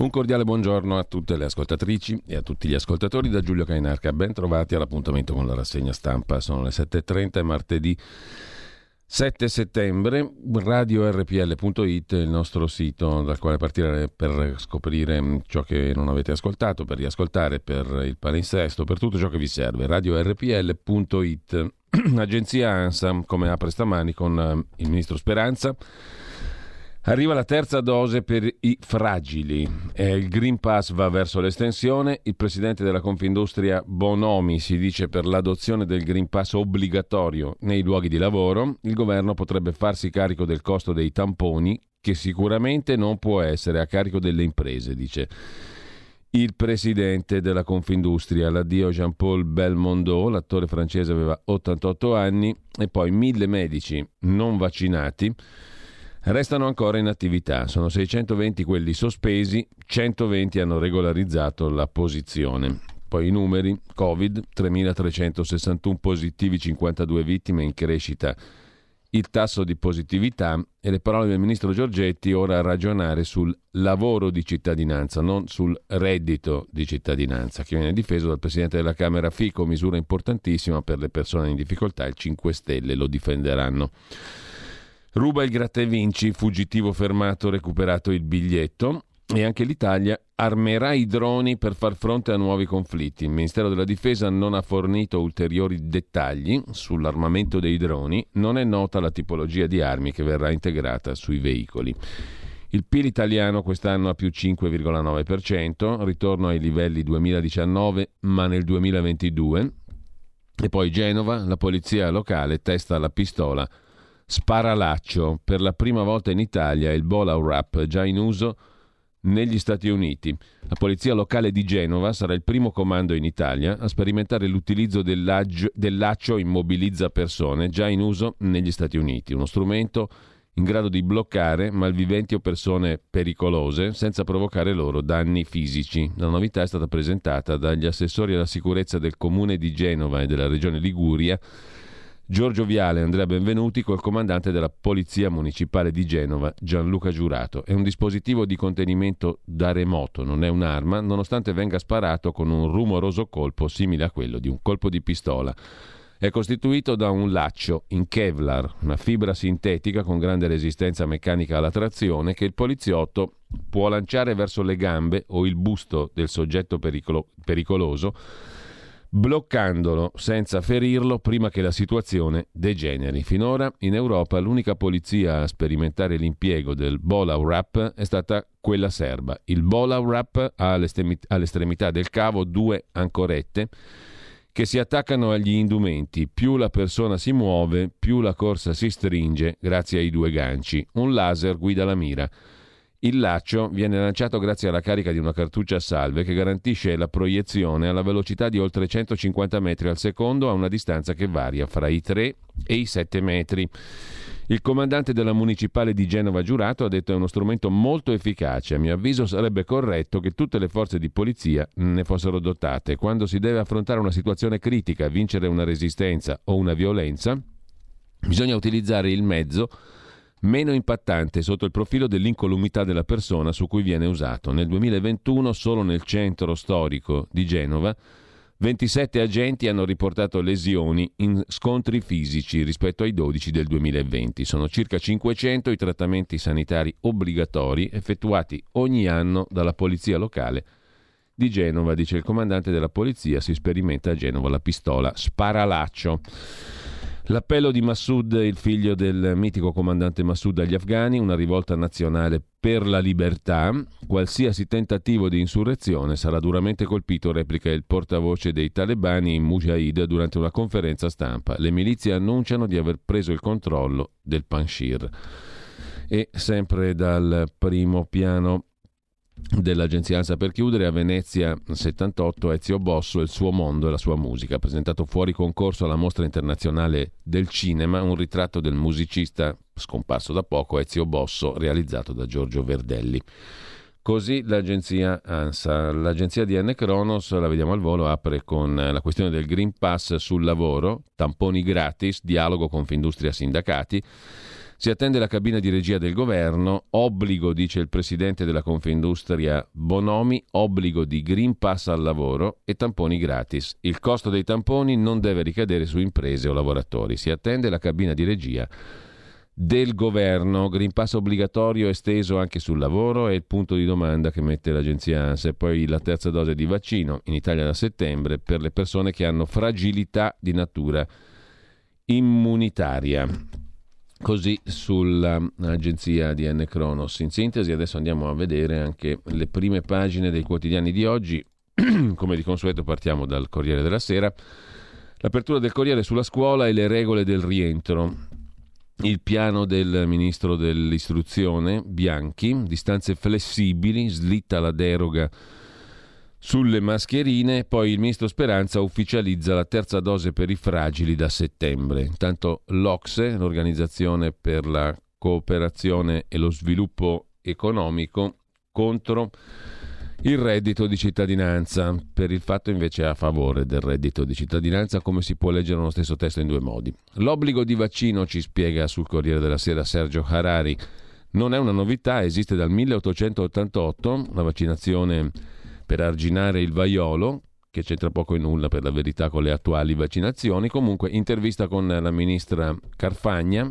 Un cordiale buongiorno a tutte le ascoltatrici e a tutti gli ascoltatori da Giulio Cainarca. Ben trovati all'appuntamento con la rassegna stampa. Sono le 7.30 e martedì 7 settembre. RadioRPL.it è il nostro sito dal quale partire per scoprire ciò che non avete ascoltato, per riascoltare, per il palinsesto, per tutto ciò che vi serve. RadioRPL.it. Agenzia ANSA, come apre stamani con il ministro Speranza. Arriva la terza dose per i fragili. Il Green Pass va verso l'estensione. Il presidente della Confindustria Bonomi si dice per l'adozione del Green Pass obbligatorio nei luoghi di lavoro. Il governo potrebbe farsi carico del costo dei tamponi, che sicuramente non può essere a carico delle imprese, dice il presidente della Confindustria. L'addio Jean-Paul Belmondo, l'attore francese, aveva 88 anni, e poi 1.000 medici non vaccinati restano ancora in attività. Sono 620 quelli sospesi, 120 hanno regolarizzato la posizione. Poi i numeri: Covid, 3.361 positivi, 52 vittime, in crescita il tasso di positività, e le parole del ministro Giorgetti: ora a ragionare sul lavoro di cittadinanza, non sul reddito di cittadinanza, che viene difeso dal presidente della Camera Fico, misura importantissima per le persone in difficoltà. Il 5 Stelle lo difenderanno. Ruba il gratta e vinci, fuggitivo fermato, recuperato il biglietto. E anche l'Italia armerà i droni per far fronte a nuovi conflitti. Il Ministero della Difesa non ha fornito ulteriori dettagli sull'armamento dei droni. Non è nota la tipologia di armi che verrà integrata sui veicoli. Il PIL italiano quest'anno a più 5,9%, ritorno ai livelli 2019 ma nel 2022. E poi Genova, la polizia locale testa la pistola Sparalaccio. Per la prima volta in Italia il Bola Wrap, già in uso negli Stati Uniti. La polizia locale di Genova sarà il primo comando in Italia a sperimentare l'utilizzo del laccio immobilizza persone, già in uso negli Stati Uniti. Uno strumento in grado di bloccare malviventi o persone pericolose senza provocare loro danni fisici. La novità è stata presentata dagli assessori alla sicurezza del comune di Genova e della regione Liguria, Giorgio Viale e Andrea Benvenuti, col comandante della Polizia Municipale di Genova, Gianluca Giurato. È un dispositivo di contenimento da remoto, non è un'arma, nonostante venga sparato con un rumoroso colpo simile a quello di un colpo di pistola. È costituito da un laccio in Kevlar, una fibra sintetica con grande resistenza meccanica alla trazione, che il poliziotto può lanciare verso le gambe o il busto del soggetto pericoloso, bloccandolo senza ferirlo prima che la situazione degeneri. Finora in Europa l'unica polizia a sperimentare l'impiego del Bola Wrap è stata quella serba. Il Bola Wrap ha all'estremità del cavo due ancorette che si attaccano agli indumenti. Più la persona si muove, più la corsa si stringe grazie ai due ganci. Un laser guida la mira. Il laccio viene lanciato grazie alla carica di una cartuccia a salve che garantisce la proiezione alla velocità di oltre 150 metri al secondo a una distanza che varia fra i 3 e i 7 metri. Il comandante della municipale di Genova Giurato ha detto: è uno strumento molto efficace. A mio avviso sarebbe corretto che tutte le forze di polizia ne fossero dotate. Quando si deve affrontare una situazione critica, vincere una resistenza o una violenza, bisogna utilizzare il mezzo meno impattante sotto il profilo dell'incolumità della persona su cui viene usato. Nel 2021, solo nel centro storico di Genova, 27 agenti hanno riportato lesioni in scontri fisici rispetto ai 12 del 2020. Sono circa 500 i trattamenti sanitari obbligatori effettuati ogni anno dalla polizia locale di Genova, dice il comandante della polizia. Si sperimenta a Genova la pistola Sparalaccio. L'appello di Massoud, il figlio del mitico comandante Massoud, agli afghani, una rivolta nazionale per la libertà. Qualsiasi tentativo di insurrezione sarà duramente colpito, replica il portavoce dei talebani Mujahid durante una conferenza stampa. Le milizie annunciano di aver preso il controllo del Panjshir. E sempre dal primo piano dell'agenzia ANSA, per chiudere, a Venezia 78 Ezio Bosso e il suo mondo e la sua musica. Ha presentato fuori concorso alla Mostra Internazionale del Cinema un ritratto del musicista scomparso da poco Ezio Bosso, realizzato da Giorgio Verdelli. Così l'agenzia ANSA. L'agenzia di N. Cronos, la vediamo al volo, apre con la questione del Green Pass sul lavoro, tamponi gratis, dialogo Confindustria sindacati. Si attende la cabina di regia del governo, obbligo, dice il presidente della Confindustria Bonomi, obbligo di Green Pass al lavoro e tamponi gratis. Il costo dei tamponi non deve ricadere su imprese o lavoratori. Si attende la cabina di regia del governo. Green Pass obbligatorio esteso anche sul lavoro è il punto di domanda che mette l'agenzia ANSA. E poi la terza dose di vaccino in Italia da settembre per le persone che hanno fragilità di natura immunitaria. Così sull'agenzia ADN Kronos. In sintesi adesso andiamo a vedere anche le prime pagine dei quotidiani di oggi. Come di consueto partiamo dal Corriere della Sera. L'apertura del Corriere sulla scuola e le regole del rientro. Il piano del ministro dell'istruzione Bianchi, distanze flessibili, slitta la deroga sulle mascherine, poi il ministro Speranza ufficializza la terza dose per i fragili da settembre. Intanto l'OCSE, l'Organizzazione per la Cooperazione e lo Sviluppo Economico, contro il reddito di cittadinanza, per il fatto invece a favore del reddito di cittadinanza, come si può leggere nello stesso testo in due modi. L'obbligo di vaccino, ci spiega sul Corriere della Sera Sergio Harari, non è una novità, esiste dal 1888, la vaccinazione per arginare il vaiolo, che c'entra poco e nulla per la verità con le attuali vaccinazioni. Comunque, intervista con la ministra Carfagna.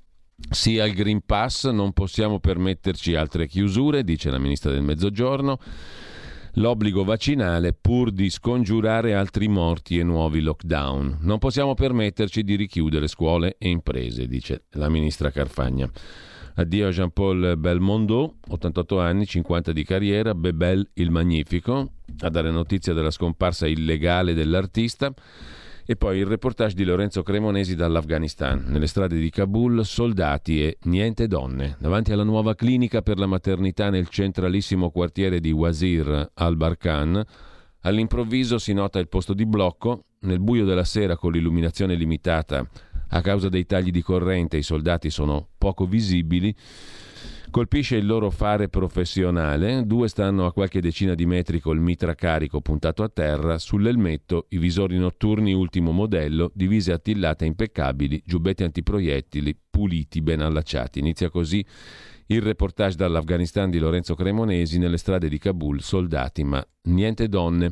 Sì al Green Pass, non possiamo permetterci altre chiusure, dice la ministra del Mezzogiorno. L'obbligo vaccinale pur di scongiurare altri morti e nuovi lockdown. Non possiamo permetterci di richiudere scuole e imprese, dice la ministra Carfagna. Addio a Jean-Paul Belmondo, 88 anni, 50 di carriera, Bebel il Magnifico, a dare notizia della scomparsa illegale dell'artista. E poi il reportage di Lorenzo Cremonesi dall'Afghanistan. Nelle strade di Kabul, soldati e niente donne. Davanti alla nuova clinica per la maternità nel centralissimo quartiere di Wazir al-Barkan, all'improvviso si nota il posto di blocco. Nel buio della sera, con l'illuminazione limitata a causa dei tagli di corrente, i soldati sono poco visibili. Colpisce il loro fare professionale. Due stanno a qualche decina di metri col mitra carico puntato a terra, sull'elmetto i visori notturni ultimo modello, divise attillate impeccabili, giubbetti antiproiettili puliti, ben allacciati. Inizia così il reportage dall'Afghanistan di Lorenzo Cremonesi. Nelle strade di Kabul, soldati ma niente donne.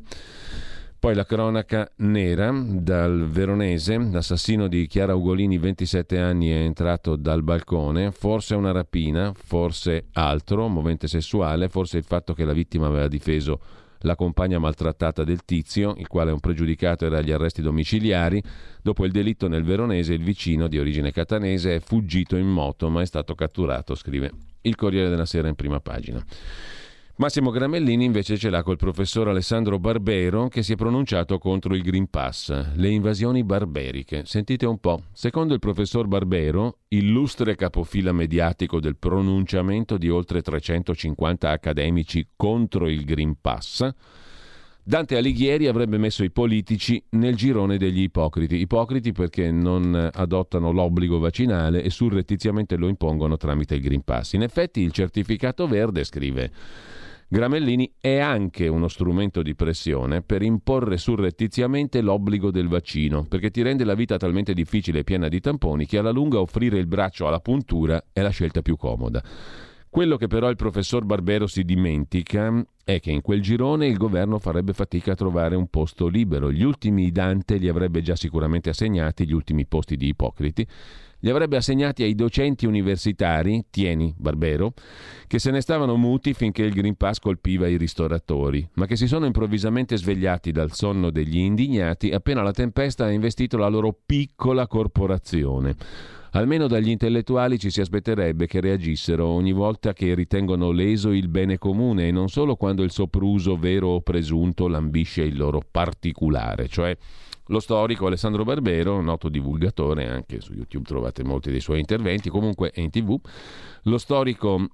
Poi la cronaca nera dal Veronese, l'assassino di Chiara Ugolini, 27 anni, è entrato dal balcone, forse una rapina, forse altro, movente sessuale, forse il fatto che la vittima aveva difeso la compagna maltrattata del tizio, il quale è un pregiudicato, era agli arresti domiciliari. Dopo il delitto nel Veronese, il vicino di origine catanese è fuggito in moto ma è stato catturato, scrive il Corriere della Sera in prima pagina. Massimo Gramellini invece ce l'ha col professor Alessandro Barbero, che si è pronunciato contro il Green Pass, le invasioni barberiche. Sentite un po'. Secondo il professor Barbero, illustre capofila mediatico del pronunciamento di oltre 350 accademici contro il Green Pass, Dante Alighieri avrebbe messo i politici nel girone degli ipocriti. Ipocriti perché non adottano l'obbligo vaccinale e surrettiziamente lo impongono tramite il Green Pass. In effetti il certificato verde, scrive Gramellini, è anche uno strumento di pressione per imporre surrettiziamente l'obbligo del vaccino, perché ti rende la vita talmente difficile e piena di tamponi che alla lunga offrire il braccio alla puntura è la scelta più comoda. Quello che però il professor Barbero si dimentica è che in quel girone il governo farebbe fatica a trovare un posto libero. Gli ultimi Dante li avrebbe già sicuramente assegnati, gli ultimi posti di ipocriti, li avrebbe assegnati ai docenti universitari, tieni Barbero, che se ne stavano muti finché il Green Pass colpiva i ristoratori, ma che si sono improvvisamente svegliati dal sonno degli indignati appena la tempesta ha investito la loro piccola corporazione. Almeno dagli intellettuali ci si aspetterebbe che reagissero ogni volta che ritengono leso il bene comune e non solo quando il sopruso vero o presunto lambisce il loro particolare, cioè lo storico Alessandro Barbero, noto divulgatore, anche su YouTube trovate molti dei suoi interventi, comunque è in TV, lo storico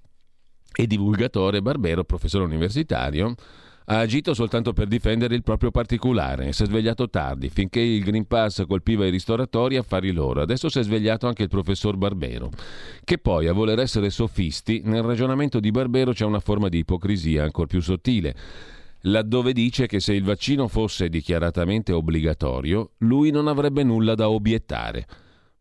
e divulgatore Barbero, professore universitario, ha agito soltanto per difendere il proprio particolare, si è svegliato tardi, finché il Green Pass colpiva i ristoratori, affari loro. Adesso si è svegliato anche il professor Barbero, che poi, a voler essere sofisti, nel ragionamento di Barbero c'è una forma di ipocrisia ancor più sottile, laddove dice che se il vaccino fosse dichiaratamente obbligatorio, lui non avrebbe nulla da obiettare.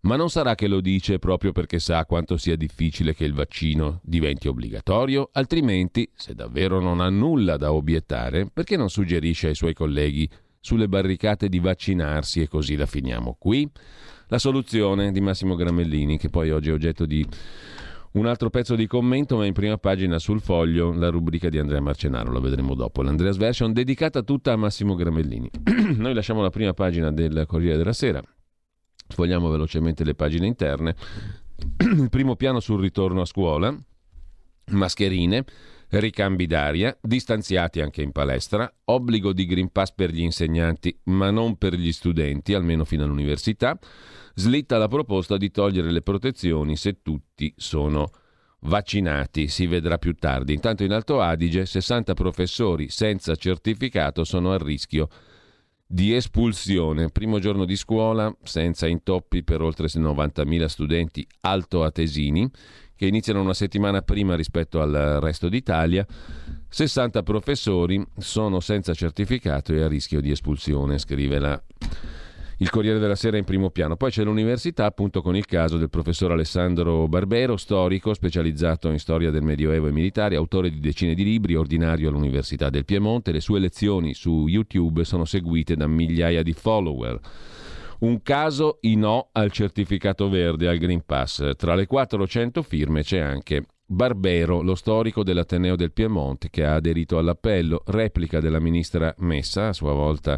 Ma non sarà che lo dice proprio perché sa quanto sia difficile che il vaccino diventi obbligatorio? Altrimenti, se davvero non ha nulla da obiettare, perché non suggerisce ai suoi colleghi sulle barricate di vaccinarsi e così la finiamo qui? La soluzione di Massimo Gramellini, che poi oggi è oggetto di un altro pezzo di commento, ma in prima pagina sul Foglio la rubrica di Andrea Marcenaro, la vedremo dopo, l'Andreas Version, dedicata tutta a Massimo Gramellini. Noi lasciamo la prima pagina del Corriere della Sera. Sfogliamo velocemente le pagine interne. Il primo piano sul ritorno a scuola, mascherine, ricambi d'aria, distanziati anche in palestra, obbligo di Green Pass per gli insegnanti ma non per gli studenti, almeno fino all'università, slitta la proposta di togliere le protezioni se tutti sono vaccinati, si vedrà più tardi. Intanto in Alto Adige 60 professori senza certificato sono a rischio di espulsione. Primo giorno di scuola senza intoppi per oltre 90.000 studenti altoatesini che iniziano una settimana prima rispetto al resto d'Italia. 60 professori sono senza certificato e a rischio di espulsione, scrive il Corriere della Sera in primo piano. Poi c'è l'università, appunto, con il caso del professor Alessandro Barbero, storico, specializzato in storia del Medioevo e militare, autore di decine di libri, ordinario all'Università del Piemonte. Le sue lezioni su YouTube sono seguite da migliaia di follower. Un caso i no al certificato verde, al Green Pass. Tra le 400 firme c'è anche Barbero, lo storico dell'Ateneo del Piemonte, che ha aderito all'appello. Replica della ministra Messa, a sua volta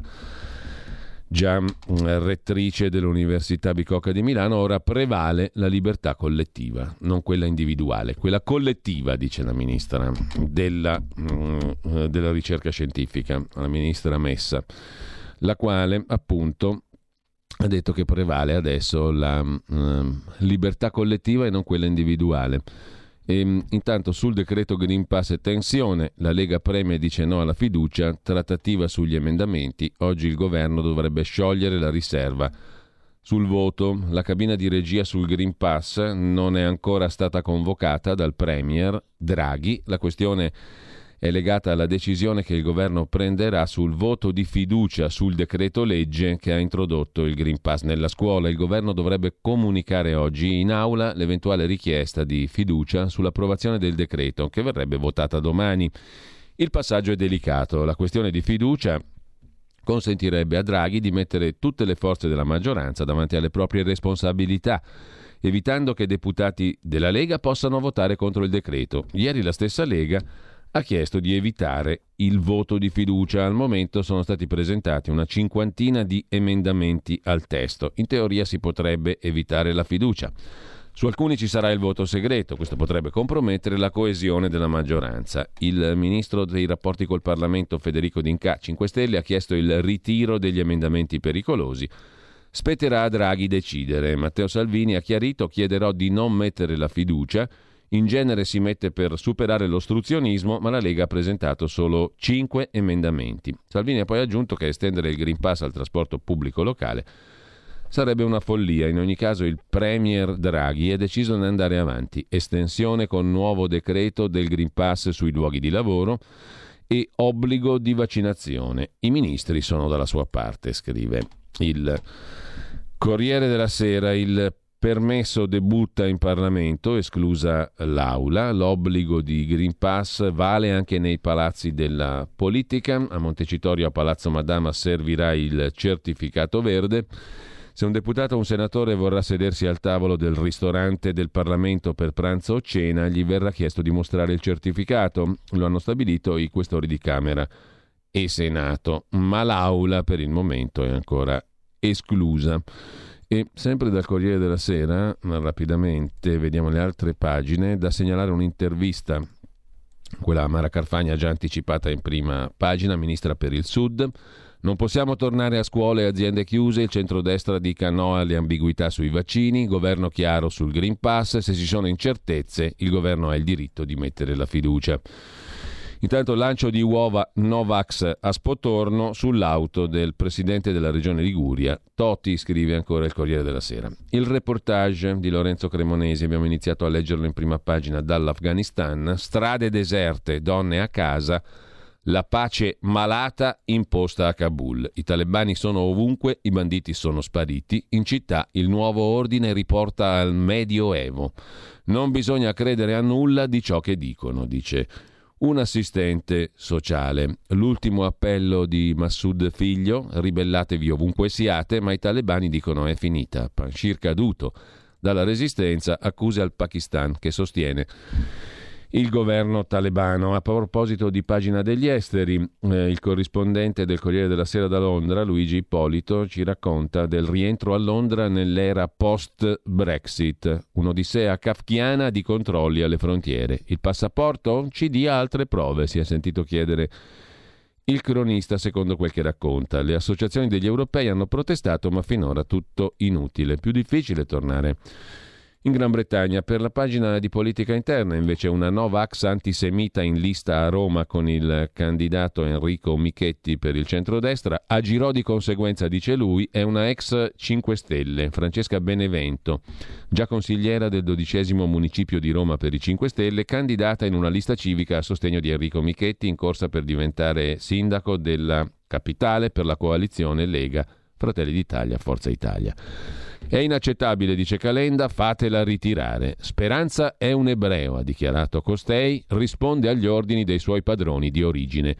già rettrice dell'Università Bicocca di Milano. Ora prevale la libertà collettiva, non quella individuale, quella collettiva, dice la ministra della ricerca scientifica, la ministra Messa, la quale appunto ha detto che prevale adesso la libertà collettiva e non quella individuale. E intanto sul decreto Green Pass e tensione, la Lega preme e dice no alla fiducia, trattativa sugli emendamenti. Oggi il governo dovrebbe sciogliere la riserva sul voto. La cabina di regia sul Green Pass non è ancora stata convocata dal Premier Draghi. La questione è legata alla decisione che il governo prenderà sul voto di fiducia sul decreto legge che ha introdotto il Green Pass nella scuola. Il governo dovrebbe comunicare oggi in aula l'eventuale richiesta di fiducia sull'approvazione del decreto, che verrebbe votata domani. Il passaggio è delicato. La questione di fiducia consentirebbe a Draghi di mettere tutte le forze della maggioranza davanti alle proprie responsabilità, evitando che deputati della Lega possano votare contro il decreto. Ieri la stessa Lega ha chiesto di evitare il voto di fiducia. Al momento sono stati presentati una 50 di emendamenti al testo. In teoria si potrebbe evitare la fiducia. Su alcuni ci sarà il voto segreto, questo potrebbe compromettere la coesione della maggioranza. Il ministro dei rapporti col Parlamento Federico D'Incà, 5 Stelle, ha chiesto il ritiro degli emendamenti pericolosi. Spetterà a Draghi decidere. Matteo Salvini ha chiarito: chiederò di non mettere la fiducia. In genere si mette per superare l'ostruzionismo, ma la Lega ha presentato solo 5 emendamenti. Salvini ha poi aggiunto che estendere il Green Pass al trasporto pubblico locale sarebbe una follia. In ogni caso il Premier Draghi è deciso di andare avanti. Estensione con nuovo decreto del Green Pass sui luoghi di lavoro e obbligo di vaccinazione. I ministri sono dalla sua parte, scrive il Corriere della Sera. Il permesso debutta in Parlamento, esclusa l'Aula. L'obbligo di Green Pass vale anche nei palazzi della politica. A Montecitorio, a Palazzo Madama, servirà il certificato verde. Se un deputato o un senatore vorrà sedersi al tavolo del ristorante del Parlamento per pranzo o cena, gli verrà chiesto di mostrare il certificato. Lo hanno stabilito i questori di Camera e Senato, ma l'Aula per il momento è ancora esclusa. E sempre dal Corriere della Sera, rapidamente vediamo le altre pagine, da segnalare un'intervista, quella a Mara Carfagna già anticipata in prima pagina, ministra per il Sud. Non possiamo tornare a scuole e aziende chiuse, il centrodestra dica no alle ambiguità sui vaccini, governo chiaro sul Green Pass, se ci sono incertezze il governo ha il diritto di mettere la fiducia. Intanto lancio di uova Novax a Spotorno sull'auto del presidente della regione Liguria. Toti, scrive ancora il Corriere della Sera. Il reportage di Lorenzo Cremonesi, abbiamo iniziato a leggerlo in prima pagina dall'Afghanistan. Strade deserte, donne a casa, La pace malata imposta a Kabul. I talebani sono ovunque, i banditi sono spariti. In città il nuovo ordine riporta al Medioevo. Non bisogna credere a nulla di ciò che dicono, dice un assistente sociale. L'ultimo appello di Massoud figlio: ribellatevi ovunque siate, ma i talebani dicono è finita. Panjshir caduto dalla resistenza, accuse al Pakistan che sostiene il governo talebano. A proposito di pagina degli esteri, il corrispondente del Corriere della Sera da Londra, Luigi Ippolito, ci racconta del rientro a Londra nell'era post-Brexit, un'odissea kafkiana di controlli alle frontiere. Il passaporto ci dia altre prove, si è sentito chiedere il cronista, secondo quel che racconta. Le associazioni degli europei hanno protestato, ma finora tutto inutile. Più difficile tornare in Gran Bretagna. Per la pagina di politica interna, invece, una Novax antisemita in lista a Roma con il candidato Enrico Michetti per il centrodestra. Agirò di conseguenza, dice lui, è una ex 5 Stelle, Francesca Benevento, già consigliera del 12° municipio di Roma per i 5 Stelle, candidata in una lista civica a sostegno di Enrico Michetti, in corsa per diventare sindaco della capitale per la coalizione Lega, Fratelli d'Italia, Forza Italia. È inaccettabile, dice Calenda, fatela ritirare. Speranza è un ebreo, ha dichiarato costei, risponde agli ordini dei suoi padroni di origine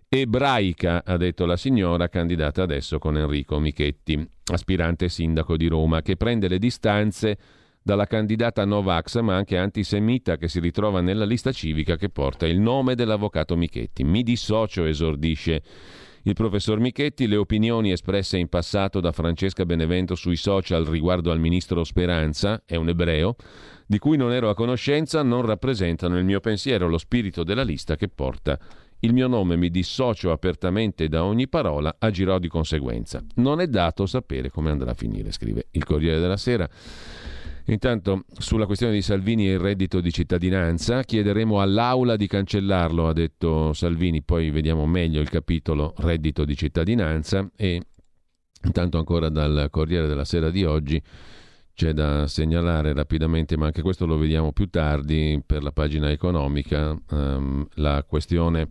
ebraica, ha detto la signora, candidata adesso con Enrico Michetti, aspirante sindaco di Roma, che prende le distanze dalla candidata Novax, ma anche antisemita, che si ritrova nella lista civica che porta il nome dell'avvocato Michetti. Mi dissocio, esordisce il professor Michetti. Le opinioni espresse in passato da Francesca Benevento sui social riguardo al ministro Speranza, è un ebreo, di cui non ero a conoscenza, non rappresentano il mio pensiero, lo spirito della lista che porta il mio nome. Mi dissocio apertamente da ogni parola, agirò di conseguenza. Non è dato sapere come andrà a finire, scrive il Corriere della Sera. Intanto, sulla questione di Salvini e il reddito di cittadinanza, chiederemo all'Aula di cancellarlo, ha detto Salvini, poi vediamo meglio il capitolo reddito di cittadinanza. E intanto ancora dal Corriere della Sera di oggi c'è da segnalare rapidamente, ma anche questo lo vediamo più tardi per la pagina economica, la questione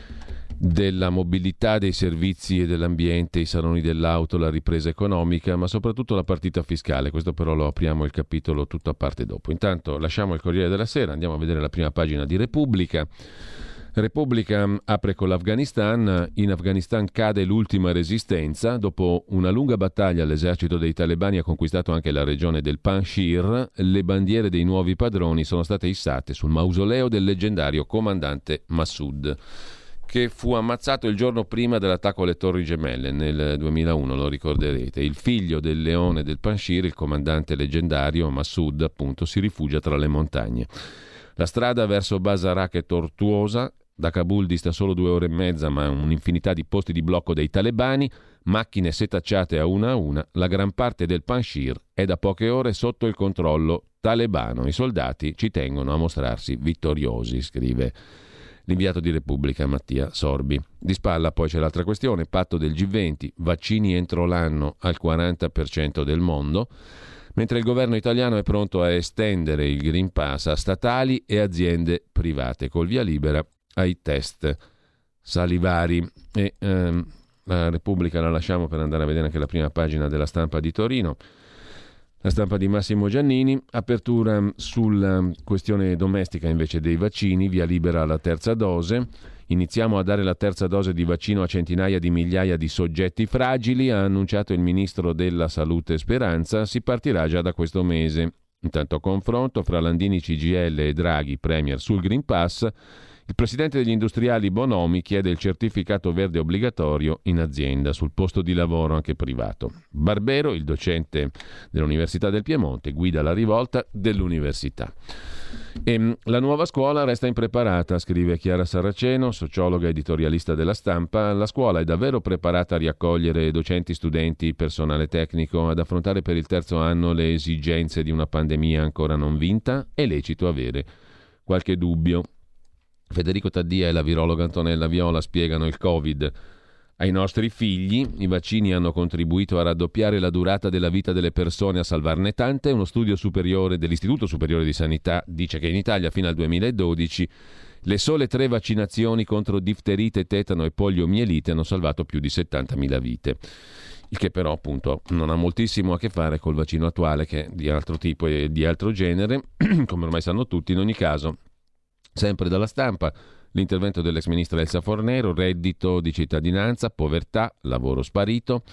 della mobilità, dei servizi e dell'ambiente, i saloni dell'auto, la ripresa economica, ma soprattutto la partita fiscale. Questo però lo apriamo il capitolo tutto a parte dopo. Intanto lasciamo il Corriere della Sera, andiamo a vedere la prima pagina di Repubblica. Repubblica apre con l'Afghanistan. In Afghanistan cade l'ultima resistenza. Dopo una lunga battaglia l'esercito dei talebani ha conquistato anche la regione del Panjshir. Le bandiere dei nuovi padroni sono state issate sul mausoleo del leggendario comandante Massoud, che fu ammazzato il giorno prima dell'attacco alle Torri Gemelle nel 2001, lo ricorderete. Il figlio del leone del Panjshir, il comandante leggendario Massoud, appunto, si rifugia tra le montagne. La strada verso Basarak è tortuosa, da Kabul dista solo 2 ore e mezza, ma un'infinità di posti di blocco dei talebani, macchine setacciate a una. La gran parte del Panjshir è da poche ore sotto il controllo talebano. I soldati ci tengono a mostrarsi vittoriosi, scrive l'inviato di Repubblica Mattia Sorbi. Di spalla poi c'è l'altra questione, patto del G20, vaccini entro l'anno al 40% del mondo, mentre il governo italiano è pronto a estendere il Green Pass a statali e aziende private, col via libera ai test salivari. E la Repubblica la lasciamo per andare a vedere anche la prima pagina della Stampa di Torino. La Stampa di Massimo Giannini, apertura sulla questione domestica invece dei vaccini, via libera alla terza dose. Iniziamo a dare la terza dose di vaccino a centinaia di migliaia di soggetti fragili, ha annunciato il ministro della Salute Speranza. Si partirà già da questo mese. Intanto confronto fra Landini, CGIL e Draghi, Premier, sul Green Pass. Il presidente degli industriali Bonomi chiede il certificato verde obbligatorio in azienda, sul posto di lavoro anche privato. Barbero, il docente dell'Università del Piemonte, guida la rivolta dell'università. E la nuova scuola resta impreparata, scrive Chiara Saraceno, sociologa editorialista della Stampa. La scuola è davvero preparata a riaccogliere docenti, studenti, personale tecnico, ad affrontare per il terzo anno le esigenze di una pandemia ancora non vinta? È lecito avere qualche dubbio. Federico Taddia e la virologa Antonella Viola spiegano il Covid ai nostri figli. I vaccini hanno contribuito a raddoppiare la durata della vita delle persone, a salvarne tante. Uno studio superiore dell'Istituto Superiore di Sanità dice che in Italia fino al 2012 Le sole 3 vaccinazioni contro difterite, tetano e poliomielite hanno salvato più di 70.000 vite. Il che però appunto non ha moltissimo a che fare col vaccino attuale, che è di altro tipo e di altro genere, come ormai sanno tutti. In ogni caso, sempre dalla Stampa, l'intervento dell'ex ministra Elsa Fornero: reddito di cittadinanza, povertà, lavoro sparito.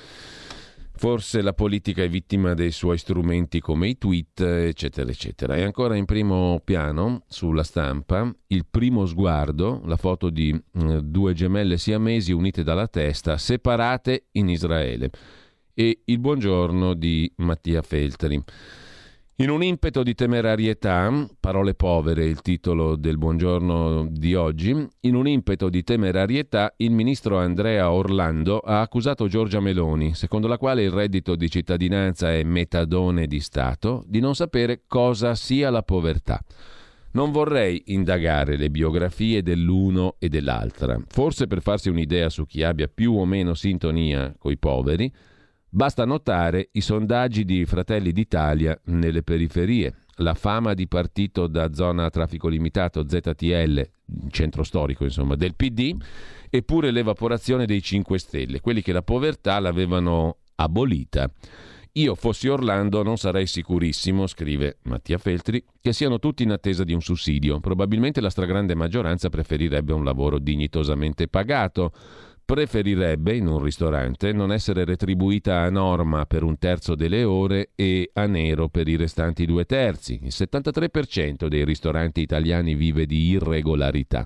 Forse la politica è vittima dei suoi strumenti come i tweet, eccetera, eccetera. E ancora in primo piano, sulla Stampa, il primo sguardo, la foto di due gemelle siamesi unite dalla testa, separate in Israele. E il buongiorno di Mattia Feltri. In un impeto di temerarietà, parole povere il titolo del buongiorno di oggi, in un impeto di temerarietà il ministro Andrea Orlando ha accusato Giorgia Meloni, secondo la quale il reddito di cittadinanza è metadone di Stato, di non sapere cosa sia la povertà. Non vorrei indagare le biografie dell'uno e dell'altra, forse per farsi un'idea su chi abbia più o meno sintonia coi poveri. Basta notare i sondaggi di Fratelli d'Italia nelle periferie, la fama di partito da zona a traffico limitato ZTL, centro storico insomma, del PD, eppure l'evaporazione dei 5 Stelle, quelli che la povertà l'avevano abolita. Io fossi Orlando non sarei sicurissimo, scrive Mattia Feltri, che siano tutti in attesa di un sussidio. Probabilmente la stragrande maggioranza preferirebbe un lavoro dignitosamente pagato. Preferirebbe, in un ristorante, non essere retribuita a norma per 1/3 delle ore e a nero per i restanti 2/3. Il 73% dei ristoranti italiani vive di irregolarità.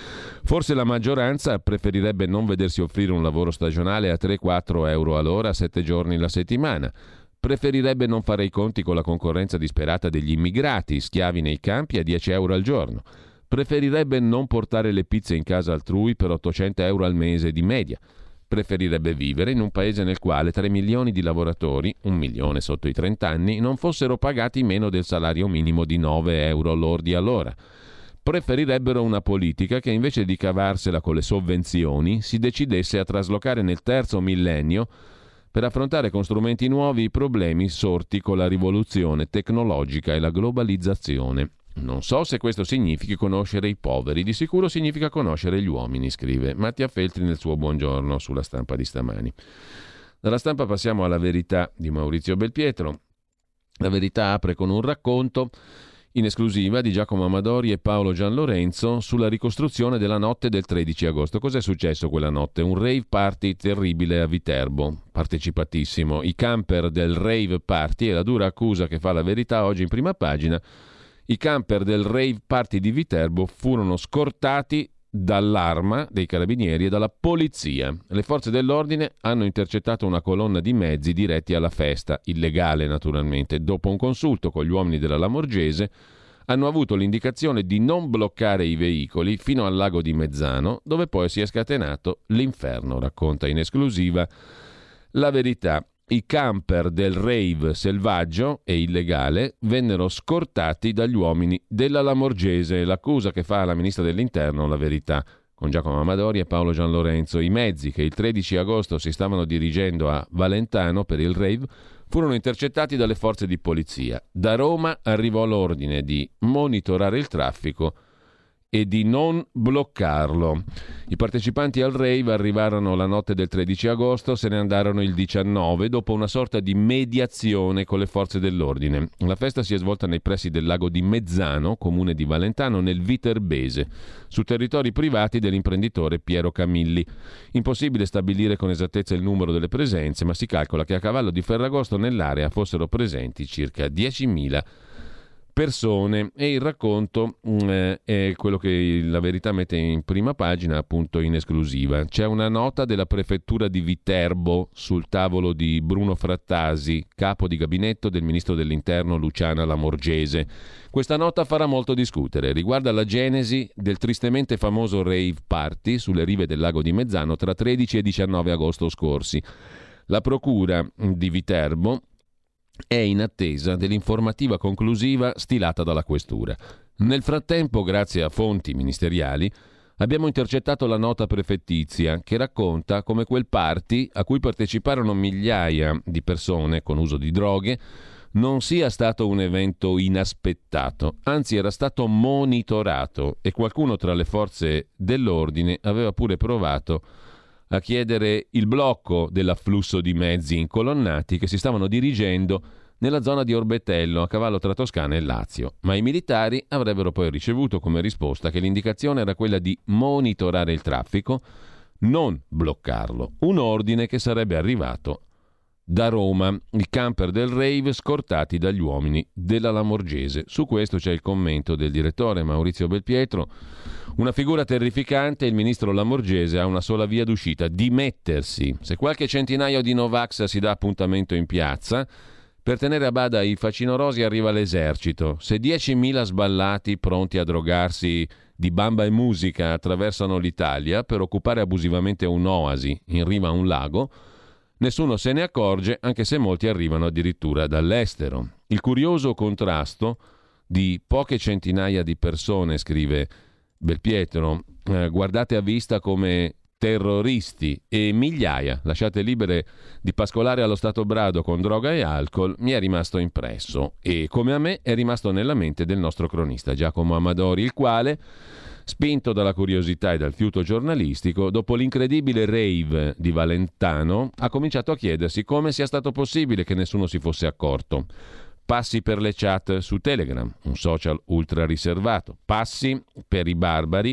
Forse la maggioranza preferirebbe non vedersi offrire un lavoro stagionale a 3-4 euro all'ora, 7 giorni la settimana. Preferirebbe non fare i conti con la concorrenza disperata degli immigrati, schiavi nei campi a 10 euro al giorno. Preferirebbe non portare le pizze in casa altrui per 800 euro al mese di media. Preferirebbe vivere in un paese nel quale 3 milioni di lavoratori, 1 milione sotto i 30 anni, non fossero pagati meno del salario minimo di 9 euro lordi all'ora. Preferirebbero una politica che invece di cavarsela con le sovvenzioni si decidesse a traslocare nel terzo millennio per affrontare con strumenti nuovi i problemi sorti con la rivoluzione tecnologica e la globalizzazione. Non so se questo significhi conoscere i poveri, di sicuro significa conoscere gli uomini, scrive Mattia Feltri nel suo buongiorno sulla Stampa di stamani. Dalla Stampa passiamo alla Verità di Maurizio Belpietro. La Verità apre con un racconto in esclusiva di Giacomo Amadori e Paolo Gianlorenzo sulla ricostruzione della notte del 13 agosto. Cos'è successo quella notte? Un rave party terribile a Viterbo, partecipatissimo. I camper del rave party, e la dura accusa che fa la Verità oggi in prima pagina: i camper del rave party di Viterbo furono scortati dall'Arma dei Carabinieri e dalla polizia. Le forze dell'ordine hanno intercettato una colonna di mezzi diretti alla festa, illegale naturalmente. Dopo un consulto con gli uomini della Lamorgese hanno avuto l'indicazione di non bloccare i veicoli fino al lago di Mezzano, dove poi si è scatenato l'inferno, racconta in esclusiva la Verità. I camper del rave selvaggio e illegale vennero scortati dagli uomini della Lamorgese. L'accusa che fa la ministra dell'Interno, la Verità, con Giacomo Amadori e Paolo Gianlorenzo. I mezzi che il 13 agosto si stavano dirigendo a Valentano per il rave furono intercettati dalle forze di polizia. Da Roma arrivò l'ordine di monitorare il traffico e di non bloccarlo. I partecipanti al rave arrivarono la notte del 13 agosto, se ne andarono il 19 dopo una sorta di mediazione con le forze dell'ordine. La festa si è svolta nei pressi del lago di Mezzano, comune di Valentano, nel Viterbese, su territori privati dell'imprenditore Piero Camilli. Impossibile stabilire con esattezza il numero delle presenze, ma si calcola che a cavallo di Ferragosto nell'area fossero presenti circa 10.000 persone. E il racconto è quello che la Verità mette in prima pagina, appunto in esclusiva. C'è una nota della prefettura di Viterbo sul tavolo di Bruno Frattasi, capo di gabinetto del ministro dell'Interno Luciana Lamorgese. Questa nota farà molto discutere, riguarda la genesi del tristemente famoso rave party sulle rive del lago di Mezzano tra 13 e 19 agosto scorsi. La procura di Viterbo è in attesa dell'informativa conclusiva stilata dalla questura. Nel frattempo, grazie a fonti ministeriali, abbiamo intercettato la nota prefettizia che racconta come quel party, a cui parteciparono migliaia di persone con uso di droghe, non sia stato un evento inaspettato, anzi era stato monitorato e qualcuno tra le forze dell'ordine aveva pure provato a chiedere il blocco dell'afflusso di mezzi incolonnati che si stavano dirigendo nella zona di Orbetello, a cavallo tra Toscana e Lazio. Ma i militari avrebbero poi ricevuto come risposta che l'indicazione era quella di monitorare il traffico, non bloccarlo. Un ordine che sarebbe arrivato da Roma. I camper del rave scortati dagli uomini della Lamorgese. Su questo c'è il commento del direttore Maurizio Belpietro. Una figura terrificante, il ministro Lamorgese ha una sola via d'uscita: dimettersi. Se qualche centinaio di Novax si dà appuntamento in piazza, per tenere a bada i facinorosi arriva l'esercito. Se 10.000 sballati pronti a drogarsi di bamba e musica attraversano l'Italia per occupare abusivamente un'oasi in riva a un lago, nessuno se ne accorge, anche se molti arrivano addirittura dall'estero. Il curioso contrasto di poche centinaia di persone, scrive Belpietro, guardate a vista come terroristi, e migliaia lasciate libere di pascolare allo stato brado con droga e alcol, mi è rimasto impresso, e come a me è rimasto nella mente del nostro cronista Giacomo Amadori, il quale, spinto dalla curiosità e dal fiuto giornalistico, dopo l'incredibile rave di Valentano, ha cominciato a chiedersi come sia stato possibile che nessuno si fosse accorto. Passi per le chat su Telegram, un social ultra riservato, passi per i barbari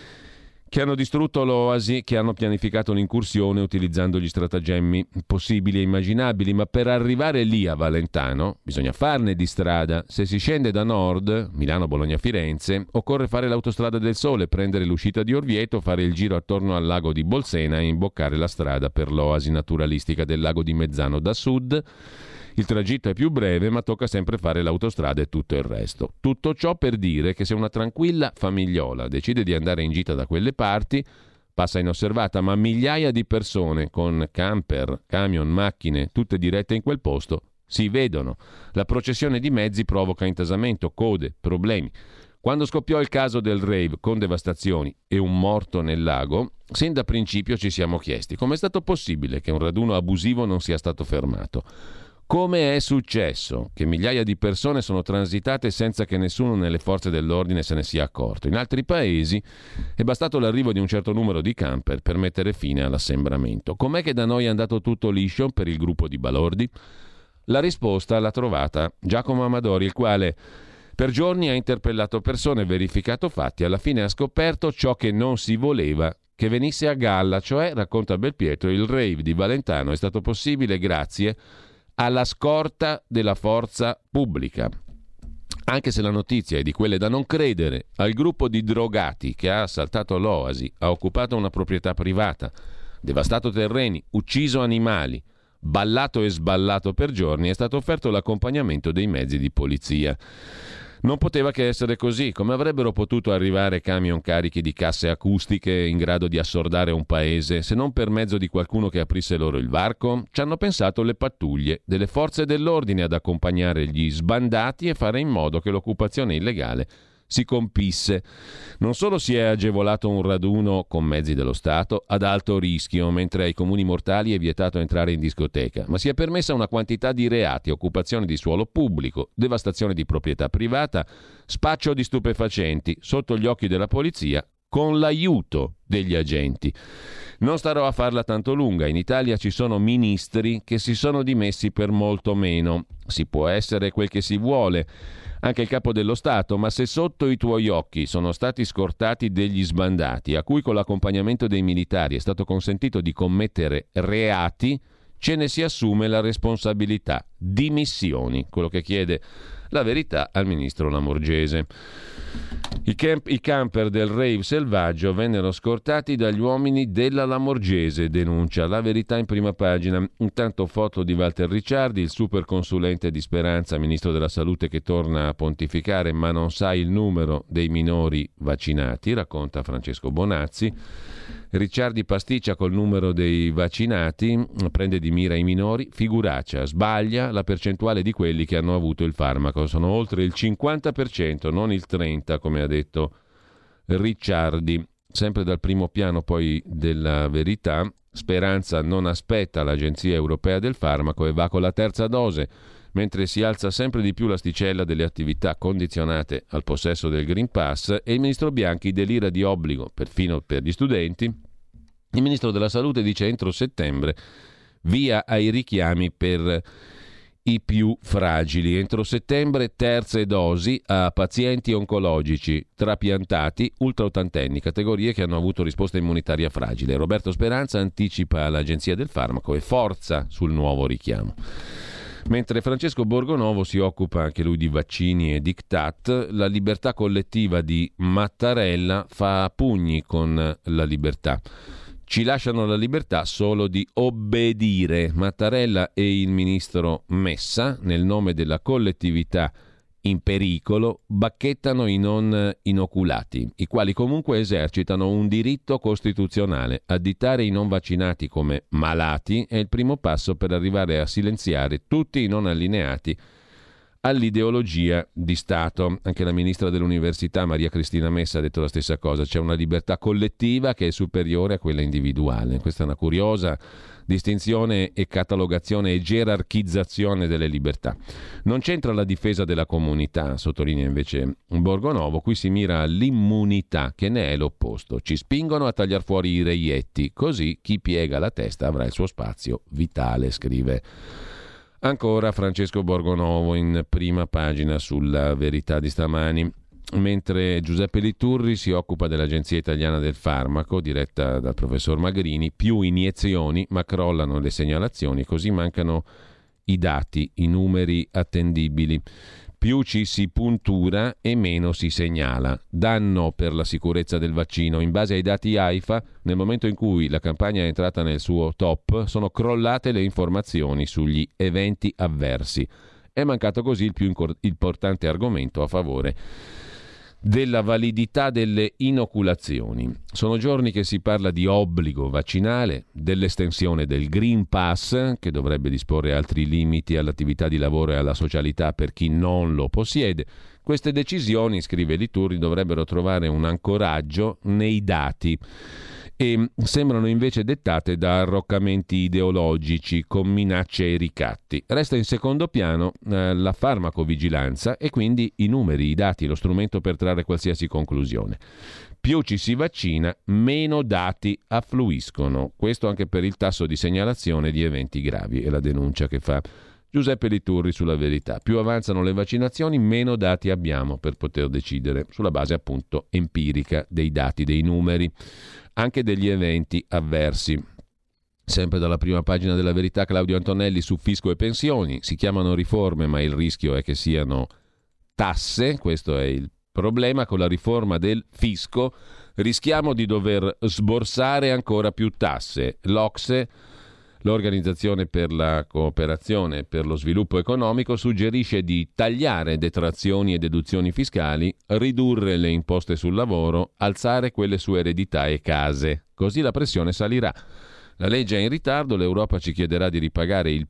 che hanno distrutto l'oasi, che hanno pianificato l'incursione utilizzando gli stratagemmi possibili e immaginabili, ma per arrivare lì a Valentano bisogna farne di strada. Se si scende da nord, Milano, Bologna, Firenze, occorre fare l'autostrada del Sole, prendere l'uscita di Orvieto, fare il giro attorno al lago di Bolsena e imboccare la strada per l'oasi naturalistica del lago di Mezzano da sud. Il tragitto è più breve, ma tocca sempre fare l'autostrada e tutto il resto. Tutto ciò per dire che se una tranquilla famigliola decide di andare in gita da quelle parti, passa inosservata, ma migliaia di persone con camper, camion, macchine, tutte dirette in quel posto, si vedono. La processione di mezzi provoca intasamento, code, problemi. Quando scoppiò il caso del rave con devastazioni e un morto nel lago, sin da principio ci siamo chiesti come è stato possibile che un raduno abusivo non sia stato fermato. Come è successo che migliaia di persone sono transitate senza che nessuno nelle forze dell'ordine se ne sia accorto? In altri paesi è bastato l'arrivo di un certo numero di camper per mettere fine all'assembramento. Com'è che da noi è andato tutto liscio per il gruppo di balordi? La risposta l'ha trovata Giacomo Amadori, il quale per giorni ha interpellato persone, verificato fatti, alla fine ha scoperto ciò che non si voleva che venisse a galla, cioè, racconta Belpietro, il rave di Valentano è stato possibile grazie alla scorta della forza pubblica. Anche se la notizia è di quelle da non credere, al gruppo di drogati che ha assaltato l'oasi, ha occupato una proprietà privata, devastato terreni, ucciso animali, ballato e sballato per giorni, è stato offerto l'accompagnamento dei mezzi di polizia. Non poteva che essere così. Come avrebbero potuto arrivare camion carichi di casse acustiche in grado di assordare un paese, se non per mezzo di qualcuno che aprisse loro il varco? Ci hanno pensato le pattuglie delle forze dell'ordine ad accompagnare gli sbandati e fare in modo che l'occupazione illegale si compisse. Non solo si è agevolato un raduno con mezzi dello Stato ad alto rischio, mentre ai comuni mortali è vietato entrare in discoteca, ma si è permessa una quantità di reati: occupazione di suolo pubblico, devastazione di proprietà privata, spaccio di stupefacenti sotto gli occhi della polizia con l'aiuto degli agenti. Non starò a farla tanto lunga. In Italia ci sono ministri che si sono dimessi per molto meno. Si può essere quel che si vuole, anche il capo dello Stato, ma se sotto i tuoi occhi sono stati scortati degli sbandati a cui con l'accompagnamento dei militari è stato consentito di commettere reati, ce ne si assume la responsabilità. Dimissioni, quello che chiede La Verità al ministro Lamorgese. I camper del rave selvaggio vennero scortati dagli uomini della Lamorgese, denuncia La Verità in prima pagina. Intanto foto di Walter Ricciardi, il super consulente di Speranza, ministro della Salute, che torna a pontificare ma non sa il numero dei minori vaccinati, racconta Francesco Bonazzi. Ricciardi pasticcia col numero dei vaccinati, prende di mira i minori, figuraccia, sbaglia la percentuale di quelli che hanno avuto il farmaco. Sono oltre il 50%, non il 30%, come ha detto Ricciardi. Sempre dal primo piano poi della Verità, Speranza non aspetta l'Agenzia Europea del Farmaco e va con la terza dose. mentre si alza sempre di più l'asticella delle attività condizionate al possesso del Green Pass e il ministro Bianchi delira di obbligo, perfino per gli studenti. Il ministro della Salute dice entro settembre via ai richiami per i più fragili. Entro settembre terze dosi a pazienti oncologici, trapiantati, ultraottantenni, categorie che hanno avuto risposta immunitaria fragile. Roberto Speranza anticipa all'Agenzia del Farmaco e forza sul nuovo richiamo. Mentre Francesco Borgonovo si occupa anche lui di vaccini e diktat, la libertà collettiva di Mattarella fa a pugni con la libertà. Ci lasciano la libertà solo di obbedire. Mattarella e il ministro Messa, nel nome della collettività in pericolo, bacchettano i non inoculati, i quali comunque esercitano un diritto costituzionale. Additare i non vaccinati come malati è il primo passo per arrivare a silenziare tutti i non allineati all'ideologia di Stato. Anche la ministra dell'Università Maria Cristina Messa ha detto la stessa cosa: c'è una libertà collettiva che è superiore a quella individuale. Questa è una curiosa distinzione e catalogazione e gerarchizzazione delle libertà. Non c'entra la difesa della comunità, sottolinea invece Borgonovo, qui si mira all'immunità, che ne è l'opposto. Ci spingono a tagliar fuori i reietti, così chi piega la testa avrà il suo spazio vitale, scrive ancora Francesco Borgonovo in prima pagina sulla Verità di stamani. Mentre Giuseppe Liturri si occupa dell'Agenzia Italiana del Farmaco, diretta dal professor Magrini, più iniezioni ma crollano le segnalazioni, così mancano i dati, i numeri attendibili. Più ci si puntura e meno si segnala. Danno per la sicurezza del vaccino. In base ai dati AIFA, nel momento in cui la campagna è entrata nel suo top, sono crollate le informazioni sugli eventi avversi. È mancato così il più importante argomento a favore della validità delle inoculazioni. Sono giorni che si parla di obbligo vaccinale, dell'estensione del Green Pass, che dovrebbe disporre altri limiti all'attività di lavoro e alla socialità per chi non lo possiede. Queste decisioni, scrive Liturri, dovrebbero trovare un ancoraggio nei dati e sembrano invece dettate da arroccamenti ideologici con minacce e ricatti. Resta in secondo piano la farmacovigilanza e quindi i numeri, i dati, lo strumento per trarre qualsiasi conclusione. Più ci si vaccina, meno dati affluiscono. Questo anche per il tasso di segnalazione di eventi gravi, è la denuncia che fa Giuseppe Liturri sulla Verità. Più avanzano le vaccinazioni, meno dati abbiamo per poter decidere sulla base appunto empirica dei dati, dei numeri, anche degli eventi avversi. Sempre dalla prima pagina della Verità, Claudio Antonelli su fisco e pensioni. Si chiamano riforme, ma il rischio è che siano tasse. Questo è il problema. Con la riforma del fisco rischiamo di dover sborsare ancora più tasse. L'OCSE, l'Organizzazione per la Cooperazione e per lo Sviluppo Economico, suggerisce di tagliare detrazioni e deduzioni fiscali, ridurre le imposte sul lavoro, alzare quelle su eredità e case. Così la pressione salirà. La legge è in ritardo, l'Europa ci chiederà di ripagare il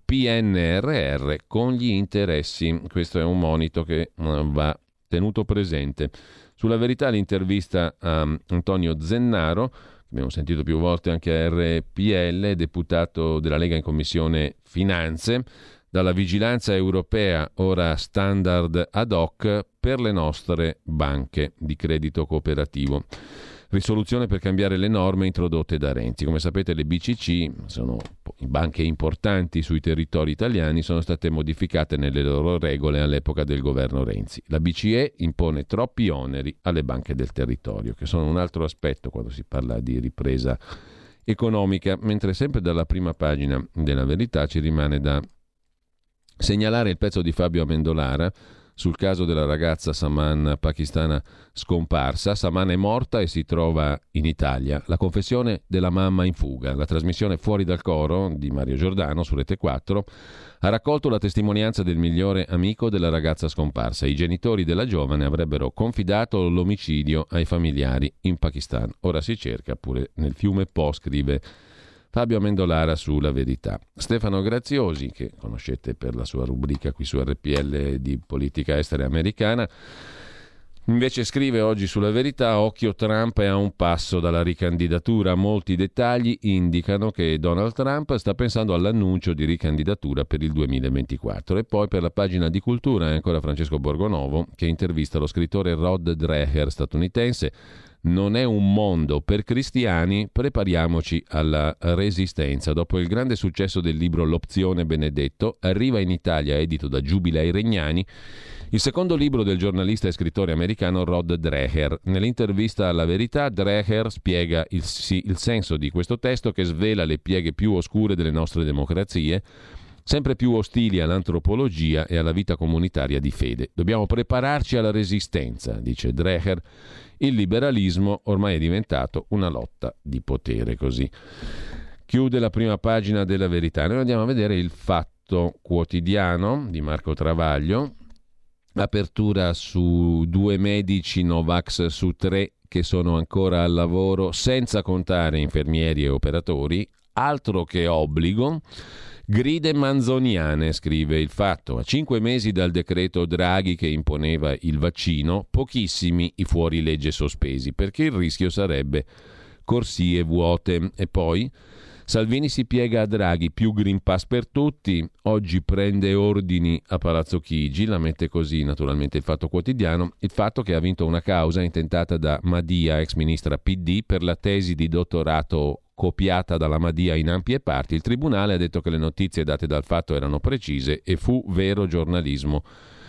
PNRR con gli interessi. Questo è un monito che va tenuto presente. Sulla Verità l'intervista a Antonio Zennaro, abbiamo sentito più volte anche a RPL, deputato della Lega in Commissione Finanze. Dalla vigilanza europea ora standard ad hoc per le nostre banche di credito cooperativo. Risoluzione per cambiare le norme introdotte da Renzi. Come sapete le BCC, sono banche importanti sui territori italiani, sono state modificate nelle loro regole all'epoca del governo Renzi. La BCE impone troppi oneri alle banche del territorio, che sono un altro aspetto quando si parla di ripresa economica, mentre sempre dalla prima pagina della Verità ci rimane da segnalare il pezzo di Fabio Amendolara sul caso della ragazza Saman pakistana scomparsa. Saman è morta e si trova in Italia. La confessione della mamma in fuga. La trasmissione Fuori dal coro di Mario Giordano su Rete 4 ha raccolto la testimonianza del migliore amico della ragazza scomparsa. I genitori della giovane avrebbero confidato l'omicidio ai familiari in Pakistan. Ora si cerca pure nel fiume Po, scrive Fabio Amendolara sulla Verità. Stefano Graziosi, che conoscete per la sua rubrica qui su RPL di politica estera americana, Invece scrive oggi sulla Verità: occhio, Trump è a un passo dalla ricandidatura. Molti dettagli indicano che Donald Trump sta pensando all'annuncio di ricandidatura per il 2024. E poi per la pagina di cultura è ancora Francesco Borgonovo che intervista lo scrittore Rod Dreher, statunitense. Non è un mondo per cristiani, prepariamoci alla resistenza. Dopo il grande successo del libro L'opzione Benedetto, arriva in Italia, edito da Giubilei Regnani, il secondo libro del giornalista e scrittore americano Rod Dreher. Nell'intervista alla Verità, Dreher spiega il senso di questo testo che svela le pieghe più oscure delle nostre democrazie, sempre più ostili all'antropologia e alla vita comunitaria di fede. Dobbiamo prepararci alla resistenza, dice Dreher. Il liberalismo ormai è diventato una lotta di potere, così chiude la prima pagina della Verità. Noi andiamo a vedere il Fatto Quotidiano di Marco Travaglio. Apertura su 2 medici Novax su 3 che sono ancora al lavoro, senza contare infermieri e operatori. Altro che obbligo. Gride manzoniane, scrive il Fatto. A 5 mesi dal decreto Draghi che imponeva il vaccino, pochissimi i fuorilegge sospesi, perché il rischio sarebbe corsie vuote. E poi Salvini si piega a Draghi, più Green Pass per tutti, oggi prende ordini a Palazzo Chigi, la mette così naturalmente il Fatto Quotidiano. Il Fatto che ha vinto una causa intentata da Madia, ex ministra PD, per la tesi di dottorato copiata dalla Madia in ampie parti. Il tribunale ha detto che le notizie date dal Fatto erano precise e fu vero giornalismo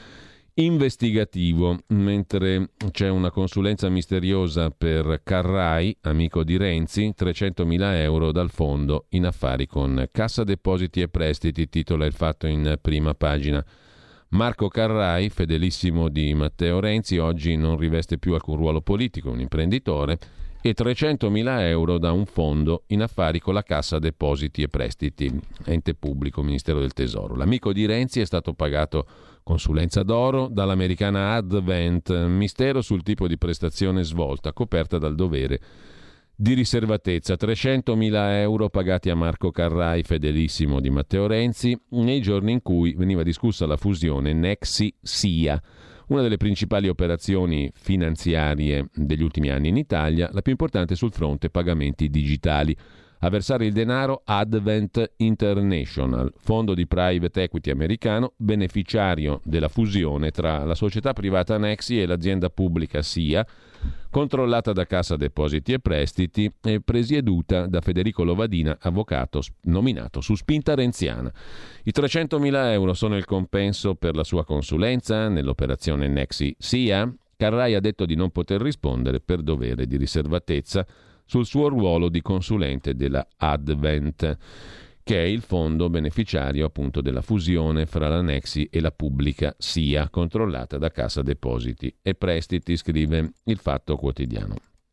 investigativo, mentre c'è una consulenza misteriosa per Carrai, amico di Renzi, 300.000 euro dal fondo in affari con Cassa Depositi e Prestiti, titola il Fatto in prima pagina. Marco Carrai, fedelissimo di Matteo Renzi, oggi non riveste più alcun ruolo politico, un imprenditore, e 300.000 euro da un fondo in affari con la Cassa Depositi e Prestiti, ente pubblico, Ministero del Tesoro. L'amico di Renzi è stato pagato consulenza d'oro dall'americana Advent, mistero sul tipo di prestazione svolta, coperta dal dovere di riservatezza. 300.000 euro pagati a Marco Carrai, fedelissimo di Matteo Renzi, nei giorni in cui veniva discussa la fusione Nexi-SIA, una delle principali operazioni finanziarie degli ultimi anni in Italia, la più importante sul fronte pagamenti digitali. A versare il denaro Advent International, fondo di private equity americano, beneficiario della fusione tra la società privata Nexi e l'azienda pubblica SIA, controllata da Cassa Depositi e Prestiti e presieduta da Federico Lovadina, avvocato nominato su spinta renziana. I 300.000 euro sono il compenso per la sua consulenza nell'operazione Nexi SIA. Carrai ha detto di non poter rispondere per dovere di riservatezza sul suo ruolo di consulente della Advent, che è il fondo beneficiario appunto della fusione fra la Nexi e la pubblica SIA, controllata da Cassa Depositi e Prestiti, scrive il Fatto Quotidiano.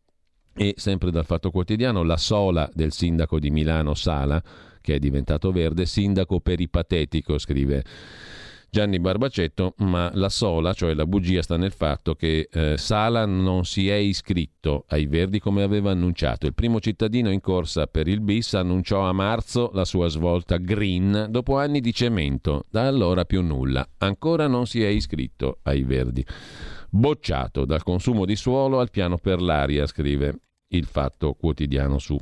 E sempre dal Fatto Quotidiano la sola del sindaco di Milano Sala, che è diventato verde, sindaco peripatetico, scrive Gianni Barbacetto, ma la sola, cioè la bugia, sta nel fatto che Sala non si è iscritto ai Verdi come aveva annunciato. Il primo cittadino in corsa per il bis annunciò a marzo la sua svolta green dopo anni di cemento, da allora più nulla. Ancora non si è iscritto ai Verdi. Bocciato dal consumo di suolo al piano per l'aria, scrive il Fatto Quotidiano su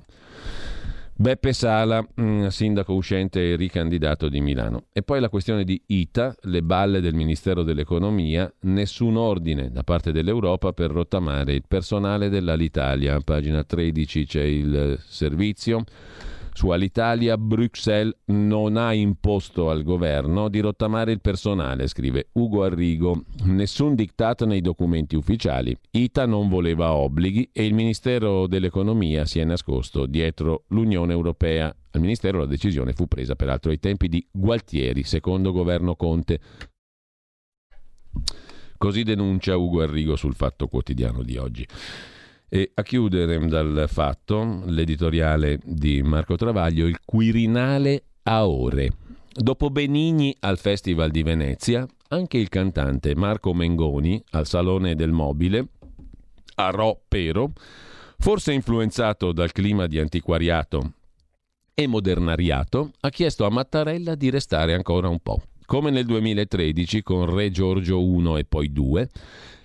Beppe Sala, sindaco uscente e ricandidato di Milano. E poi la questione di ITA, le balle del Ministero dell'Economia, nessun ordine da parte dell'Europa per rottamare il personale dell'Alitalia. A pagina 13 c'è il servizio. Su Alitalia, Bruxelles non ha imposto al governo di rottamare il personale, scrive Ugo Arrigo. Nessun diktat nei documenti ufficiali. ITA non voleva obblighi e il Ministero dell'Economia si è nascosto dietro l'Unione Europea. Al Ministero la decisione fu presa peraltro ai tempi di Gualtieri, secondo governo Conte. Così denuncia Ugo Arrigo sul Fatto Quotidiano di oggi. E a chiudere dal Fatto, l'editoriale di Marco Travaglio, il Quirinale a ore. Dopo Benigni al Festival di Venezia, anche il cantante Marco Mengoni al Salone del Mobile, a Ro Pero, forse influenzato dal clima di antiquariato e modernariato, ha chiesto a Mattarella di restare ancora un po'. Come nel 2013 con Re Giorgio I e poi II,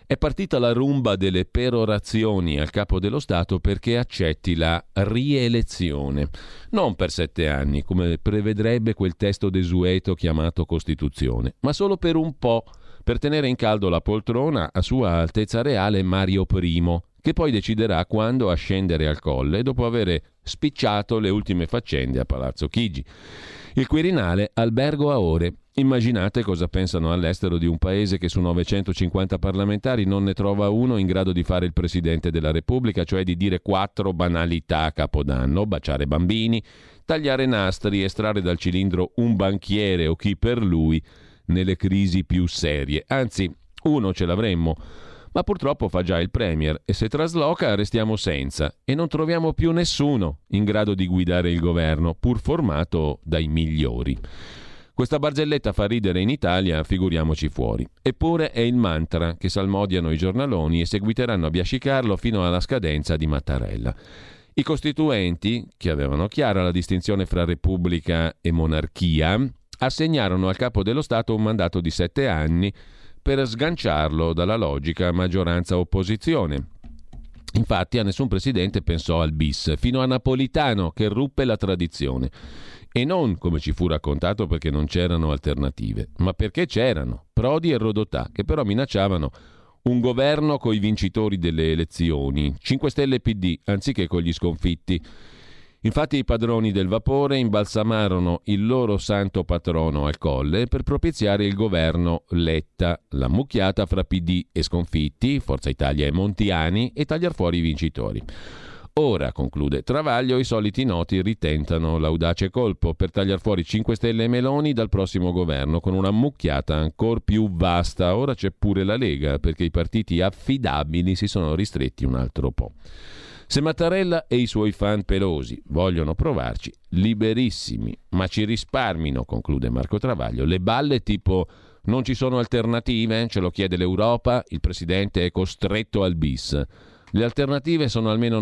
È partita la rumba delle perorazioni al capo dello Stato perché accetti la rielezione. Non per 7 anni, come prevedrebbe quel testo desueto chiamato Costituzione, ma solo per un po', per tenere in caldo la poltrona a Sua Altezza Reale Mario I, che poi deciderà quando ascendere al Colle dopo aver spicciato le ultime faccende a Palazzo Chigi. Il Quirinale albergo a ore. Immaginate cosa pensano all'estero di un paese che su 950 parlamentari non ne trova uno in grado di fare il Presidente della Repubblica, cioè di dire 4 banalità a Capodanno: baciare bambini, tagliare nastri, estrarre dal cilindro un banchiere o chi per lui nelle crisi più serie. Anzi, uno ce l'avremmo, ma purtroppo fa già il Premier e se trasloca restiamo senza e non troviamo più nessuno in grado di guidare il governo, pur formato dai migliori. Questa barzelletta fa ridere in Italia, figuriamoci fuori. Eppure è il mantra che salmodiano i giornaloni e seguiteranno a biascicarlo fino alla scadenza di Mattarella. I costituenti, che avevano chiara la distinzione fra repubblica e monarchia, assegnarono al capo dello Stato un mandato di 7 anni per sganciarlo dalla logica maggioranza-opposizione. Infatti a nessun presidente pensò al bis, fino a Napolitano che ruppe la tradizione. E non, come ci fu raccontato, perché non c'erano alternative, ma perché c'erano Prodi e Rodotà, che però minacciavano un governo coi vincitori delle elezioni, 5 Stelle e PD, anziché con gli sconfitti. Infatti i padroni del vapore imbalsamarono il loro santo patrono al Colle per propiziare il governo Letta, la mucchiata fra PD e sconfitti, Forza Italia e Montiani, e tagliar fuori i vincitori. Ora, conclude Travaglio, i soliti noti ritentano l'audace colpo per tagliar fuori 5 Stelle e Meloni dal prossimo governo con una mucchiata ancor più vasta. Ora c'è pure la Lega, perché i partiti affidabili si sono ristretti un altro po'. Se Mattarella e i suoi fan pelosi vogliono provarci, liberissimi, ma ci risparmino, conclude Marco Travaglio, le balle tipo non ci sono alternative, ce lo chiede l'Europa, il presidente è costretto al bis. Le alternative sono almeno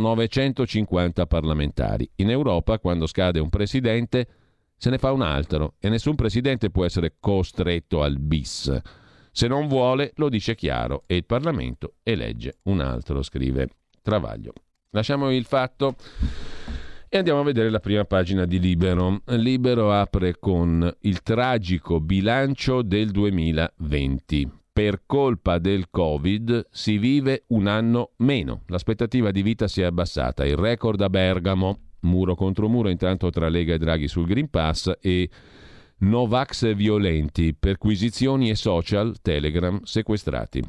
950 parlamentari. In Europa, quando scade un presidente, se ne fa un altro e nessun presidente può essere costretto al bis. Se non vuole, lo dice chiaro e il Parlamento elegge un altro, scrive Travaglio. Lasciamo il Fatto e andiamo a vedere la prima pagina di Libero. Libero apre con il tragico bilancio del 2020. Per colpa del Covid si vive un anno meno. L'aspettativa di vita si è abbassata. Il record a Bergamo, muro contro muro intanto tra Lega e Draghi sul Green Pass e Novax violenti, perquisizioni e social, Telegram sequestrati.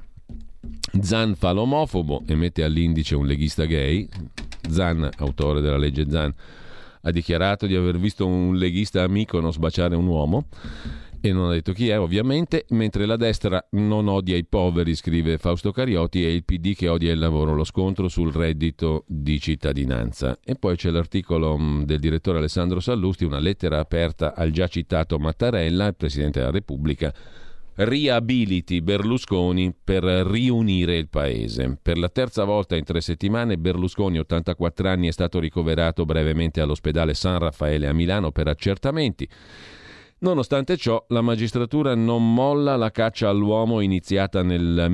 Zan fa l'omofobo e mette all'indice un leghista gay. Zan, autore della legge Zan, ha dichiarato di aver visto un leghista a Mykonos baciare un uomo e non ha detto chi è, ovviamente, mentre la destra non odia i poveri, scrive Fausto Carioti, e il PD che odia il lavoro, lo scontro sul reddito di cittadinanza. E poi c'è l'articolo del direttore Alessandro Sallusti, una lettera aperta al già citato Mattarella, il Presidente della Repubblica, riabiliti Berlusconi per riunire il paese. Per la terza volta in 3 settimane Berlusconi, 84 anni, è stato ricoverato brevemente all'ospedale San Raffaele a Milano per accertamenti. Nonostante ciò, la magistratura non molla la caccia all'uomo iniziata nel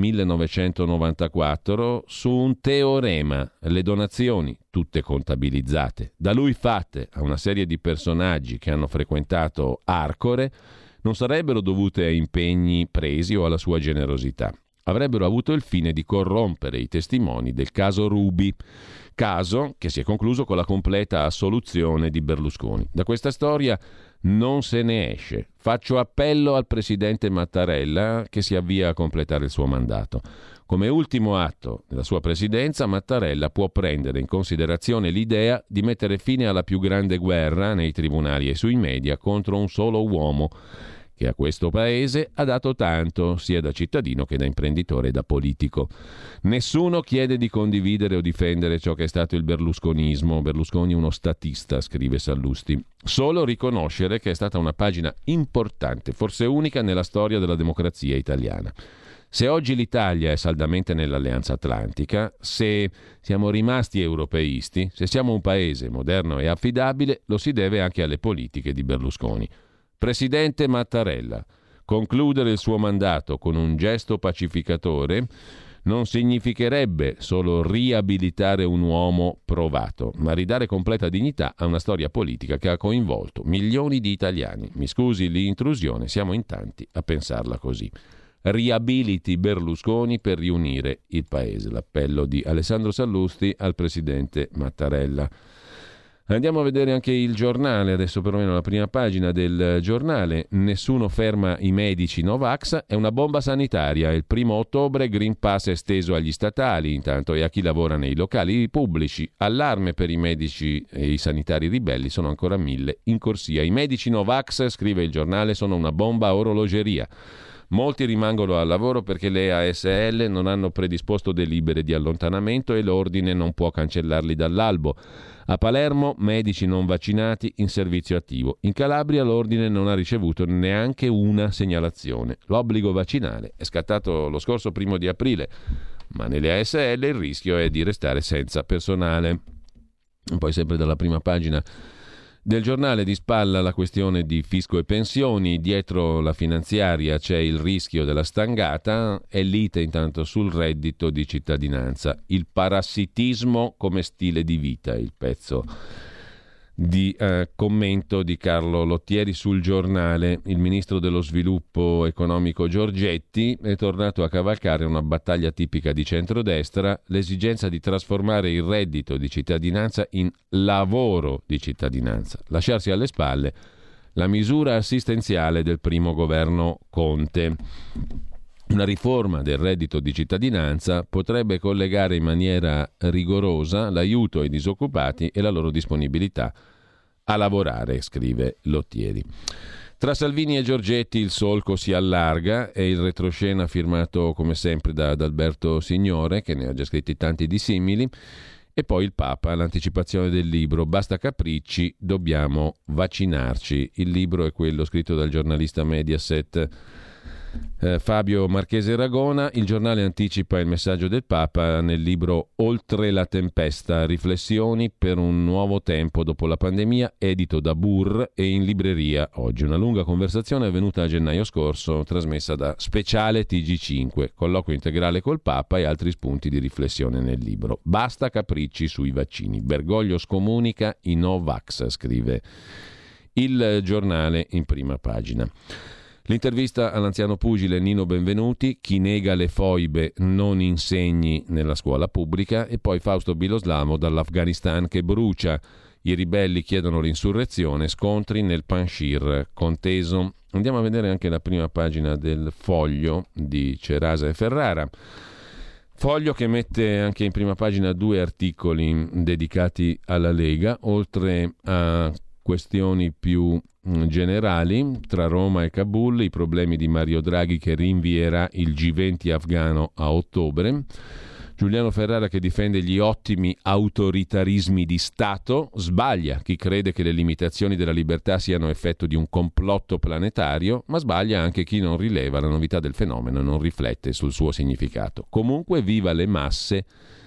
1994 su un teorema: le donazioni, tutte contabilizzate, da lui fatte a una serie di personaggi che hanno frequentato Arcore, non sarebbero dovute a impegni presi o alla sua generosità. Avrebbero avuto il fine di corrompere i testimoni del caso Ruby, caso che si è concluso con la completa assoluzione di Berlusconi. Da questa storia non se ne esce. Faccio appello al presidente Mattarella che si avvia a completare il suo mandato. Come ultimo atto della sua presidenza, Mattarella può prendere in considerazione l'idea di mettere fine alla più grande guerra nei tribunali e sui media contro un solo uomo che a questo paese ha dato tanto, sia da cittadino che da imprenditore e da politico. Nessuno chiede di condividere o difendere ciò che è stato il berlusconismo. Berlusconi uno statista, scrive Sallusti. Solo riconoscere che è stata una pagina importante, forse unica nella storia della democrazia italiana. Se oggi l'Italia è saldamente nell'Alleanza Atlantica, se siamo rimasti europeisti, se siamo un paese moderno e affidabile, lo si deve anche alle politiche di Berlusconi. Presidente Mattarella, concludere il suo mandato con un gesto pacificatore non significherebbe solo riabilitare un uomo provato, ma ridare completa dignità a una storia politica che ha coinvolto milioni di italiani. Mi scusi l'intrusione, siamo in tanti a pensarla così. Riabiliti Berlusconi per riunire il paese. L'appello di Alessandro Sallusti al presidente Mattarella. Andiamo a vedere anche il giornale, adesso perlomeno la prima pagina del giornale. Nessuno ferma i medici Novax, è una bomba sanitaria. Il 1° ottobre Green Pass è esteso agli statali intanto e a chi lavora nei locali pubblici. Allarme per i medici e i sanitari ribelli, sono ancora 1000 in corsia. I medici Novax, scrive il giornale, sono una bomba a orologeria. Molti rimangono al lavoro perché le ASL non hanno predisposto delibere di allontanamento e l'ordine non può cancellarli dall'albo. A Palermo, medici non vaccinati in servizio attivo. In Calabria l'ordine non ha ricevuto neanche una segnalazione. L'obbligo vaccinale è scattato lo scorso 1° aprile, ma nelle ASL il rischio è di restare senza personale. Poi sempre dalla prima pagina del giornale, di spalla la questione di fisco e pensioni, dietro la finanziaria c'è il rischio della stangata e lite intanto sul reddito di cittadinanza. Il parassitismo come stile di vita, il pezzo di commento di Carlo Lottieri sul giornale. Il ministro dello sviluppo economico Giorgetti è tornato a cavalcare una battaglia tipica di centrodestra, l'esigenza di trasformare il reddito di cittadinanza in lavoro di cittadinanza, lasciarsi alle spalle la misura assistenziale del primo governo Conte. Una riforma del reddito di cittadinanza potrebbe collegare in maniera rigorosa l'aiuto ai disoccupati e la loro disponibilità a lavorare, scrive Lottieri. Tra Salvini e Giorgetti il solco si allarga, è il retroscena firmato come sempre da Adalberto Signore, che ne ha già scritti tanti di simili, e poi il Papa, l'anticipazione del libro Basta capricci, dobbiamo vaccinarci. Il libro è quello scritto dal giornalista Mediaset Fabio Marchese Ragona. Il giornale anticipa il messaggio del Papa nel libro Oltre la tempesta, riflessioni per un nuovo tempo dopo la pandemia, edito da Burr e in libreria oggi. Una lunga conversazione avvenuta a gennaio scorso, trasmessa da Speciale TG5, colloquio integrale col Papa e altri spunti di riflessione nel libro. Basta capricci sui vaccini, Bergoglio scomunica i Novax, scrive il giornale in prima pagina. L'intervista all'anziano pugile Nino Benvenuti, chi nega le foibe non insegni nella scuola pubblica, e poi Fausto Biloslamo dall'Afghanistan che brucia, i ribelli chiedono l'insurrezione, scontri nel Panjshir conteso. Andiamo a vedere anche la prima pagina del Foglio di Cerasa e Ferrara. Foglio che mette anche in prima pagina 2 articoli dedicati alla Lega, oltre a questioni più generali, tra Roma e Kabul, i problemi di Mario Draghi che rinvierà il G20 afghano a ottobre, Giuliano Ferrara che difende gli ottimi autoritarismi di Stato, sbaglia chi crede che le limitazioni della libertà siano effetto di un complotto planetario, ma sbaglia anche chi non rileva la novità del fenomeno e non riflette sul suo significato. Comunque viva le masse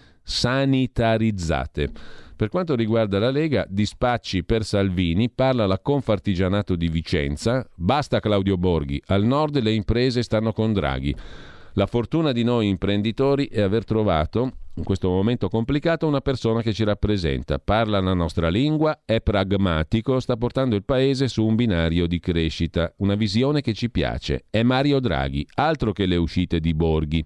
sanitarizzate. Per quanto riguarda la Lega, dispacci per Salvini, parla la Confartigianato di Vicenza, basta Claudio Borghi, al nord le imprese stanno con Draghi. La fortuna di noi imprenditori è aver trovato, in questo momento complicato, una persona che ci rappresenta, parla la nostra lingua, è pragmatico, sta portando il paese su un binario di crescita, una visione che ci piace. È Mario Draghi, altro che le uscite di Borghi.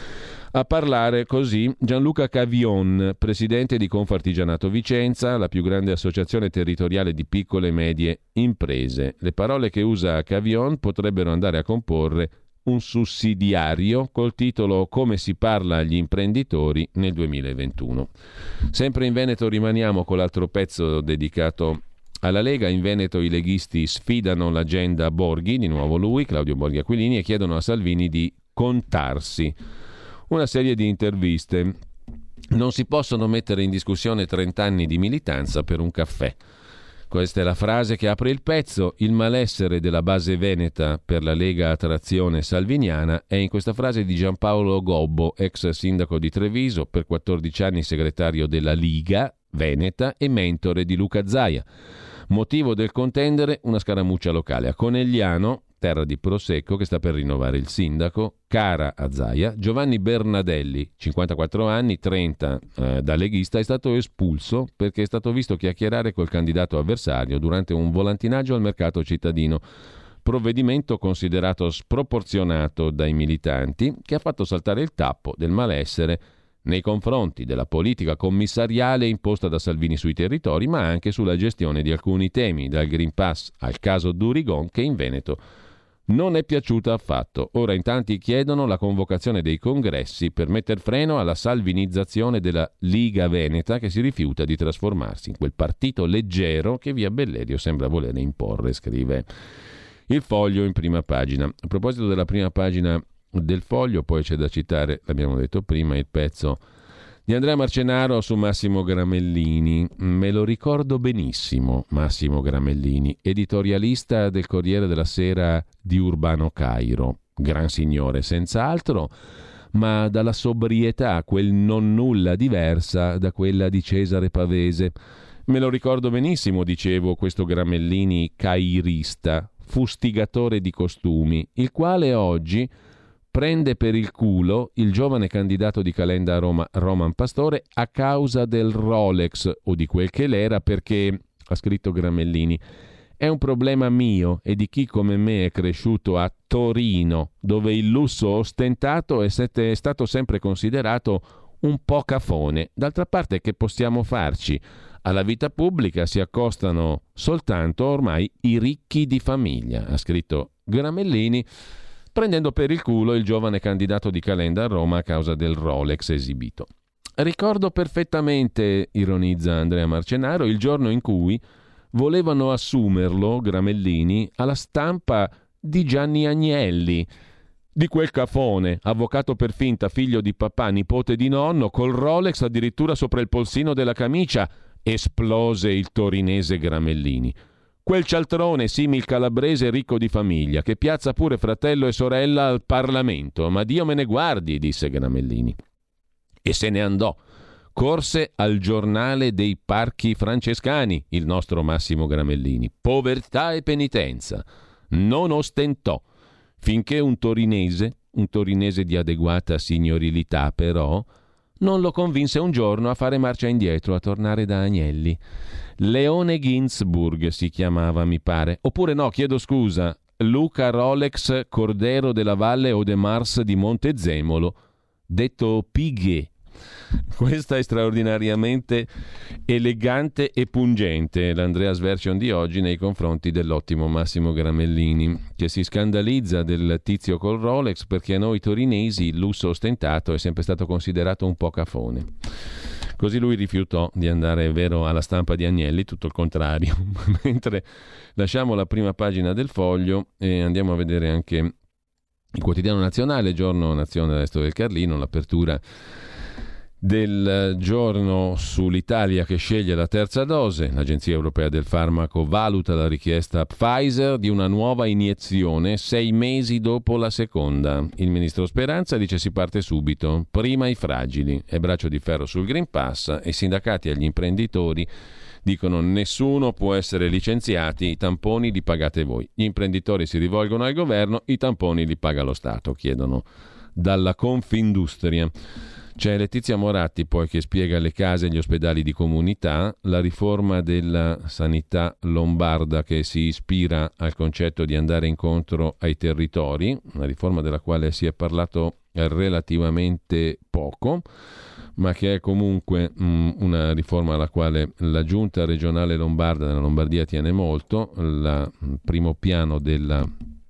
A parlare così Gianluca Cavion, presidente di Confartigianato Vicenza, la più grande associazione territoriale di piccole e medie imprese. Le parole che usa Cavion potrebbero andare a comporre un sussidiario col titolo Come si parla agli imprenditori nel 2021. Sempre in Veneto rimaniamo con l'altro pezzo dedicato alla Lega. In Veneto i leghisti sfidano l'agenda Borghi, di nuovo lui, Claudio Borghi Aquilini, e chiedono a Salvini di contarsi. Una serie di interviste. Non si possono mettere in discussione 30 anni di militanza per un caffè. Questa è la frase che apre il pezzo. Il malessere della base veneta per la Lega a trazione salviniana è in questa frase di Giampaolo Gobbo, ex sindaco di Treviso, per 14 anni segretario della Liga Veneta e mentore di Luca Zaia. Motivo del contendere una scaramuccia locale. A Conegliano, terra di Prosecco, che sta per rinnovare il sindaco, cara a Zaia. Giovanni Bernadelli, 54 anni, 30 da leghista, è stato espulso perché è stato visto chiacchierare col candidato avversario durante un volantinaggio al mercato cittadino. Provvedimento considerato sproporzionato dai militanti, che ha fatto saltare il tappo del malessere nei confronti della politica commissariale imposta da Salvini sui territori, ma anche sulla gestione di alcuni temi, dal Green Pass al caso Durigon, che in Veneto non è piaciuta affatto. Ora in tanti chiedono la convocazione dei congressi per metter freno alla salvinizzazione della Liga Veneta, che si rifiuta di trasformarsi in quel partito leggero che via Bellerio sembra volere imporre, scrive il Foglio in prima pagina. A proposito della prima pagina del Foglio, poi c'è da citare, l'abbiamo detto prima, il pezzo di Andrea Marcenaro su Massimo Gramellini. Me lo ricordo benissimo, Massimo Gramellini, editorialista del Corriere della Sera di Urbano Cairo, gran signore senz'altro, ma dalla sobrietà, quel non nulla diversa da quella di Cesare Pavese. Me lo ricordo benissimo, dicevo, questo Gramellini cairista, fustigatore di costumi, il quale oggi prende per il culo il giovane candidato di Calenda a Roma, Roman Pastore, a causa del Rolex o di quel che l'era, perché, ha scritto Gramellini, è un problema mio e di chi come me è cresciuto a Torino, dove il lusso ostentato è stato sempre considerato un po' cafone. D'altra parte, che possiamo farci? Alla vita pubblica si accostano soltanto ormai i ricchi di famiglia, ha scritto Gramellini, prendendo per il culo il giovane candidato di Calenda a Roma a causa del Rolex esibito. Ricordo perfettamente, ironizza Andrea Marcenaro, il giorno in cui volevano assumerlo, Gramellini, alla stampa di Gianni Agnelli, di quel cafone, avvocato per finta, figlio di papà, nipote di nonno, col Rolex addirittura sopra il polsino della camicia, esplose il torinese Gramellini. Quel cialtrone simil calabrese ricco di famiglia, che piazza pure fratello e sorella al Parlamento. Ma Dio me ne guardi, disse Gramellini. E se ne andò. Corse al giornale dei parchi francescani, il nostro Massimo Gramellini. Povertà e penitenza. Non ostentò. Finché un torinese di adeguata signorilità però, non lo convinse un giorno a fare marcia indietro, a tornare da Agnelli. Leone Ginzburg si chiamava, mi pare. Oppure no, chiedo scusa, Luca Rolex Cordero della Valle Audemars di Montezemolo, detto Piguet. Questa è straordinariamente elegante e pungente l'Andreas Version di oggi nei confronti dell'ottimo Massimo Gramellini, che si scandalizza del tizio col Rolex perché a noi torinesi il lusso ostentato è sempre stato considerato un po' cafone. Così lui rifiutò di andare, è vero, alla stampa di Agnelli, tutto il contrario. Mentre lasciamo la prima pagina del Foglio e andiamo a vedere anche il Quotidiano Nazionale, Giorno Nazione Resto del Carlino, l'apertura del giorno sull'Italia che sceglie la terza dose. L'Agenzia Europea del Farmaco valuta la richiesta Pfizer di una nuova iniezione 6 mesi dopo la seconda. Il ministro Speranza dice si parte subito, prima i fragili, è braccio di ferro sul Green Pass e i sindacati agli imprenditori dicono nessuno può essere licenziati, i tamponi li pagate voi. Gli imprenditori si rivolgono al governo, i tamponi li paga lo Stato, chiedono dalla Confindustria. C'è Letizia Moratti poi che spiega le case e gli ospedali di comunità, la riforma della sanità lombarda che si ispira al concetto di andare incontro ai territori, una riforma della quale si è parlato relativamente poco, ma che è comunque una riforma alla quale la giunta regionale lombarda della Lombardia tiene molto. Il primo piano del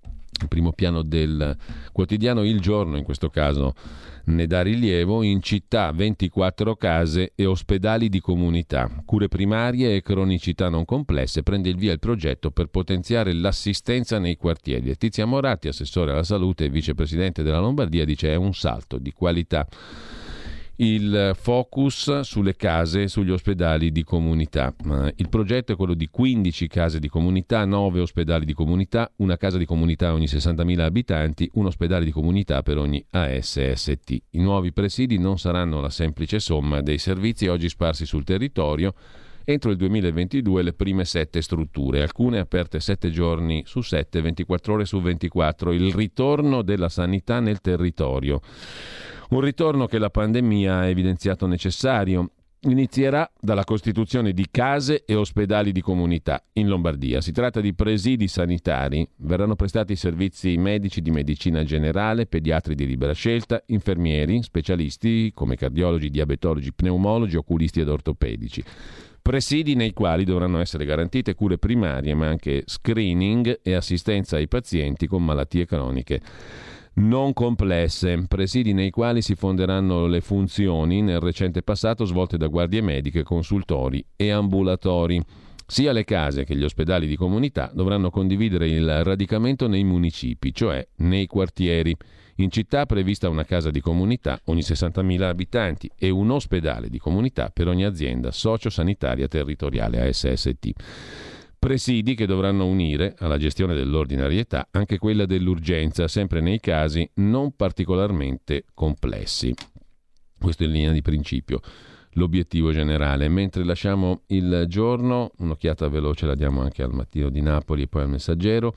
quotidiano Il Giorno, in questo caso, ne dà rilievo. In città 24 case e ospedali di comunità, cure primarie e cronicità non complesse, prende il via il progetto per potenziare l'assistenza nei quartieri. Letizia Moratti, assessore alla salute e vicepresidente della Lombardia, dice è un salto di qualità il focus sulle case e sugli ospedali di comunità. Il progetto è quello di 15 case di comunità, 9 ospedali di comunità, una casa di comunità ogni 60.000 abitanti, un ospedale di comunità per ogni ASST. I nuovi presidi non saranno la semplice somma dei servizi oggi sparsi sul territorio entro il 2022 le prime 7 strutture, alcune aperte 7 giorni su 7, 24 ore su 24, il ritorno della sanità nel territorio. Un ritorno che la pandemia ha evidenziato necessario. Inizierà dalla costituzione di case e ospedali di comunità in Lombardia. Si tratta di presidi sanitari. Verranno prestati servizi medici di medicina generale, pediatri di libera scelta, infermieri, specialisti come cardiologi, diabetologi, pneumologi, oculisti ed ortopedici. Presidi nei quali dovranno essere garantite cure primarie, ma anche screening e assistenza ai pazienti con malattie croniche non complesse, presidi nei quali si fonderanno le funzioni nel recente passato svolte da guardie mediche, consultori e ambulatori. Sia le case che gli ospedali di comunità dovranno condividere il radicamento nei municipi, cioè nei quartieri. In città prevista una casa di comunità ogni 60.000 abitanti e un ospedale di comunità per ogni azienda sociosanitaria territoriale ASST. Presidi che dovranno unire alla gestione dell'ordinarietà anche quella dell'urgenza, sempre nei casi non particolarmente complessi. Questo in linea di principio, l'obiettivo generale. Mentre lasciamo Il Giorno, un'occhiata veloce la diamo anche al Mattino di Napoli e poi al Messaggero.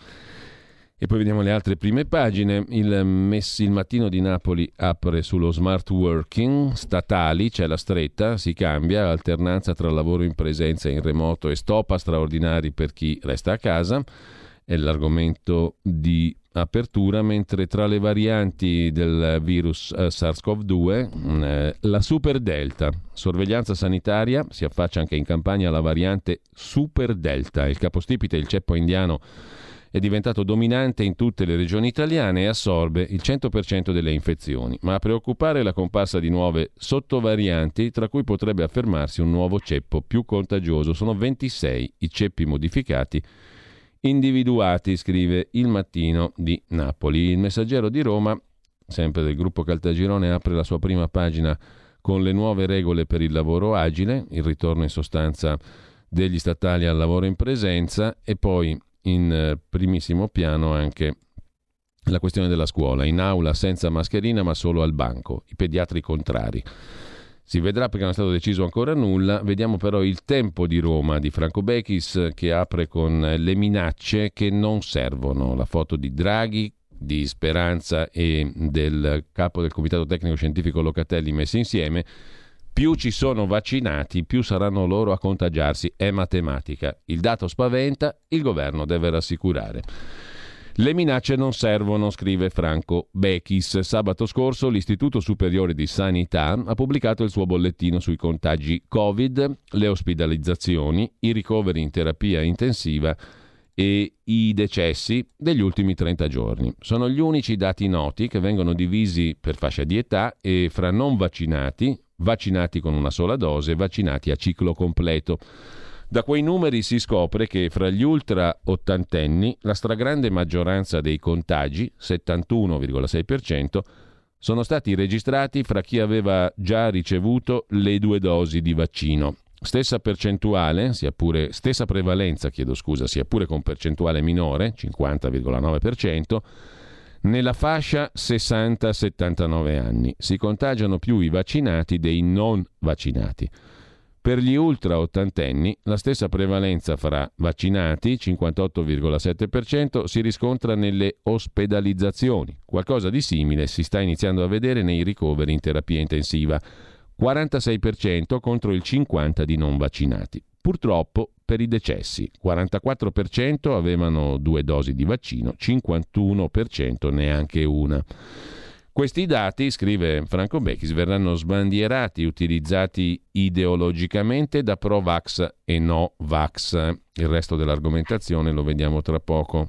E poi vediamo le altre prime pagine. Il Mattino di Napoli apre sullo smart working statali, c'è la stretta, si cambia, alternanza tra lavoro in presenza e in remoto e stop a straordinari per chi resta a casa, è l'argomento di apertura, mentre tra le varianti del virus SARS-CoV-2 la Super Delta, sorveglianza sanitaria, si affaccia anche in Campania la variante Super Delta, il capostipite, il ceppo indiano, è diventato dominante in tutte le regioni italiane e assorbe il 100% delle infezioni, ma a preoccupare è la comparsa di nuove sottovarianti, tra cui potrebbe affermarsi un nuovo ceppo più contagioso. Sono 26 i ceppi modificati individuati, scrive Il Mattino di Napoli. Il Messaggero di Roma, sempre del gruppo Caltagirone, apre la sua prima pagina con le nuove regole per il lavoro agile, il ritorno in sostanza degli statali al lavoro in presenza e poi in primissimo piano anche la questione della scuola, in aula senza mascherina ma solo al banco, i pediatri contrari. Si vedrà perché non è stato deciso ancora nulla. Vediamo però Il Tempo di Roma di Franco Bechis, che apre con le minacce che non servono, la foto di Draghi, di Speranza e del capo del Comitato Tecnico Scientifico Locatelli messi insieme. Più ci sono vaccinati, più saranno loro a contagiarsi. È matematica. Il dato spaventa, il governo deve rassicurare. Le minacce non servono, scrive Franco Bechis. Sabato scorso l'Istituto Superiore di Sanità ha pubblicato il suo bollettino sui contagi Covid, le ospedalizzazioni, i ricoveri in terapia intensiva e i decessi degli ultimi 30 giorni. Sono gli unici dati noti che vengono divisi per fascia di età e fra non vaccinati, vaccinati con una sola dose e vaccinati a ciclo completo. Da quei numeri si scopre che fra gli ultra ottantenni la stragrande maggioranza dei contagi, 71,6%, sono stati registrati fra chi aveva già ricevuto le 2 dosi di vaccino. Stessa percentuale, stessa prevalenza, sia pure con percentuale minore, 50,9%, nella fascia 60-79 anni. Si contagiano più i vaccinati dei non vaccinati. Per gli ultra ottantenni la stessa prevalenza fra vaccinati, 58,7%, si riscontra nelle ospedalizzazioni. Qualcosa di simile si sta iniziando a vedere nei ricoveri in terapia intensiva, 46% contro il 50% di non vaccinati. Purtroppo per i decessi, 44% avevano 2 dosi di vaccino, 51% neanche una. Questi dati, scrive Franco Bechis, verranno sbandierati, utilizzati ideologicamente da pro-vax e no-vax. Il resto dell'argomentazione lo vediamo tra poco.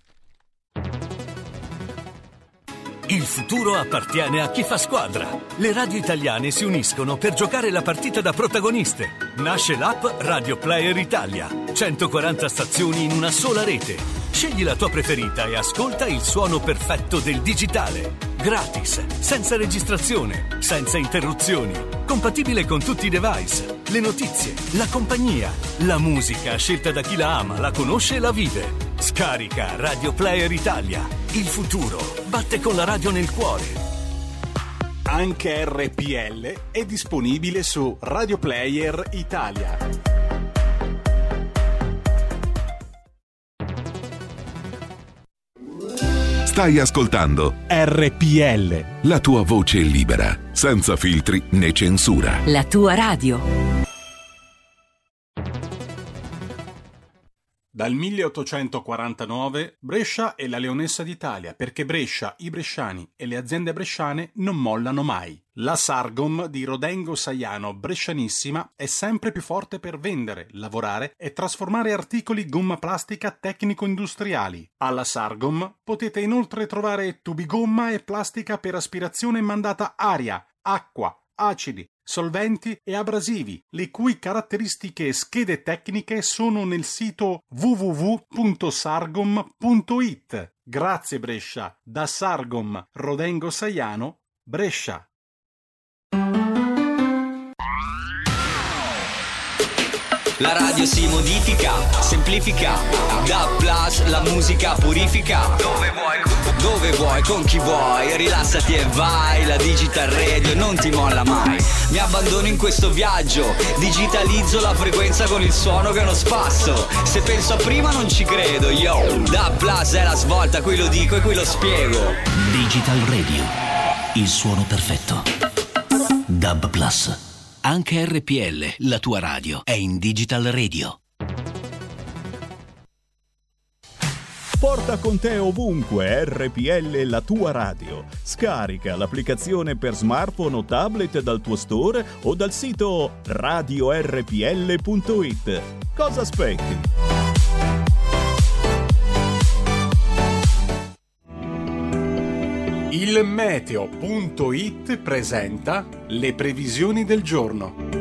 Il futuro appartiene a chi fa squadra. Le radio italiane si uniscono per giocare la partita da protagoniste. Nasce l'app Radio Player Italia. 140 stazioni in una sola rete. Scegli la tua preferita e ascolta il suono perfetto del digitale. Gratis, senza registrazione, senza interruzioni. Compatibile con tutti i device. Le notizie, la compagnia, la musica scelta da chi la ama, la conosce e la vive. Scarica Radio Player Italia. Il futuro batte con la radio nel cuore. Anche RPL è disponibile su Radio Player Italia. Stai ascoltando RPL. La tua voce libera, senza filtri né censura. La tua radio. Dal 1849 Brescia è la leonessa d'Italia, perché Brescia, i bresciani e le aziende bresciane non mollano mai. La Sargom di Rodengo Saiano Brescianissima è sempre più forte per vendere, lavorare e trasformare articoli gomma plastica tecnico-industriali. Alla Sargom potete inoltre trovare tubi gomma e plastica per aspirazione mandata aria, acqua, acidi, solventi e abrasivi, le cui caratteristiche e schede tecniche sono nel sito www.sargom.it. Grazie Brescia, da Sargom Rodengo Saiano, Brescia. La radio si modifica, semplifica, da plus la musica purifica. Dove vuoi, con chi vuoi, rilassati e vai. La Digital Radio non ti molla mai. Mi abbandono in questo viaggio, digitalizzo la frequenza con il suono che è uno spasso. Se penso a prima non ci credo, yo. Da plus è la svolta, qui lo dico e qui lo spiego. Digital Radio, il suono perfetto. Dub Plus. Anche RPL, la tua radio, è in Digital Radio. Porta con te ovunque RPL, la tua radio. Scarica l'applicazione per smartphone o tablet dal tuo store o dal sito radiorpl.it. Cosa aspetti? Il meteo.it presenta le previsioni del giorno.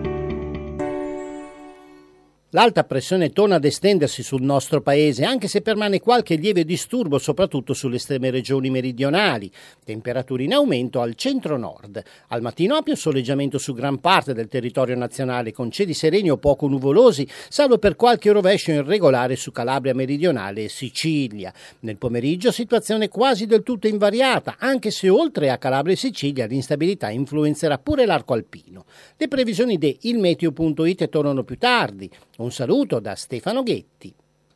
L'alta pressione torna ad estendersi sul nostro paese, anche se permane qualche lieve disturbo, soprattutto sulle estreme regioni meridionali. Temperature in aumento al centro-nord. Al mattino ampio soleggiamento su gran parte del territorio nazionale, con cieli sereni o poco nuvolosi, salvo per qualche rovescio irregolare su Calabria meridionale e Sicilia. Nel pomeriggio situazione quasi del tutto invariata, anche se oltre a Calabria e Sicilia l'instabilità influenzerà pure l'arco alpino. Le previsioni di ilmeteo.it tornano più tardi. Un saluto da Stefano Ghetti.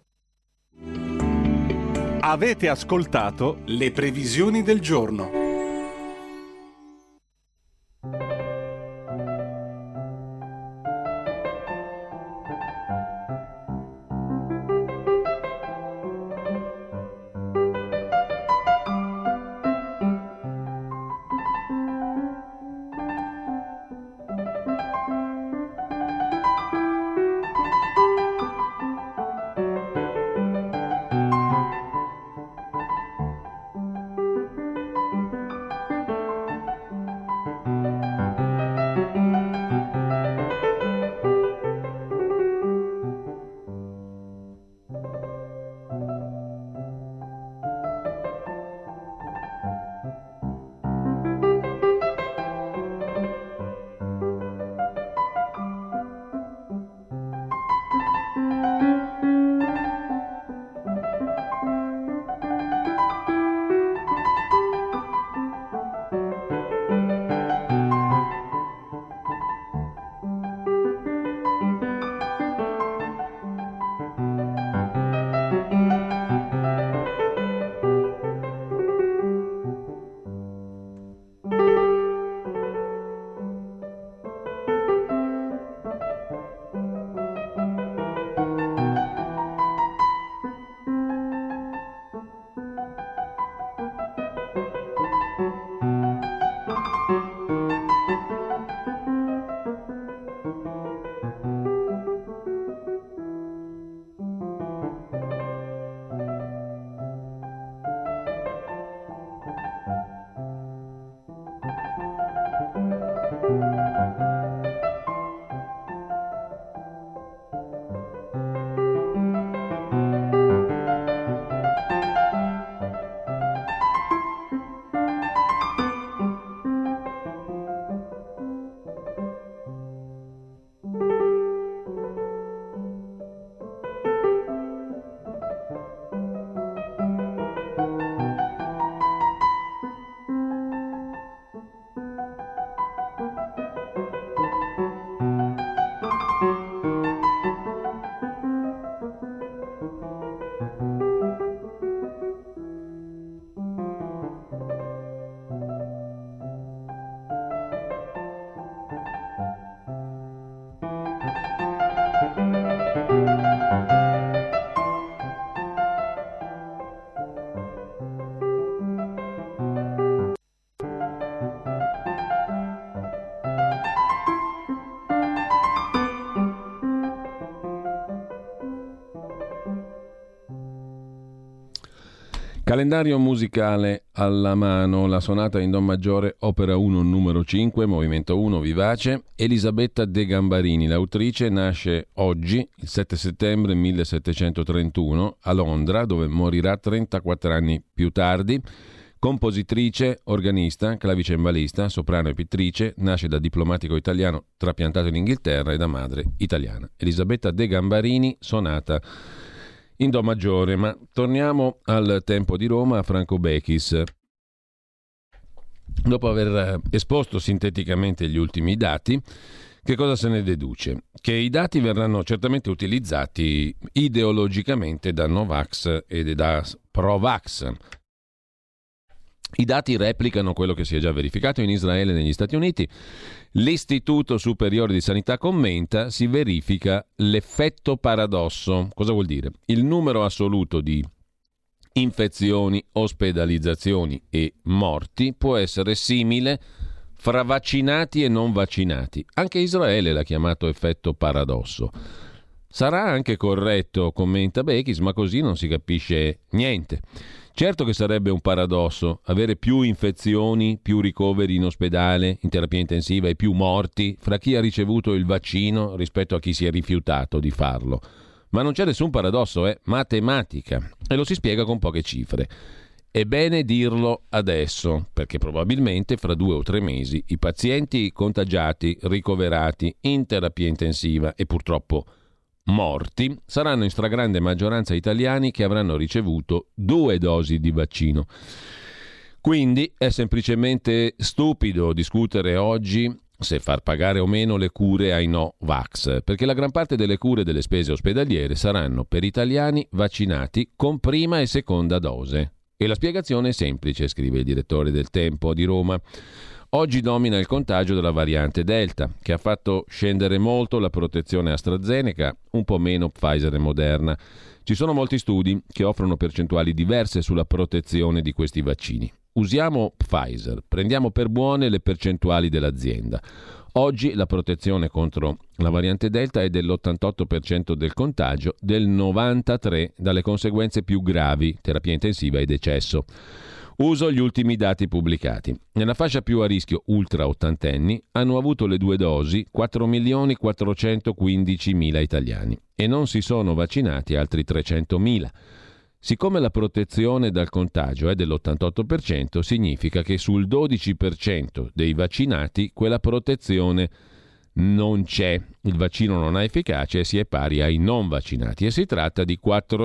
Avete ascoltato le previsioni del giorno. Calendario musicale alla mano, la sonata in do maggiore, opera 1 numero 5, movimento 1, vivace. Elisabetta De Gambarini, l'autrice, nasce oggi, il 7 settembre 1731, a Londra, dove morirà 34 anni più tardi. Compositrice, organista, clavicembalista, soprano e pittrice, nasce da diplomatico italiano trapiantato in Inghilterra e da madre italiana. Elisabetta De Gambarini, sonata in do maggiore. Ma torniamo al tempo di Roma, a Franco Bechis. Dopo aver esposto sinteticamente gli ultimi dati, che cosa se ne deduce? Che i dati verranno certamente utilizzati ideologicamente da Novax e da Provax. I dati replicano quello che si è già verificato in Israele e negli Stati Uniti. L'Istituto Superiore di Sanità commenta: si verifica l'effetto paradosso. Cosa vuol dire? Il numero assoluto di infezioni, ospedalizzazioni e morti può essere simile fra vaccinati e non vaccinati. Anche Israele l'ha chiamato effetto paradosso. Sarà anche corretto, commenta Bechis, ma così non si capisce niente. Certo che sarebbe un paradosso avere più infezioni, più ricoveri in ospedale, in terapia intensiva e più morti fra chi ha ricevuto il vaccino rispetto a chi si è rifiutato di farlo. Ma non c'è nessun paradosso, è matematica e lo si spiega con poche cifre. È bene dirlo adesso, perché probabilmente fra 2 o 3 mesi i pazienti contagiati, ricoverati in terapia intensiva e purtroppo morti saranno in stragrande maggioranza italiani che avranno ricevuto 2 dosi di vaccino. Quindi è semplicemente stupido discutere oggi se far pagare o meno le cure ai no-vax, perché la gran parte delle cure e delle spese ospedaliere saranno per italiani vaccinati con prima e seconda dose. E la spiegazione è semplice, scrive il direttore del Tempo di Roma. Oggi domina il contagio della variante Delta, che ha fatto scendere molto la protezione AstraZeneca, un po' meno Pfizer e Moderna. Ci sono molti studi che offrono percentuali diverse sulla protezione di questi vaccini. Usiamo Pfizer, prendiamo per buone le percentuali dell'azienda. Oggi la protezione contro la variante Delta è dell'88% del contagio, del 93% dalle conseguenze più gravi, terapia intensiva e decesso. Uso gli ultimi dati pubblicati. Nella fascia più a rischio ultra ottantenni hanno avuto le 2 dosi 4.415.000 italiani e non si sono vaccinati altri 300.000. Siccome la protezione dal contagio è dell'88%, significa che sul 12% dei vaccinati quella protezione non c'è. Il vaccino non ha efficacia e si è pari ai non vaccinati e si tratta di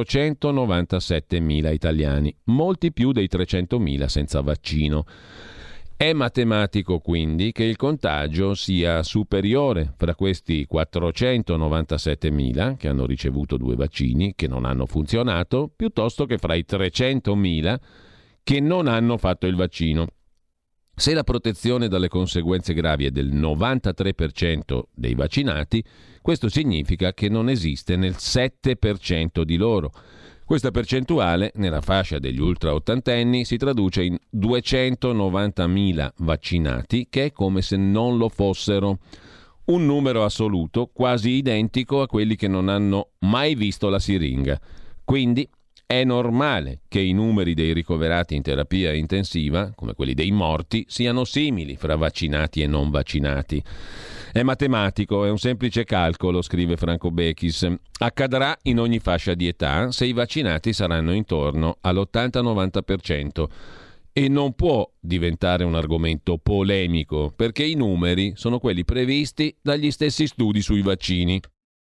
497.000 italiani, molti più dei 300.000 senza vaccino. È matematico quindi che il contagio sia superiore fra questi 497.000 che hanno ricevuto 2 vaccini che non hanno funzionato, piuttosto che fra i 300.000 che non hanno fatto il vaccino. Se la protezione dalle conseguenze gravi è del 93% dei vaccinati, questo significa che non esiste nel 7% di loro. Questa percentuale, nella fascia degli ultraottantenni, si traduce in 290.000 vaccinati, che è come se non lo fossero. Un numero assoluto quasi identico a quelli che non hanno mai visto la siringa. Quindi è normale che i numeri dei ricoverati in terapia intensiva, come quelli dei morti, siano simili fra vaccinati e non vaccinati. È matematico, è un semplice calcolo, scrive Franco Bechis. Accadrà in ogni fascia di età se i vaccinati saranno intorno all'80-90%. E non può diventare un argomento polemico, perché i numeri sono quelli previsti dagli stessi studi sui vaccini.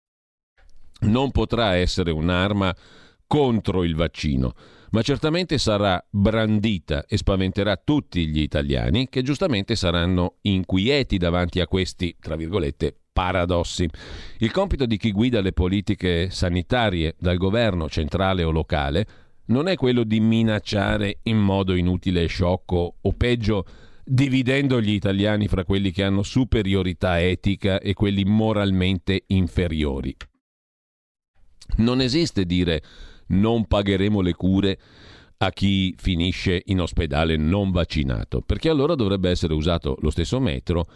Non potrà essere un'arma contro il vaccino, ma certamente sarà brandita e spaventerà tutti gli italiani che giustamente saranno inquieti davanti a questi, tra virgolette, paradossi. Il compito di chi guida le politiche sanitarie dal governo centrale o locale non è quello di minacciare in modo inutile e sciocco o peggio dividendo gli italiani fra quelli che hanno superiorità etica e quelli moralmente inferiori. Non esiste dire non pagheremo le cure a chi finisce in ospedale non vaccinato, perché allora dovrebbe essere usato lo stesso metro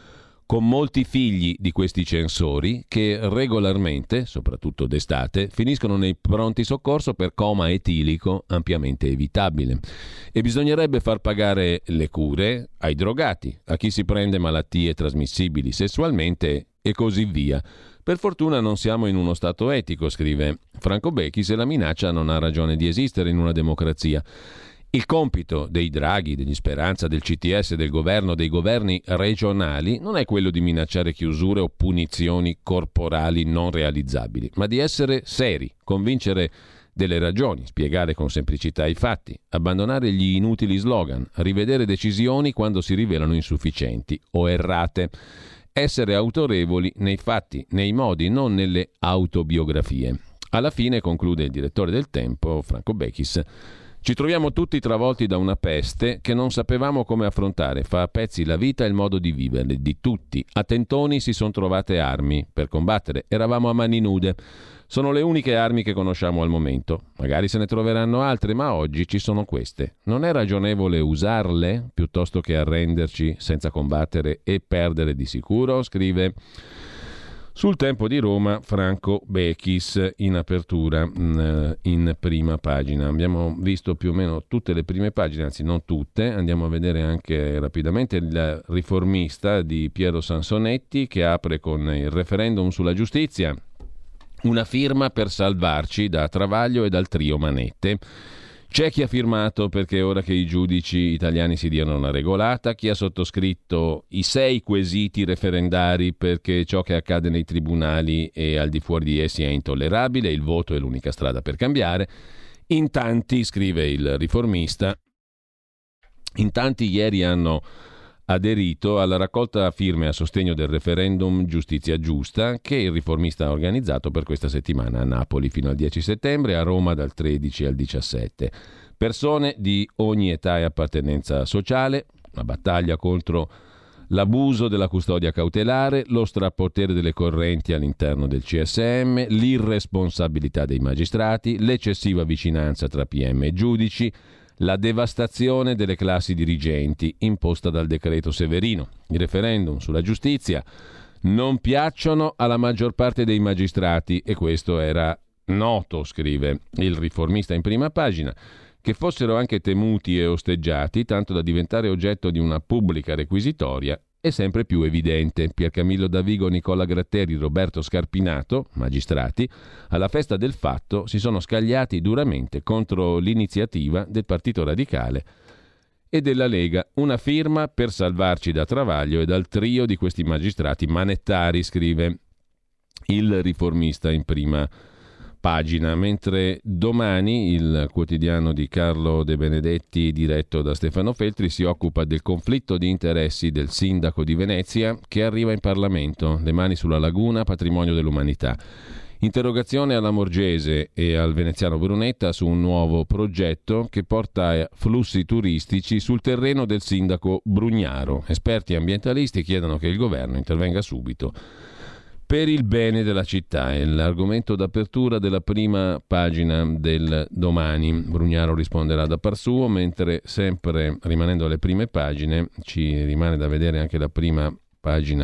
con molti figli di questi censori che regolarmente, soprattutto d'estate, finiscono nei pronti soccorso per coma etilico ampiamente evitabile. E bisognerebbe far pagare le cure ai drogati, a chi si prende malattie trasmissibili sessualmente e così via. Per fortuna non siamo in uno stato etico, scrive Franco Bechis, e la minaccia non ha ragione di esistere in una democrazia. Il compito dei Draghi, degli Speranza, del CTS, del governo, dei governi regionali non è quello di minacciare chiusure o punizioni corporali non realizzabili, ma di essere seri, convincere delle ragioni, spiegare con semplicità i fatti, abbandonare gli inutili slogan, rivedere decisioni quando si rivelano insufficienti o errate, essere autorevoli nei fatti, nei modi, non nelle autobiografie. Alla fine, conclude il direttore del Tempo, Franco Bechis, ci troviamo tutti travolti da una peste che non sapevamo come affrontare, fa a pezzi la vita e il modo di vivere, di tutti. A tentoni si sono trovate armi per combattere, eravamo a mani nude. Sono le uniche armi che conosciamo al momento. Magari se ne troveranno altre, ma oggi ci sono queste. Non è ragionevole usarle piuttosto che arrenderci senza combattere e perdere di sicuro? Scrive sul Tempo di Roma Franco Bechis in apertura, in prima pagina. Abbiamo visto più o meno tutte le prime pagine, anzi non tutte. Andiamo a vedere anche rapidamente il Riformista di Piero Sansonetti, che apre con il referendum sulla giustizia. Una firma per salvarci da Travaglio e dal trio Manette. C'è chi ha firmato perché è ora che i giudici italiani si diano una regolata, chi ha sottoscritto i 6 quesiti referendari perché ciò che accade nei tribunali e al di fuori di essi è intollerabile, il voto è l'unica strada per cambiare. In tanti, scrive il Riformista, in tanti ieri hanno aderito alla raccolta firme a sostegno del referendum Giustizia Giusta che il Riformista ha organizzato per questa settimana a Napoli fino al 10 settembre, a Roma dal 13 al 17. Persone di ogni età e appartenenza sociale, una battaglia contro l'abuso della custodia cautelare, lo strapotere delle correnti all'interno del CSM, l'irresponsabilità dei magistrati, l'eccessiva vicinanza tra PM e giudici, la devastazione delle classi dirigenti imposta dal decreto Severino. I referendum sulla giustizia non piacciono alla maggior parte dei magistrati e questo era noto, scrive il Riformista in prima pagina. Che fossero anche temuti e osteggiati, tanto da diventare oggetto di una pubblica requisitoria, è sempre più evidente. Piercamillo Davigo, Nicola Gratteri, Roberto Scarpinato, magistrati, alla festa del fatto si sono scagliati duramente contro l'iniziativa del Partito Radicale e della Lega. Una firma per salvarci da Travaglio e dal trio di questi magistrati manettari, scrive il Riformista in prima pagina, mentre Domani, il quotidiano di Carlo De Benedetti diretto da Stefano Feltri, si occupa del conflitto di interessi del sindaco di Venezia che arriva in Parlamento, le mani sulla laguna, patrimonio dell'umanità. Interrogazione alla Morgese e al veneziano Brunetta su un nuovo progetto che porta flussi turistici sul terreno del sindaco Brugnaro. Esperti ambientalisti chiedono che il governo intervenga subito per il bene della città. È l'argomento d'apertura della prima pagina del Domani. Brugnaro risponderà da par suo, mentre sempre rimanendo alle prime pagine ci rimane da vedere anche la prima pagina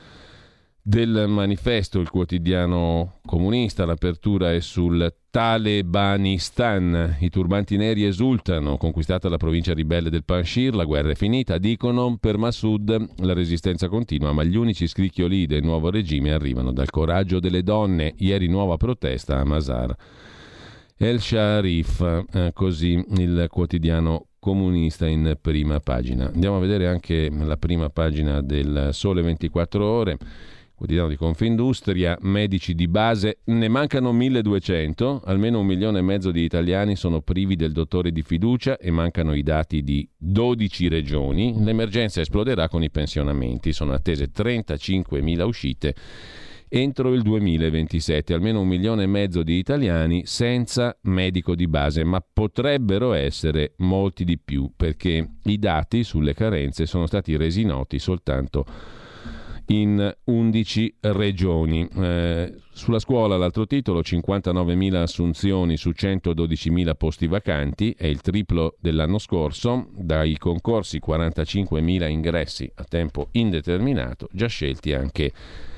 del Manifesto, il quotidiano comunista. L'apertura è sul Talebanistan. I turbanti neri esultano, conquistata la provincia ribelle del Panjshir, la guerra è finita, dicono. Per Massoud la resistenza continua, ma gli unici scricchioli del nuovo regime arrivano dal coraggio delle donne. Ieri nuova protesta a Mazar El Sharif, così il quotidiano comunista in prima pagina. Andiamo a vedere anche la prima pagina del Sole 24 Ore. Quotidiano di Confindustria. Medici di base ne mancano 1200, almeno 1,5 milioni di italiani sono privi del dottore di fiducia e mancano i dati di 12 regioni. L'emergenza esploderà con i pensionamenti, sono attese 35.000 uscite entro il 2027, almeno 1,5 milioni di italiani senza medico di base, ma potrebbero essere molti di più perché i dati sulle carenze sono stati resi noti soltanto in 11 regioni. Sulla scuola l'altro titolo, 59.000 assunzioni su 112.000 posti vacanti, è il triplo dell'anno scorso, dai concorsi 45.000 ingressi a tempo indeterminato, già scelti anche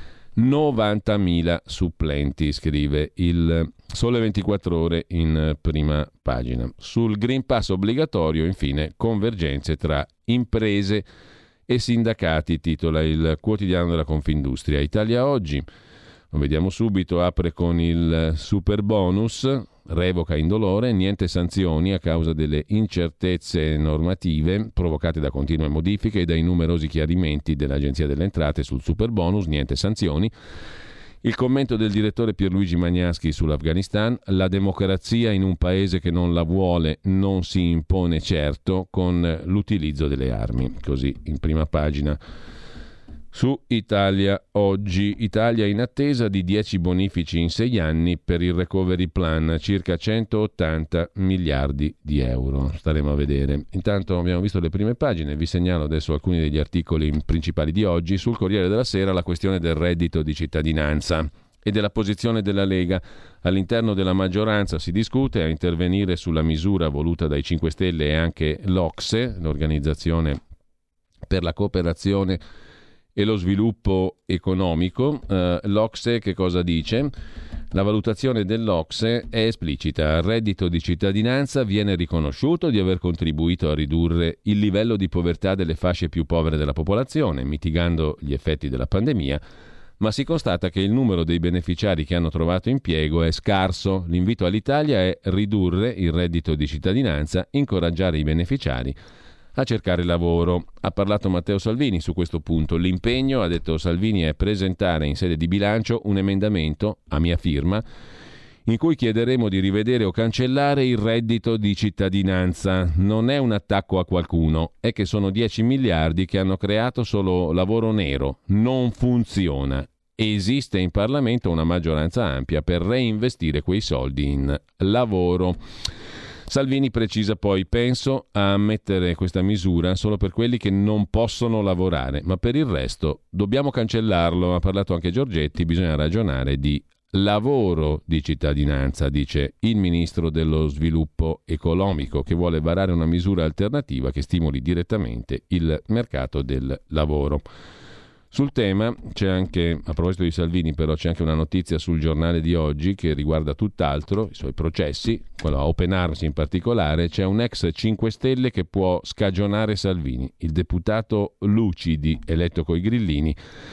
90.000 supplenti, scrive il Sole 24 Ore in prima pagina. Sul Green Pass obbligatorio, infine, convergenze tra imprese e sindacati, titola il quotidiano della Confindustria. Italia Oggi, lo vediamo subito, apre con il super bonus, revoca indolore, niente sanzioni a causa delle incertezze normative provocate da continue modifiche e dai numerosi chiarimenti dell'Agenzia delle Entrate sul super bonus, niente sanzioni. Il commento del direttore Pierluigi Magnaschi sull'Afghanistan: la democrazia in un paese che non la vuole non si impone certo con l'utilizzo delle armi. Così in prima pagina su Italia Oggi. Italia in attesa di 10 bonifici in 6 anni per il recovery plan, circa 180 miliardi di euro. Staremo a vedere. Intanto abbiamo visto le prime pagine, vi segnalo adesso alcuni degli articoli principali di oggi. Sul Corriere della Sera la questione del reddito di cittadinanza e della posizione della Lega. All'interno della maggioranza si discute, a intervenire sulla misura voluta dai 5 Stelle e anche l'OCSE, l'Organizzazione per la Cooperazione e lo Sviluppo Economico. L'OCSE che cosa dice? La valutazione dell'OCSE è esplicita: al reddito di cittadinanza viene riconosciuto di aver contribuito a ridurre il livello di povertà delle fasce più povere della popolazione, mitigando gli effetti della pandemia, ma si constata che il numero dei beneficiari che hanno trovato impiego è scarso. L'invito all'Italia è ridurre il reddito di cittadinanza, incoraggiare i beneficiari a cercare lavoro. Ha parlato Matteo Salvini su questo punto. L'impegno, ha detto Salvini, è presentare in sede di bilancio un emendamento a mia firma in cui chiederemo di rivedere o cancellare il reddito di cittadinanza. Non è un attacco a qualcuno, è che sono 10 miliardi che hanno creato solo lavoro nero. Non funziona. Esiste in Parlamento una maggioranza ampia per reinvestire quei soldi in lavoro. Salvini precisa poi: penso a mettere questa misura solo per quelli che non possono lavorare, ma per il resto dobbiamo cancellarlo. Ha parlato anche Giorgetti, bisogna ragionare di lavoro di cittadinanza, dice il ministro dello sviluppo economico, che vuole varare una misura alternativa che stimoli direttamente il mercato del lavoro. Sul tema c'è anche, a proposito di Salvini però, c'è anche una notizia sul Giornale di oggi che riguarda tutt'altro, i suoi processi, quello a Open Arms in particolare. C'è un ex 5 Stelle che può scagionare Salvini. Il deputato Lucidi, eletto coi grillini,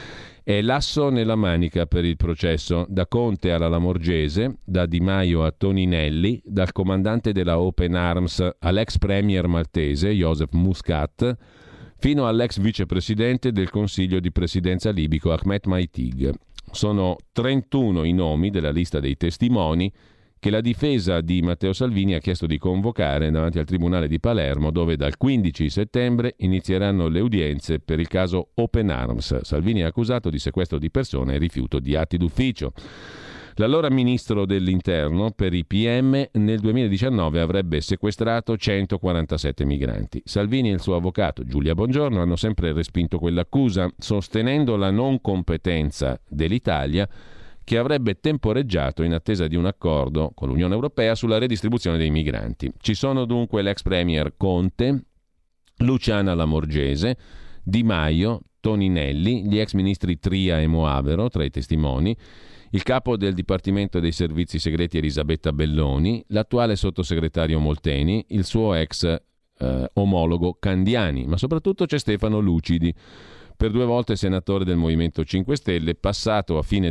è l'asso nella manica per il processo, da Conte alla Lamorgese, da Di Maio a Toninelli, dal comandante della Open Arms all'ex premier maltese Joseph Muscat, fino all'ex vicepresidente del Consiglio di Presidenza libico Ahmed Maitig. Sono 31 i nomi della lista dei testimoni che la difesa di Matteo Salvini ha chiesto di convocare davanti al Tribunale di Palermo, dove dal 15 settembre inizieranno le udienze per il caso Open Arms. Salvini è accusato di sequestro di persone e rifiuto di atti d'ufficio. L'allora ministro dell'Interno per i PM nel 2019 avrebbe sequestrato 147 migranti. Salvini e il suo avvocato Giulia Bongiorno hanno sempre respinto quell'accusa, sostenendo la non competenza dell'Italia, che avrebbe temporeggiato in attesa di un accordo con l'Unione Europea sulla redistribuzione dei migranti. Ci sono dunque l'ex premier Conte, Luciana Lamorgese, Di Maio, Toninelli, gli ex ministri Tria e Moavero tra i testimoni, il capo del Dipartimento dei Servizi Segreti Elisabetta Belloni, l'attuale sottosegretario Molteni, il suo ex omologo Candiani, ma soprattutto c'è Stefano Lucidi, per 2 volte senatore del Movimento 5 Stelle, passato a fine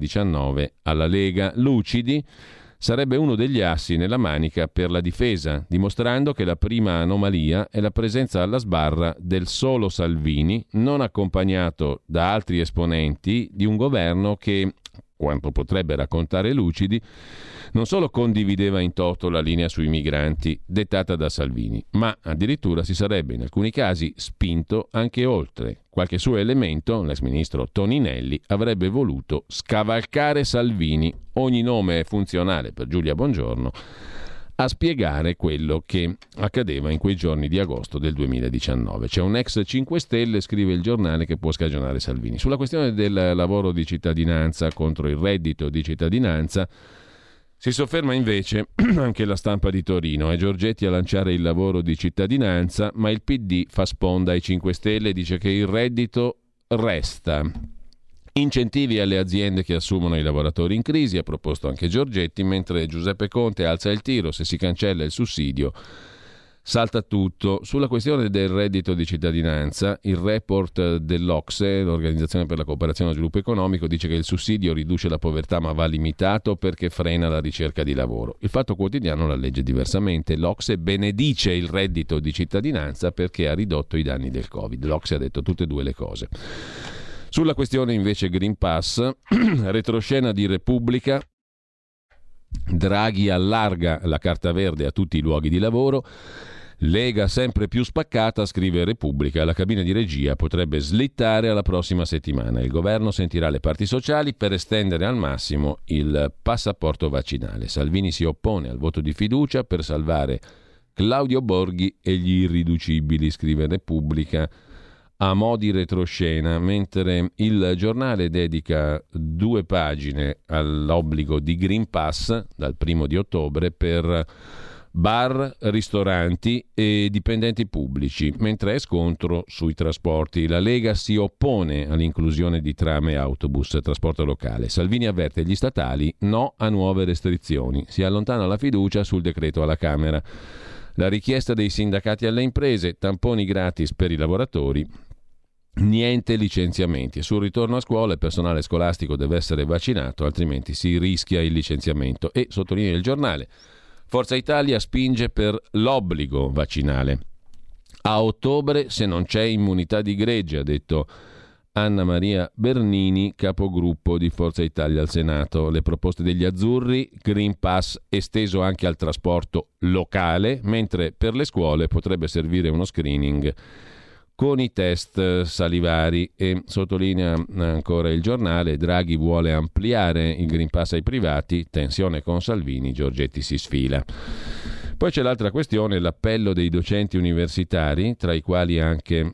2019 alla Lega. Lucidi sarebbe uno degli assi nella manica per la difesa, dimostrando che la prima anomalia è la presenza alla sbarra del solo Salvini, non accompagnato da altri esponenti di un governo che, quanto potrebbe raccontare Lucidi, non solo condivideva in toto la linea sui migranti dettata da Salvini, ma addirittura si sarebbe in alcuni casi spinto anche oltre. Qualche suo elemento, l'ex ministro Toninelli, avrebbe voluto scavalcare Salvini. Ogni nome è funzionale per Giulia Bongiorno a spiegare quello che accadeva in quei giorni di agosto del 2019. C'è un ex 5 Stelle, scrive il giornale, che può scagionare Salvini. Sulla questione del lavoro di cittadinanza contro il reddito di cittadinanza si sofferma invece anche La Stampa di Torino. È Giorgetti a lanciare il lavoro di cittadinanza, ma il PD fa sponda ai 5 Stelle e dice che il reddito resta. Incentivi alle aziende che assumono i lavoratori in crisi, ha proposto anche Giorgetti, mentre Giuseppe Conte alza il tiro: se si cancella il sussidio salta tutto. Sulla questione del reddito di cittadinanza, il report dell'OCSE, l'Organizzazione per la Cooperazione e lo Sviluppo Economico, dice che il sussidio riduce la povertà ma va limitato perché frena la ricerca di lavoro. Il Fatto Quotidiano la legge diversamente. L'OCSE benedice il reddito di cittadinanza perché ha ridotto i danni del Covid. L'OCSE ha detto tutte e due le cose. Sulla questione invece Green Pass, retroscena di Repubblica, Draghi allarga la carta verde a tutti i luoghi di lavoro, Lega sempre più spaccata, scrive Repubblica, la cabina di regia potrebbe slittare alla prossima settimana. Il governo sentirà le parti sociali per estendere al massimo il passaporto vaccinale. Salvini si oppone al voto di fiducia per salvare Claudio Borghi e gli irriducibili, scrive Repubblica a mo' di retroscena, mentre il giornale dedica 2 pagine all'obbligo di Green Pass dal 1 di ottobre per bar, ristoranti e dipendenti pubblici, mentre è scontro sui trasporti. La Lega si oppone all'inclusione di tram e autobus, trasporto locale. Salvini avverte gli statali no a nuove restrizioni. Si allontana la fiducia sul decreto alla Camera. La richiesta dei sindacati alle imprese, tamponi gratis per i lavoratori, niente licenziamenti. Sul ritorno a scuola il personale scolastico deve essere vaccinato, altrimenti si rischia il licenziamento. E, sottolinea il giornale, Forza Italia spinge per l'obbligo vaccinale. A ottobre se non c'è immunità di gregge, ha detto Anna Maria Bernini, capogruppo di Forza Italia al Senato. Le proposte degli azzurri: Green Pass esteso anche al trasporto locale, mentre per le scuole potrebbe servire uno screening con i test salivari. E sottolinea ancora il giornale, Draghi vuole ampliare il Green Pass ai privati, tensione con Salvini, Giorgetti si sfila. Poi c'è l'altra questione, l'appello dei docenti universitari, tra i quali anche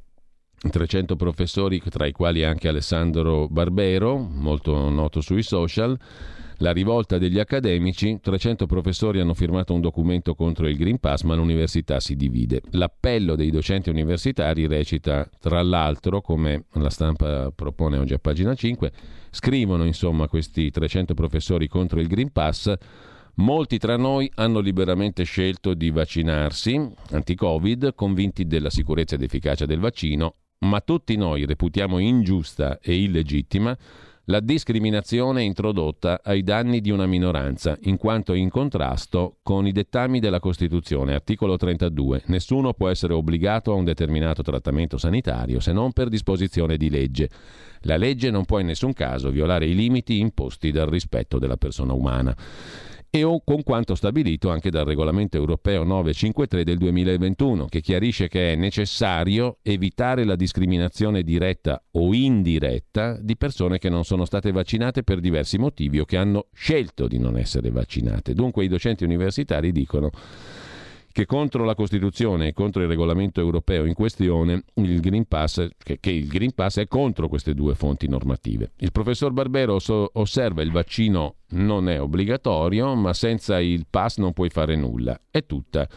300 professori, tra i quali anche Alessandro Barbero, molto noto sui social. La rivolta degli accademici: 300 professori hanno firmato un documento contro il Green Pass, ma l'università si divide. L'appello dei docenti universitari recita, tra l'altro, come La Stampa propone oggi a pagina 5, scrivono insomma questi 300 professori contro il Green Pass: molti tra noi hanno liberamente scelto di vaccinarsi anti-Covid, convinti della sicurezza ed efficacia del vaccino, ma tutti noi reputiamo ingiusta e illegittima la discriminazione introdotta ai danni di una minoranza, in quanto in contrasto con i dettami della Costituzione, articolo 32. Nessuno può essere obbligato a un determinato trattamento sanitario se non per disposizione di legge. La legge non può in nessun caso violare i limiti imposti dal rispetto della persona umana. E con quanto stabilito anche dal regolamento europeo 953 del 2021, che chiarisce che è necessario evitare la discriminazione diretta o indiretta di persone che non sono state vaccinate per diversi motivi o che hanno scelto di non essere vaccinate. Dunque i docenti universitari dicono che contro la Costituzione e contro il regolamento europeo in questione il Green Pass, che il Green Pass è contro queste due fonti normative. Il professor Barbero osserva: il vaccino non è obbligatorio, ma senza il pass non puoi fare nulla. È tutta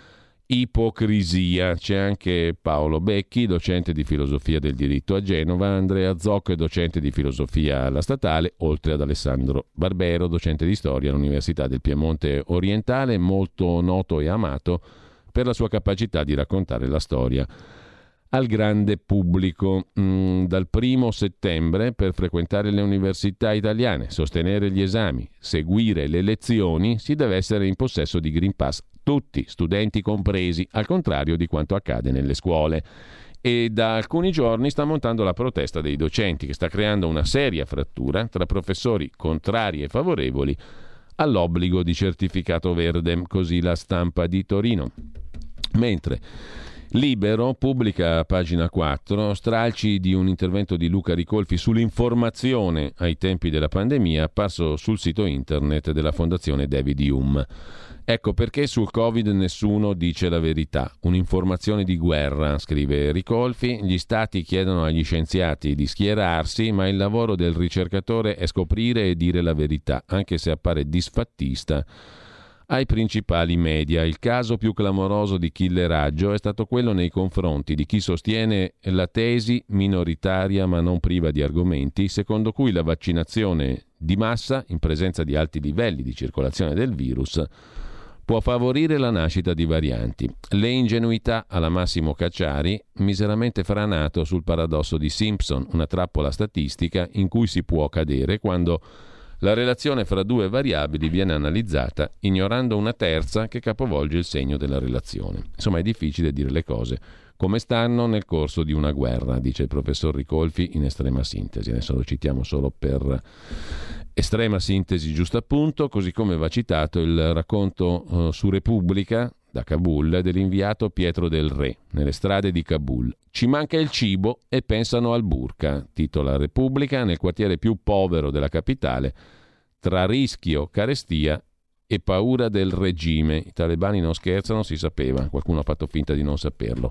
ipocrisia. C'è anche Paolo Becchi, docente di filosofia del diritto a Genova, Andrea Zoc, docente di filosofia alla Statale, oltre ad Alessandro Barbero, docente di storia all'Università del Piemonte Orientale, molto noto e amato per la sua capacità di raccontare la storia al grande pubblico. Dal 1 settembre, per frequentare le università italiane, sostenere gli esami, seguire le lezioni, si deve essere in possesso di Green Pass, tutti, studenti compresi, al contrario di quanto accade nelle scuole. E da alcuni giorni sta montando la protesta dei docenti, che sta creando una seria frattura tra professori contrari e favorevoli all'obbligo di certificato verde, così La Stampa di Torino. Mentre Libero pubblica a pagina 4 stralci di un intervento di Luca Ricolfi sull'informazione ai tempi della pandemia apparso sul sito internet della Fondazione David Hume. Ecco perché sul Covid nessuno dice la verità. Un'informazione di guerra, scrive Ricolfi. Gli stati chiedono agli scienziati di schierarsi, ma il lavoro del ricercatore è scoprire e dire la verità, anche se appare disfattista ai principali media. Il caso più clamoroso di killeraggio è stato quello nei confronti di chi sostiene la tesi minoritaria ma non priva di argomenti, secondo cui la vaccinazione di massa, in presenza di alti livelli di circolazione del virus, può favorire la nascita di varianti. Le ingenuità alla Massimo Cacciari, miseramente franato sul paradosso di Simpson, una trappola statistica in cui si può cadere quando la relazione fra due variabili viene analizzata ignorando una terza che capovolge il segno della relazione. Insomma, è difficile dire le cose come stanno nel corso di una guerra, dice il professor Ricolfi in estrema sintesi. Adesso lo citiamo solo per estrema sintesi, giusto appunto, così come va citato il racconto su Repubblica da Kabul dell'inviato Pietro Del Re nelle strade di Kabul. Ci manca il cibo e pensano al burka, titola Repubblica, nel quartiere più povero della capitale, tra rischio, carestia e paura del regime. I talebani non scherzano, si sapeva, qualcuno ha fatto finta di non saperlo.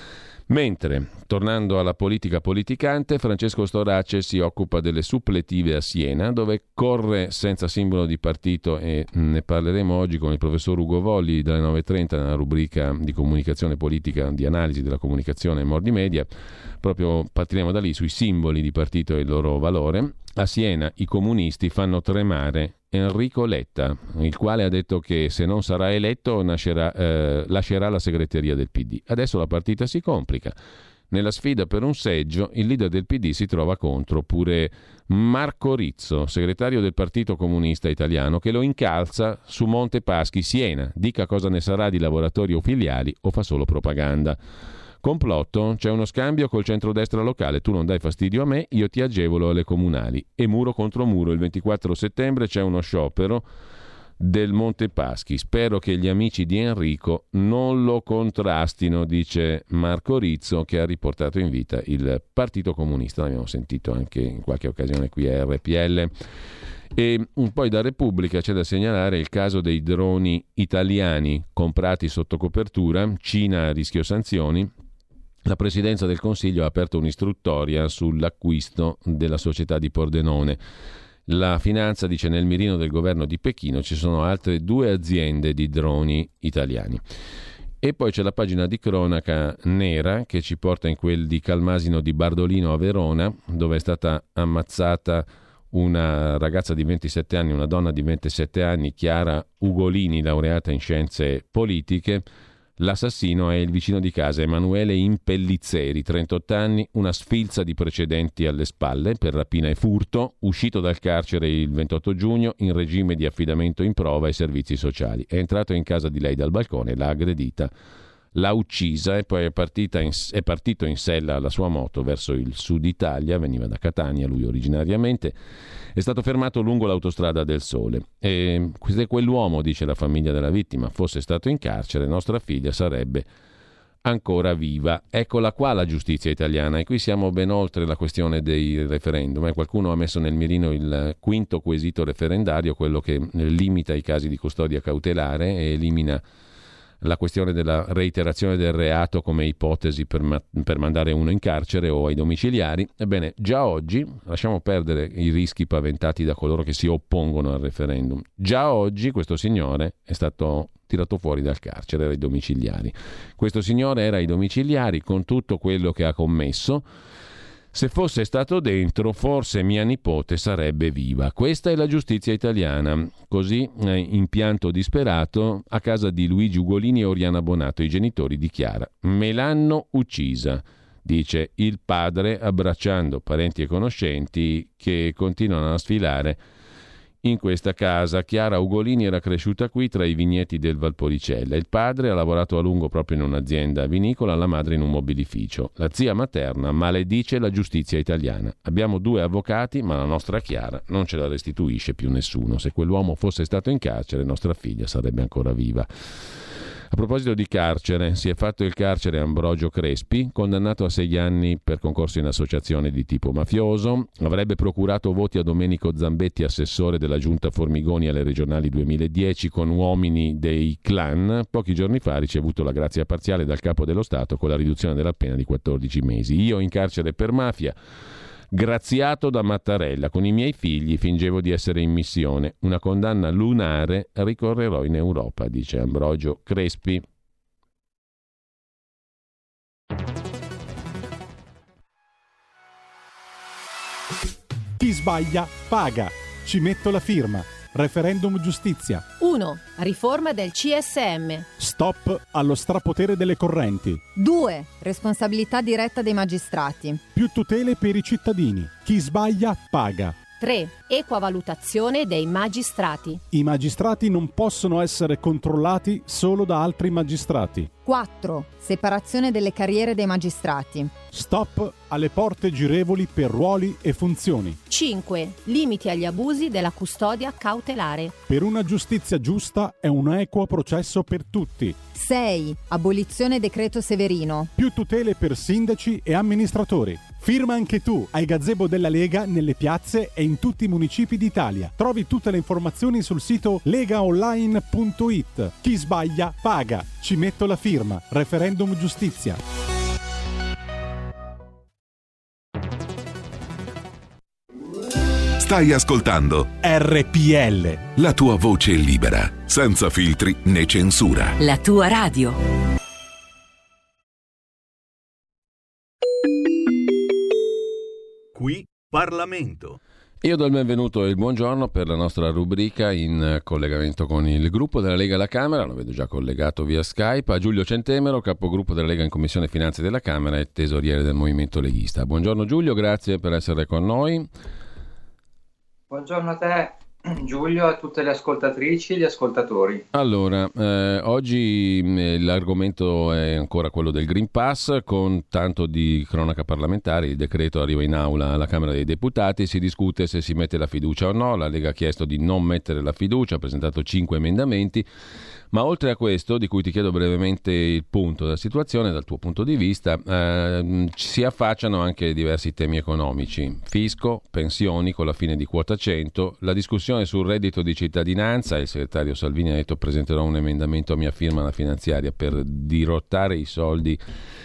Mentre, tornando alla politica politicante, Francesco Storace si occupa delle suppletive a Siena, dove corre senza simbolo di partito, e ne parleremo oggi con il professor Ugo Volli dalle 9.30 nella rubrica di comunicazione politica, di analisi della comunicazione Mordi Media. Proprio partiremo da lì, sui simboli di partito e il loro valore. A Siena i comunisti fanno tremare Enrico Letta, il quale ha detto che se non sarà eletto lascerà la segreteria del PD. Adesso la partita si complica. Nella sfida per un seggio il leader del PD si trova contro pure Marco Rizzo, segretario del Partito Comunista Italiano, che lo incalza su Monte Paschi, Siena. Dica cosa ne sarà di lavoratori o filiali o fa solo propaganda. Complotto? C'è uno scambio col centrodestra locale, tu non dai fastidio a me, io ti agevolo alle comunali. E muro contro muro, il 24 settembre c'è uno sciopero del Monte Paschi. Spero che gli amici di Enrico non lo contrastino, dice Marco Rizzo, che ha riportato in vita il Partito Comunista. L'abbiamo sentito anche in qualche occasione qui a RPL. E poi da Repubblica c'è da segnalare il caso dei droni italiani comprati sotto copertura, Cina a rischio sanzioni. La Presidenza del Consiglio ha aperto un'istruttoria sull'acquisto della società di Pordenone. La Finanza dice nel mirino del governo di Pechino ci sono altre 2 aziende di droni italiani. E poi c'è la pagina di cronaca nera che ci porta in quel di Calmasino di Bardolino a Verona, dove è stata ammazzata una ragazza di 27 anni, una donna di 27 anni, Chiara Ugolini, laureata in scienze politiche. L'assassino è il vicino di casa Emanuele Impellizzeri, 38 anni, una sfilza di precedenti alle spalle per rapina e furto, uscito dal carcere il 28 giugno in regime di affidamento in prova ai servizi sociali. È entrato in casa di lei dal balcone, l'ha aggredita, l'ha uccisa e poi è partito in sella alla sua moto verso il sud Italia, veniva da Catania lui originariamente, è stato fermato lungo l'autostrada del Sole. E se quell'uomo, dice la famiglia della vittima, fosse stato in carcere, nostra figlia sarebbe ancora viva. Eccola qua la giustizia italiana, e qui siamo ben oltre la questione dei referendum. Qualcuno ha messo nel mirino il quinto quesito referendario, quello che limita i casi di custodia cautelare e elimina la questione della reiterazione del reato come ipotesi per mandare uno in carcere o ai domiciliari. Ebbene, già oggi, lasciamo perdere i rischi paventati da coloro che si oppongono al referendum, già oggi questo signore è stato tirato fuori dal carcere, era ai domiciliari. Questo signore era ai domiciliari con tutto quello che ha commesso. Se fosse stato dentro, forse mia nipote sarebbe viva. Questa è la giustizia italiana. Così, in pianto disperato, a casa di Luigi Ugolini e Oriana Bonato, i genitori di Chiara. Me l'hanno uccisa, dice il padre, abbracciando parenti e conoscenti che continuano a sfilare in questa casa. Chiara Ugolini era cresciuta qui tra i vigneti del Valpolicella. Il padre ha lavorato a lungo proprio in un'azienda vinicola, la madre in un mobilificio. La zia materna maledice la giustizia italiana. Abbiamo 2 avvocati, ma la nostra Chiara non ce la restituisce più nessuno. Se quell'uomo fosse stato in carcere, nostra figlia sarebbe ancora viva. A proposito di carcere, si è fatto il carcere Ambrogio Crespi, condannato a 6 anni per concorso in associazione di tipo mafioso. Avrebbe procurato voti a Domenico Zambetti, assessore della giunta Formigoni alle regionali 2010, con uomini dei clan. Pochi giorni fa ha ricevuto la grazia parziale dal capo dello Stato con la riduzione della pena di 14 mesi. Io in carcere per mafia, graziato da Mattarella, con i miei figli fingevo di essere in missione. Una condanna lunare, ricorrerò in Europa, dice Ambrogio Crespi. Chi sbaglia paga. Ci metto la firma. Referendum giustizia. 1. Riforma del CSM. Stop allo strapotere delle correnti. 2. Responsabilità diretta dei magistrati. Più tutele per i cittadini. Chi sbaglia paga. 3. Equa valutazione dei magistrati. I magistrati non possono essere controllati solo da altri magistrati. 4. Separazione delle carriere dei magistrati. Stop alle porte girevoli per ruoli e funzioni. 5. Limiti agli abusi della custodia cautelare. Per una giustizia giusta e un equo processo per tutti. 6. Abolizione decreto Severino. Più tutele per sindaci e amministratori. Firma anche tu ai gazebo della Lega nelle piazze e in tutti i municipi d'Italia. Trovi tutte le informazioni sul sito legaonline.it. Chi sbaglia paga. Ci metto la firma. Referendum giustizia. Stai ascoltando RPL. la tua voce libera, senza filtri né censura. La tua radio. Qui Parlamento. Io do il benvenuto e il buongiorno per la nostra rubrica in collegamento con il gruppo della Lega alla Camera, lo vedo già collegato via Skype, a Giulio Centemero, capogruppo della Lega in Commissione Finanze della Camera e tesoriere del Movimento Leghista. Buongiorno Giulio, grazie per essere con noi. Buongiorno a te Giulio, a tutte le ascoltatrici e gli ascoltatori. Allora, oggi l'argomento è ancora quello del Green Pass, con tanto di cronaca parlamentare. Il decreto arriva in aula alla Camera dei Deputati, si discute se si mette la fiducia o no. La Lega ha chiesto di non mettere la fiducia, ha presentato 5 emendamenti. Ma oltre a questo, di cui ti chiedo brevemente il punto della situazione dal tuo punto di vista, si affacciano anche diversi temi economici: fisco, pensioni con la fine di quota 100, la discussione sul reddito di cittadinanza. Il segretario Salvini ha detto: presenterò un emendamento a mia firma alla finanziaria per dirottare i soldi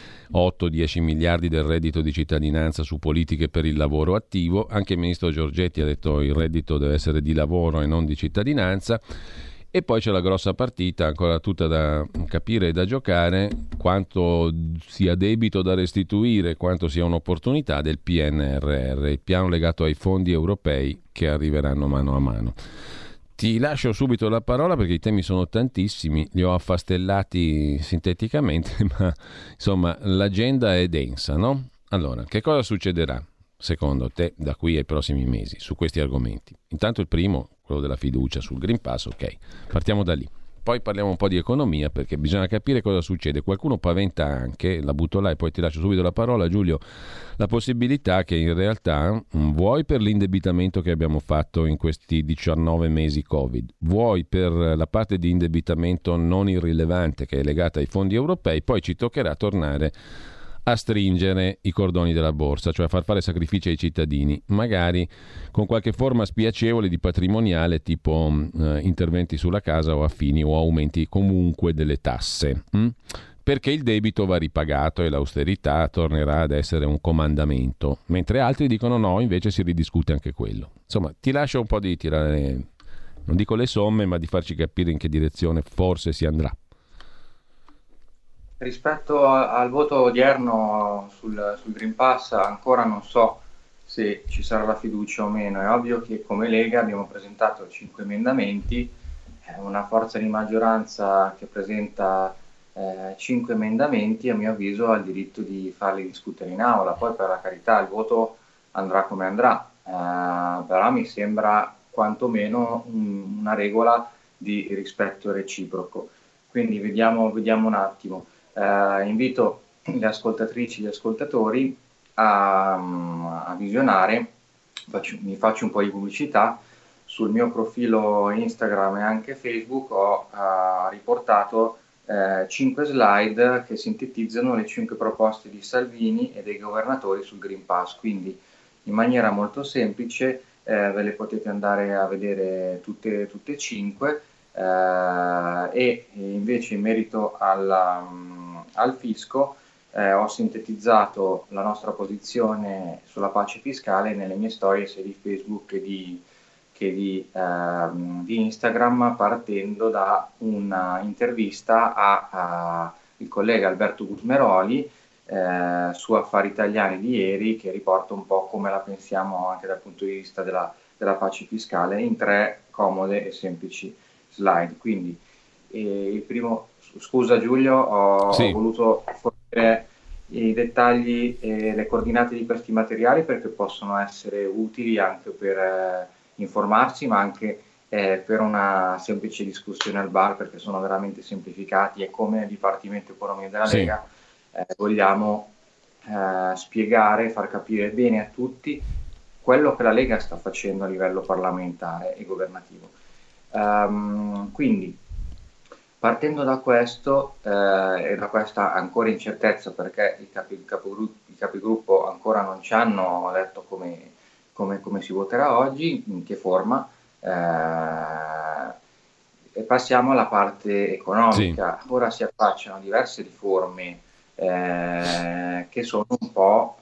8-10 miliardi del reddito di cittadinanza su politiche per il lavoro attivo. Anche il ministro Giorgetti ha detto il reddito deve essere di lavoro e non di cittadinanza. E poi c'è la grossa partita, ancora tutta da capire e da giocare, quanto sia debito da restituire, quanto sia un'opportunità del PNRR, il piano legato ai fondi europei che arriveranno mano a mano. Ti lascio subito la parola perché i temi sono tantissimi, li ho affastellati sinteticamente, ma insomma l'agenda è densa, no? Allora, che cosa succederà secondo te da qui ai prossimi mesi su questi argomenti? Intanto il primo, quello della fiducia sul Green Pass, ok, partiamo da lì. Poi parliamo un po' di economia perché bisogna capire cosa succede. Qualcuno paventa anche, la butto là e poi ti lascio subito la parola Giulio, la possibilità che in realtà, vuoi per l'indebitamento che abbiamo fatto in questi 19 mesi Covid, vuoi per la parte di indebitamento non irrilevante che è legata ai fondi europei, poi ci toccherà tornare a stringere i cordoni della borsa, cioè a far fare sacrifici ai cittadini, magari con qualche forma spiacevole di patrimoniale, tipo interventi sulla casa o affini o aumenti comunque delle tasse, perché il debito va ripagato e l'austerità tornerà ad essere un comandamento, mentre altri dicono no, invece si ridiscute anche quello. Insomma, ti lascio un po' di tirare, non dico le somme, ma di farci capire in che direzione forse si andrà. Rispetto al voto odierno sul Green Pass ancora non so se ci sarà la fiducia o meno. È ovvio che come Lega abbiamo presentato 5 emendamenti, una forza di maggioranza che presenta 5 emendamenti a mio avviso ha il diritto di farli discutere in aula. Poi per la carità il voto andrà come andrà, però mi sembra quantomeno una regola di rispetto reciproco. Quindi vediamo un attimo. Invito le ascoltatrici e gli ascoltatori a visionare, mi faccio un po' di pubblicità, sul mio profilo Instagram e anche Facebook ho riportato 5 slide che sintetizzano le 5 proposte di Salvini e dei governatori sul Green Pass, quindi in maniera molto semplice ve le potete andare a vedere tutte e 5, e invece in merito al fisco ho sintetizzato la nostra posizione sulla pace fiscale nelle mie storie sia di Facebook che di Instagram, partendo da una intervista al collega Alberto Gusmeroli su Affari Italiani di ieri, che riporta un po' come la pensiamo anche dal punto di vista della pace fiscale in 3 comode e semplici slide. Quindi il primo, scusa Giulio, ho voluto fornire i dettagli e le coordinate di questi materiali perché possono essere utili anche per informarsi, ma anche per una semplice discussione al bar, perché sono veramente semplificati e come Dipartimento Economia della Lega vogliamo spiegare e far capire bene a tutti quello che la Lega sta facendo a livello parlamentare e governativo. Quindi partendo da questo e da questa ancora incertezza, perché i capigruppo ancora non ci hanno detto come si voterà oggi, in che forma, e passiamo alla parte economica. Ora si affacciano diverse riforme che sono un po'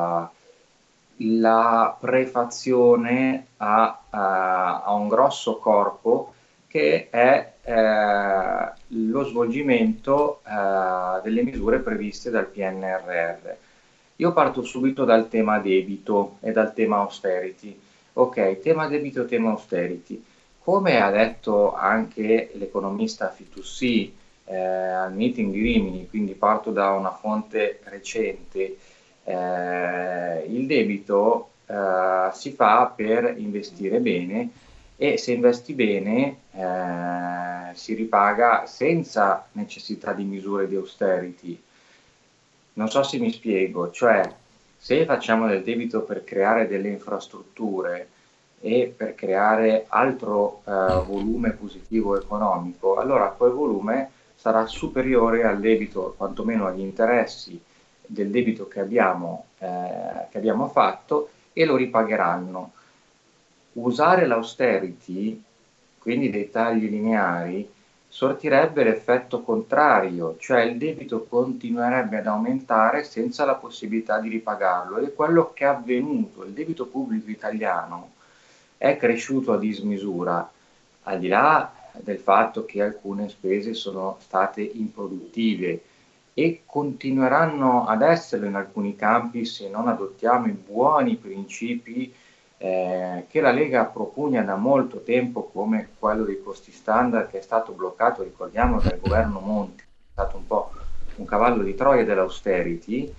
la prefazione a un grosso corpo che è lo svolgimento delle misure previste dal PNRR. Io parto subito dal tema debito e dal tema austerity. Ok, tema debito, tema austerity. Come ha detto anche l'economista Fitoussi al meeting di Rimini, quindi parto da una fonte recente, il debito si fa per investire bene, e se investi bene si ripaga senza necessità di misure di austerity. Non so se mi spiego, cioè se facciamo del debito per creare delle infrastrutture e per creare altro volume positivo economico, allora quel volume sarà superiore al debito, quantomeno agli interessi del debito che abbiamo fatto, e lo ripagheranno. Usare l'austerity, quindi dei tagli lineari, sortirebbe l'effetto contrario, cioè il debito continuerebbe ad aumentare senza la possibilità di ripagarlo, ed è quello che è avvenuto. Il debito pubblico italiano è cresciuto a dismisura, al di là del fatto che alcune spese sono state improduttive e continueranno ad esserlo in alcuni campi se non adottiamo i buoni principi che la Lega propugna da molto tempo, come quello dei costi standard, che è stato bloccato, ricordiamo, dal governo Monti, è stato un po' un cavallo di Troia dell'austerity,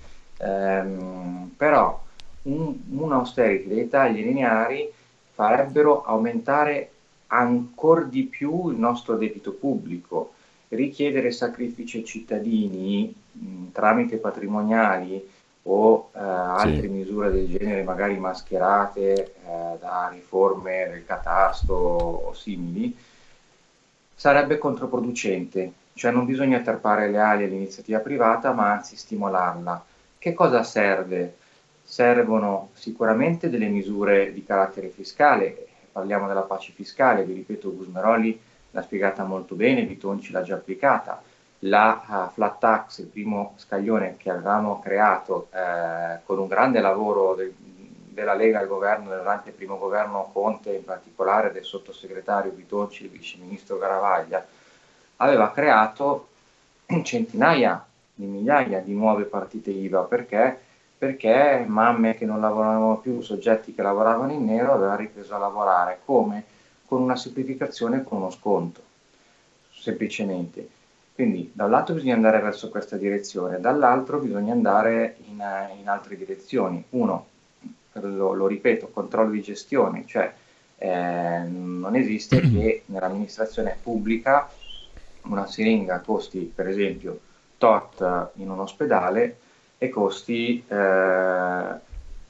però un austerity dei tagli lineari farebbero aumentare ancora di più il nostro debito pubblico, richiedere sacrifici ai cittadini tramite patrimoniali o altre misure del genere, magari mascherate da riforme del catasto o simili, sarebbe controproducente. Cioè non bisogna tarpare le ali all'iniziativa privata, ma anzi stimolarla. Che cosa serve? Servono sicuramente delle misure di carattere fiscale. Parliamo della pace fiscale, vi ripeto, Gusmeroli l'ha spiegata molto bene, Bitonci l'ha già applicata. La flat tax, il primo scaglione che avevamo creato con un grande lavoro della Lega al governo, durante il primo governo Conte, in particolare del sottosegretario Bitonci, il viceministro Garavaglia, aveva creato centinaia di migliaia di nuove partite IVA. Perché mamme che non lavoravano più, soggetti che lavoravano in nero, avevano ripreso a lavorare. Come? Con una semplificazione, con uno sconto, semplicemente. Quindi da un lato bisogna andare verso questa direzione, dall'altro bisogna andare in altre direzioni. Uno, lo ripeto, controllo di gestione, cioè non esiste che nell'amministrazione pubblica una siringa costi per esempio tot in un ospedale e costi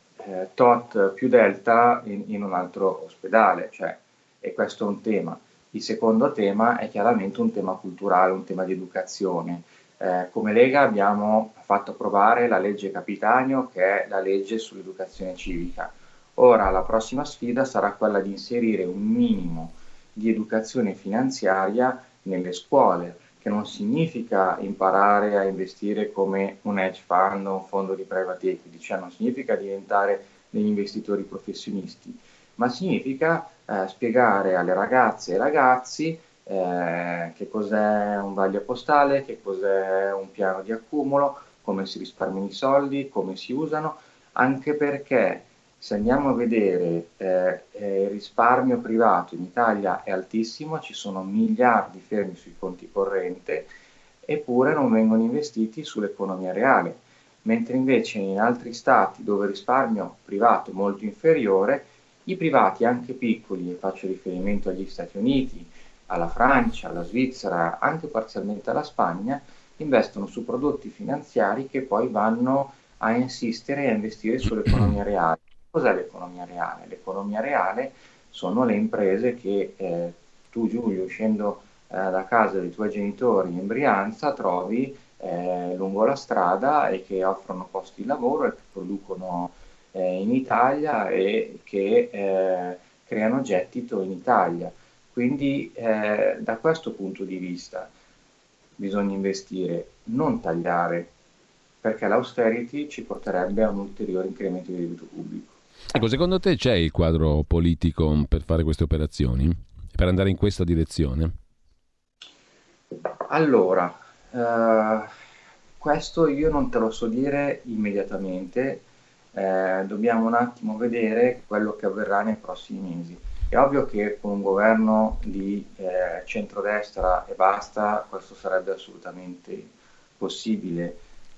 tot più delta in un altro ospedale, cioè, e questo è un tema. Il secondo tema è chiaramente un tema culturale, un tema di educazione. Come Lega abbiamo fatto approvare la legge Capitanio, che è la legge sull'educazione civica. Ora la prossima sfida sarà quella di inserire un minimo di educazione finanziaria nelle scuole, che non significa imparare a investire come un hedge fund o un fondo di private equity, cioè non significa diventare degli investitori professionisti, ma significa spiegare alle ragazze e ai ragazzi che cos'è un vaglio postale, che cos'è un piano di accumulo, come si risparmiano i soldi, come si usano, anche perché se andiamo a vedere il risparmio privato in Italia è altissimo, ci sono miliardi fermi sui conti corrente, eppure non vengono investiti sull'economia reale, mentre invece in altri stati dove il risparmio privato è molto inferiore, i privati anche piccoli, e faccio riferimento agli Stati Uniti, alla Francia, alla Svizzera, anche parzialmente alla Spagna, investono su prodotti finanziari che poi vanno a insistere e a investire sull'economia reale. Cos'è l'economia reale? L'economia reale sono le imprese che tu, Giulio, uscendo da casa dei tuoi genitori in Brianza, trovi lungo la strada e che offrono posti di lavoro e che producono in Italia e che creano gettito in Italia. Quindi da questo punto di vista bisogna investire, non tagliare, perché l'austerity ci porterebbe a un ulteriore incremento del debito pubblico. Ecco, secondo te c'è il quadro politico per fare queste operazioni? Per andare in questa direzione? Allora, questo io non te lo so dire immediatamente, dobbiamo un attimo vedere quello che avverrà nei prossimi mesi. È ovvio che con un governo di centrodestra e basta questo sarebbe assolutamente possibile.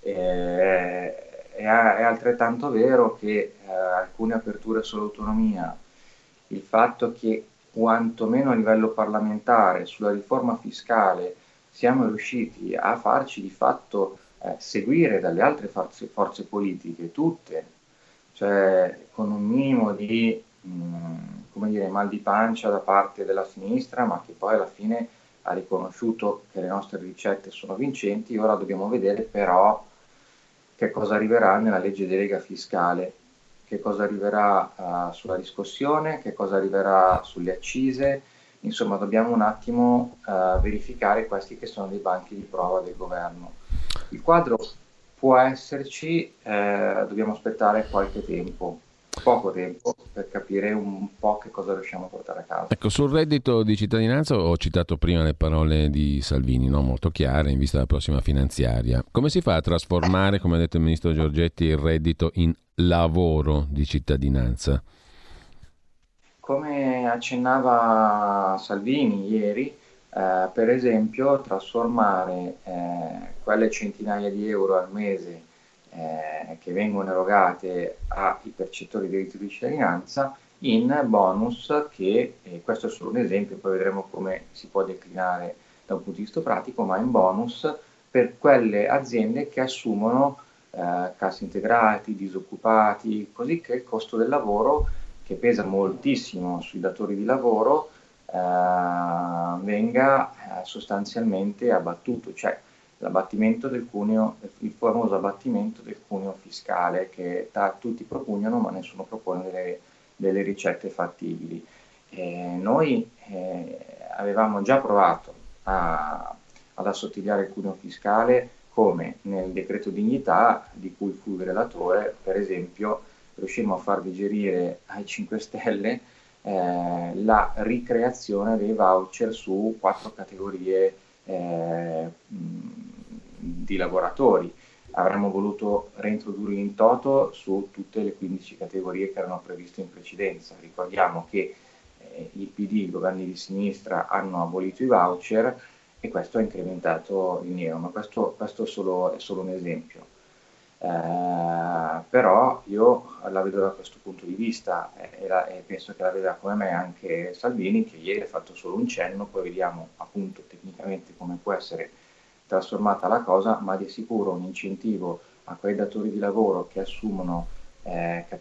È altrettanto vero che alcune aperture sull'autonomia, il fatto che quantomeno a livello parlamentare sulla riforma fiscale siamo riusciti a farci di fatto seguire dalle altre forze politiche, tutte, cioè con un minimo di mal di pancia da parte della sinistra, ma che poi alla fine ha riconosciuto che le nostre ricette sono vincenti. Ora dobbiamo vedere però che cosa arriverà nella legge delega fiscale, che cosa arriverà sulla riscossione, che cosa arriverà sulle accise. Insomma, dobbiamo un attimo verificare questi che sono dei banchi di prova del governo. Il quadro può esserci, dobbiamo aspettare qualche tempo, poco tempo, per capire un po' che cosa riusciamo a portare a casa. Ecco, sul reddito di cittadinanza ho citato prima le parole di Salvini, no? Molto chiare in vista della prossima finanziaria. Come si fa a trasformare, come ha detto il ministro Giorgetti, il reddito in lavoro di cittadinanza? Come accennava Salvini ieri, per esempio trasformare quelle centinaia di euro al mese che vengono erogate ai percettori di reddito di cittadinanza in bonus che, questo è solo un esempio, poi vedremo come si può declinare da un punto di vista pratico, ma in bonus per quelle aziende che assumono cassi integrati, disoccupati, così che il costo del lavoro, che pesa moltissimo sui datori di lavoro, venga sostanzialmente abbattuto, cioè l'abbattimento del cuneo, il famoso abbattimento del cuneo fiscale che tutti propugnano ma nessuno propone delle ricette fattibili. Noi avevamo già provato ad assottigliare il cuneo fiscale come nel decreto dignità di cui fui relatore, per esempio riuscimmo a far digerire ai 5 Stelle la ricreazione dei voucher su 4 categorie di lavoratori. Avremmo voluto reintrodurli in toto su tutte le 15 categorie che erano previste in precedenza. Ricordiamo che il PD, i governi di sinistra, hanno abolito i voucher e questo ha incrementato il nero, ma questo è solo un esempio. Però io la vedo da questo punto di vista e penso che la veda come me anche Salvini, che ieri ha fatto solo un cenno, poi vediamo appunto tecnicamente come può essere trasformata la cosa, ma di sicuro un incentivo a quei datori di lavoro che assumono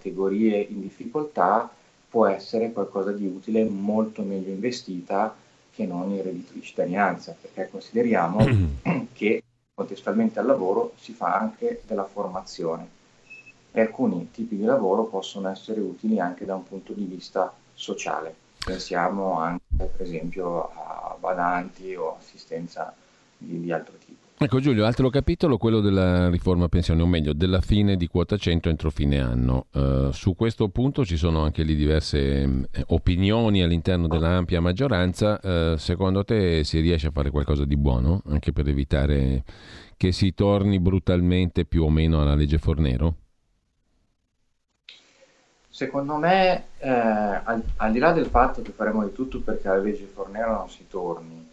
categorie in difficoltà può essere qualcosa di utile, molto meglio investita che non il reddito di cittadinanza, perché consideriamo che contestualmente al lavoro si fa anche della formazione e alcuni tipi di lavoro possono essere utili anche da un punto di vista sociale. Pensiamo anche per esempio a badanti o assistenza di altro tipo. Ecco Giulio, altro capitolo, quello della riforma pensioni, o meglio della fine di quota 100 entro fine anno. Su questo punto ci sono anche lì diverse opinioni all'interno dell'ampia maggioranza. Secondo te si riesce a fare qualcosa di buono anche per evitare che si torni brutalmente più o meno alla legge Fornero? Secondo me, al di là del fatto che faremo di tutto perché la legge Fornero non si torni,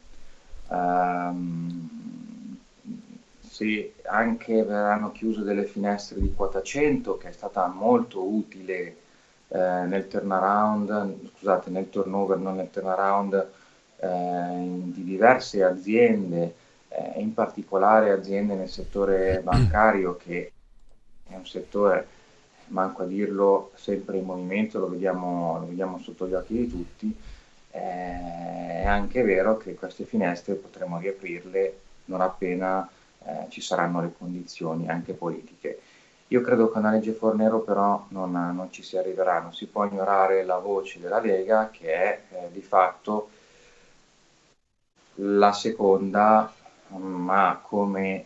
se anche verranno chiuse delle finestre di quota 100, che è stata molto utile nel turnover, non nel turnaround, di diverse aziende, in particolare aziende nel settore bancario, che è un settore, manco a dirlo, sempre in movimento, lo vediamo sotto gli occhi di tutti. È anche vero che queste finestre potremo riaprirle non appena ci saranno le condizioni anche politiche. Io credo che una legge Fornero però non ci si arriverà, non si può ignorare la voce della Lega, che è di fatto la seconda, ma come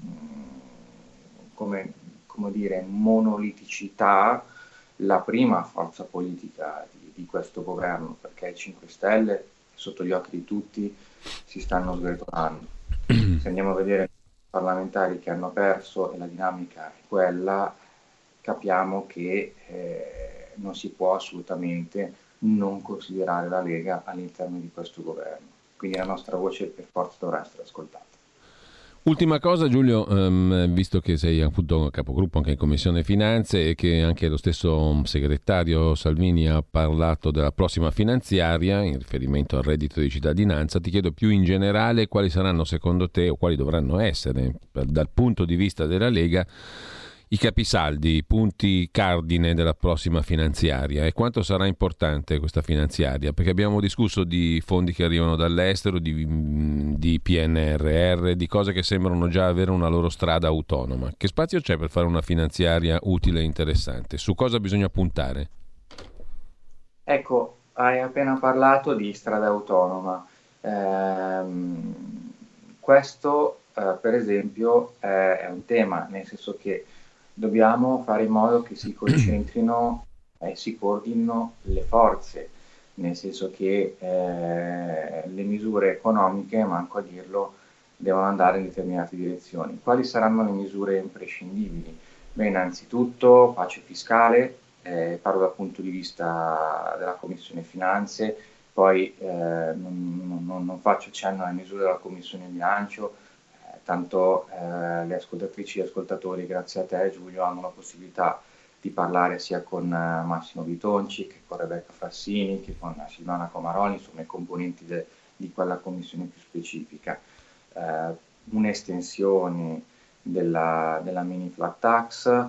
dire, monoliticità, la prima forza politica di questo governo, perché i 5 Stelle sotto gli occhi di tutti si stanno sgretolando. Se andiamo a vedere parlamentari che hanno perso e la dinamica è quella, capiamo che non si può assolutamente non considerare la Lega all'interno di questo governo. Quindi la nostra voce per forza dovrà essere ascoltata. Ultima cosa Giulio, visto che sei appunto capogruppo anche in Commissione Finanze e che anche lo stesso segretario Salvini ha parlato della prossima finanziaria in riferimento al reddito di cittadinanza, ti chiedo più in generale quali saranno secondo te o quali dovranno essere dal punto di vista della Lega i capisaldi, i punti cardine della prossima finanziaria e quanto sarà importante questa finanziaria, perché abbiamo discusso di fondi che arrivano dall'estero, di PNRR, di cose che sembrano già avere una loro strada autonoma. Che spazio c'è per fare una finanziaria utile e interessante? Su cosa bisogna puntare? Ecco, hai appena parlato di strada autonoma. Questo per esempio è un tema, nel senso che dobbiamo fare in modo che si concentrino e si coordinino le forze, nel senso che le misure economiche, manco a dirlo, devono andare in determinate direzioni. Quali saranno le misure imprescindibili? Beh, innanzitutto pace fiscale, parlo dal punto di vista della Commissione Finanze, poi non faccio cenno alle misure della Commissione Bilancio, tanto le ascoltatrici e ascoltatori, grazie a te Giulio, hanno la possibilità di parlare sia con Massimo Bitonci che con Rebecca Frassini che con Silvana Comaroli, insomma i componenti di quella commissione più specifica. Un'estensione della mini flat tax,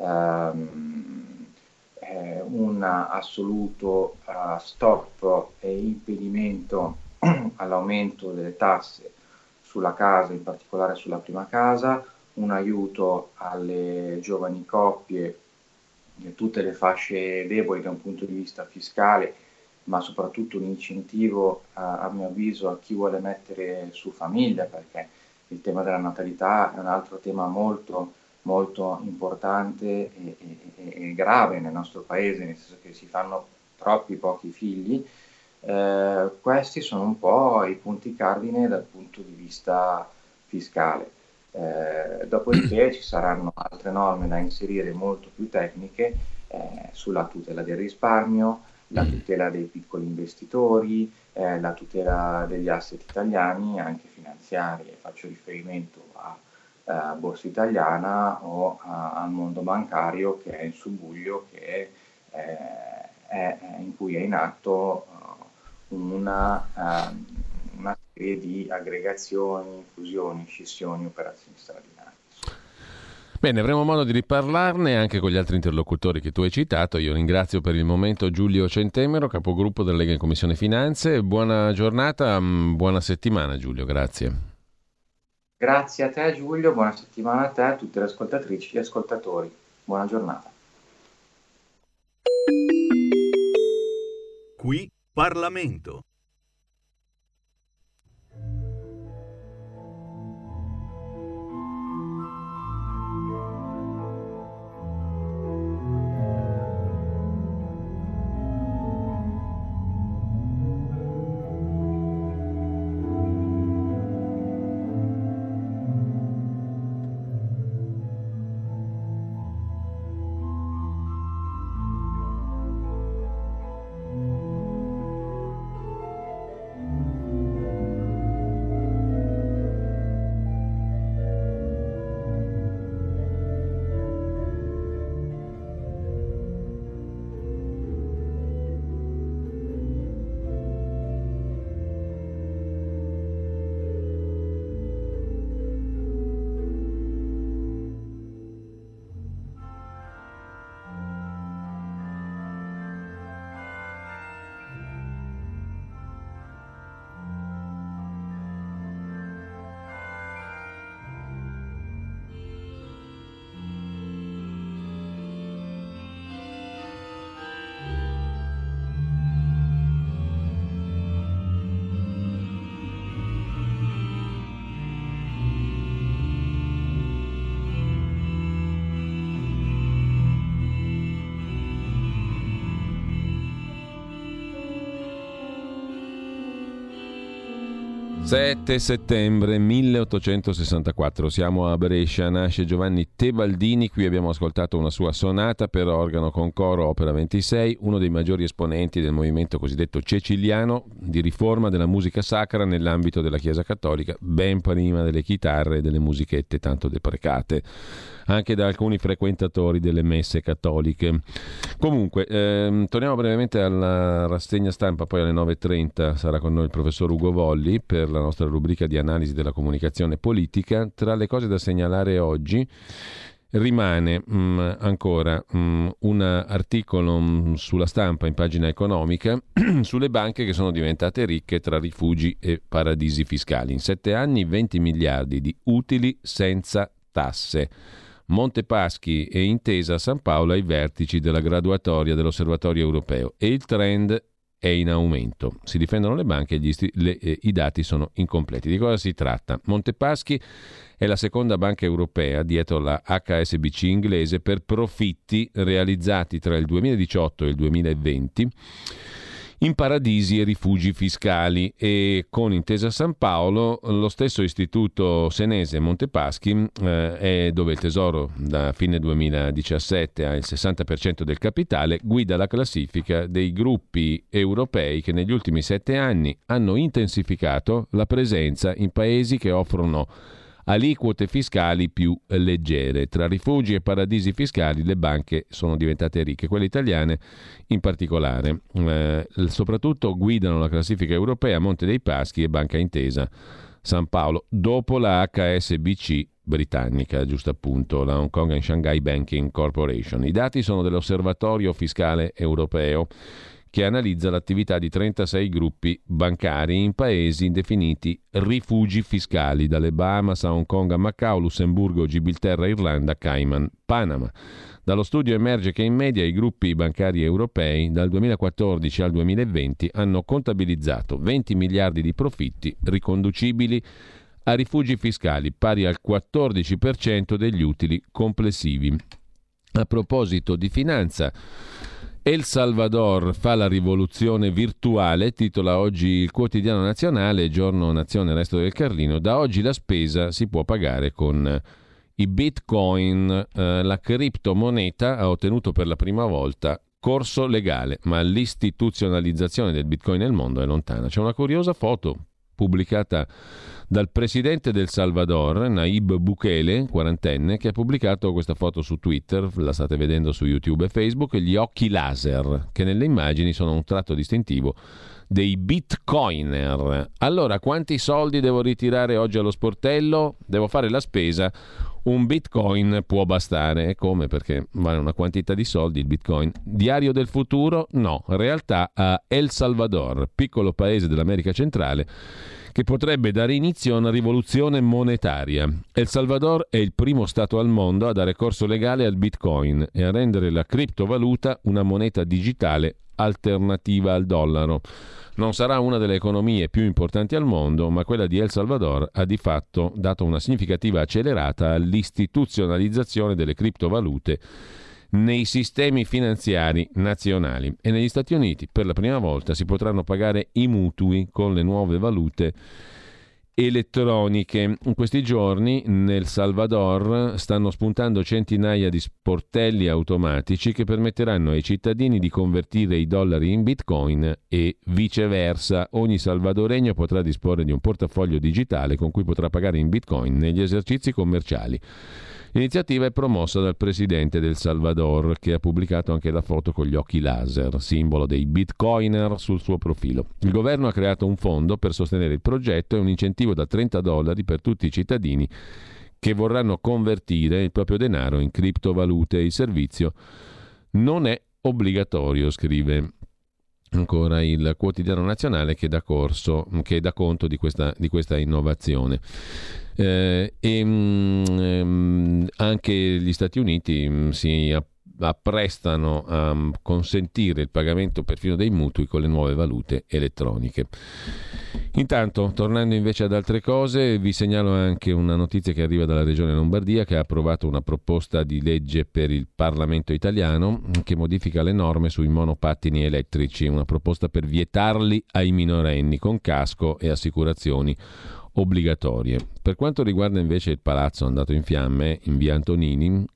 un assoluto stop e impedimento all'aumento delle tasse sulla casa, in particolare sulla prima casa, un aiuto alle giovani coppie e tutte le fasce deboli da un punto di vista fiscale, ma soprattutto un incentivo a mio avviso a chi vuole mettere su famiglia, perché il tema della natalità è un altro tema molto molto importante e grave nel nostro paese, nel senso che si fanno troppi pochi figli. Questi sono un po' i punti cardine dal punto di vista fiscale. Dopodiché ci saranno altre norme da inserire molto più tecniche sulla tutela del risparmio, la tutela dei piccoli investitori, la tutela degli asset italiani, anche finanziari, e faccio riferimento a Borsa Italiana o al mondo bancario che è in subbuglio, che in cui è in atto una serie di aggregazioni, fusioni, scissioni, operazioni straordinarie. Bene, avremo modo di riparlarne anche con gli altri interlocutori che tu hai citato. Io ringrazio per il momento Giulio Centemero, capogruppo della Lega in Commissione Finanze. Buona giornata, buona settimana Giulio, grazie. Grazie a te Giulio, buona settimana a te, a tutte le ascoltatrici e gli ascoltatori. Buona giornata. Qui Parlamento. «7 settembre 1864, siamo a Brescia, nasce Giovanni Tebaldini, qui abbiamo ascoltato una sua sonata per organo con coro, opera 26, uno dei maggiori esponenti del movimento cosiddetto ceciliano di riforma della musica sacra nell'ambito della Chiesa Cattolica, ben prima delle chitarre e delle musichette tanto deprecate anche da alcuni frequentatori delle messe cattoliche. Comunque, torniamo brevemente alla rassegna stampa, poi alle 9.30 sarà con noi il professor Ugo Volli per la nostra rubrica di analisi della comunicazione politica. Tra le cose da segnalare oggi rimane ancora un articolo sulla Stampa in pagina economica sulle banche che sono diventate ricche tra rifugi e paradisi fiscali. In 7 anni 20 miliardi di utili senza tasse. Montepaschi e Intesa San Paolo ai vertici della graduatoria dell'Osservatorio Europeo e il trend è in aumento. Si difendono le banche e i dati sono incompleti. Di cosa si tratta? Montepaschi è la seconda banca europea dietro la HSBC inglese per profitti realizzati tra il 2018 e il 2020 in paradisi e rifugi fiscali, e con Intesa San Paolo lo stesso istituto senese Montepaschi è dove il Tesoro da fine 2017 ha il 60% del capitale, guida la classifica dei gruppi europei che negli ultimi 7 anni hanno intensificato la presenza in paesi che offrono aliquote fiscali più leggere. Tra rifugi e paradisi fiscali le banche sono diventate ricche, quelle italiane in particolare. Soprattutto guidano la classifica europea Monte dei Paschi e Banca Intesa San Paolo, dopo la HSBC britannica, giusto appunto, la Hong Kong and Shanghai Banking Corporation. I dati sono dell'Osservatorio Fiscale Europeo, che analizza l'attività di 36 gruppi bancari in paesi definiti rifugi fiscali, dalle Bahamas a Hong Kong a Macao, Lussemburgo, Gibilterra, Irlanda, Cayman, Panama. Dallo studio emerge che in media i gruppi bancari europei dal 2014 al 2020 hanno contabilizzato 20 miliardi di profitti riconducibili a rifugi fiscali, pari al 14% degli utili complessivi. A proposito di finanza, El Salvador fa la rivoluzione virtuale, titola oggi il Quotidiano Nazionale, Giorno Nazione, Resto del Carlino. Da oggi la spesa si può pagare con i bitcoin. La criptomoneta ha ottenuto per la prima volta corso legale, ma l'istituzionalizzazione del bitcoin nel mondo è lontana. C'è una curiosa foto pubblicata dal presidente del Salvador, Nayib Bukele, quarantenne, che ha pubblicato questa foto su Twitter, la state vedendo su YouTube e Facebook, gli occhi laser, che nelle immagini sono un tratto distintivo dei bitcoiner. Allora, quanti soldi devo ritirare oggi allo sportello? Devo fare la spesa. Un bitcoin può bastare. E come? Perché vale una quantità di soldi il bitcoin. Diario del futuro? No. Realtà a El Salvador, piccolo paese dell'America centrale, che potrebbe dare inizio a una rivoluzione monetaria. El Salvador è il primo stato al mondo a dare corso legale al bitcoin e a rendere la criptovaluta una moneta digitale alternativa al dollaro. Non sarà una delle economie più importanti al mondo, ma quella di El Salvador ha di fatto dato una significativa accelerata all'istituzionalizzazione delle criptovalute nei sistemi finanziari nazionali. E negli Stati Uniti per la prima volta si potranno pagare i mutui con le nuove valute elettroniche. In questi giorni nel Salvador stanno spuntando centinaia di sportelli automatici che permetteranno ai cittadini di convertire i dollari in bitcoin e viceversa. Ogni salvadoregno potrà disporre di un portafoglio digitale con cui potrà pagare in bitcoin negli esercizi commerciali. L'iniziativa è promossa dal presidente del Salvador, che ha pubblicato anche la foto con gli occhi laser, simbolo dei bitcoiner, sul suo profilo. Il governo ha creato un fondo per sostenere il progetto e un incentivo da $30 per tutti i cittadini che vorranno convertire il proprio denaro in criptovalute. Il servizio non è obbligatorio, scrive ancora il Quotidiano Nazionale, che dà conto di questa innovazione. Anche gli Stati Uniti si apprestano a consentire il pagamento perfino dei mutui con le nuove valute elettroniche. Intanto, tornando invece ad altre cose, vi segnalo anche una notizia che arriva dalla Regione Lombardia, che ha approvato una proposta di legge per il Parlamento italiano che modifica le norme sui monopattini elettrici, una proposta per vietarli ai minorenni con casco e assicurazioni obbligatorie. Per quanto riguarda invece il palazzo andato in fiamme in via Antonini,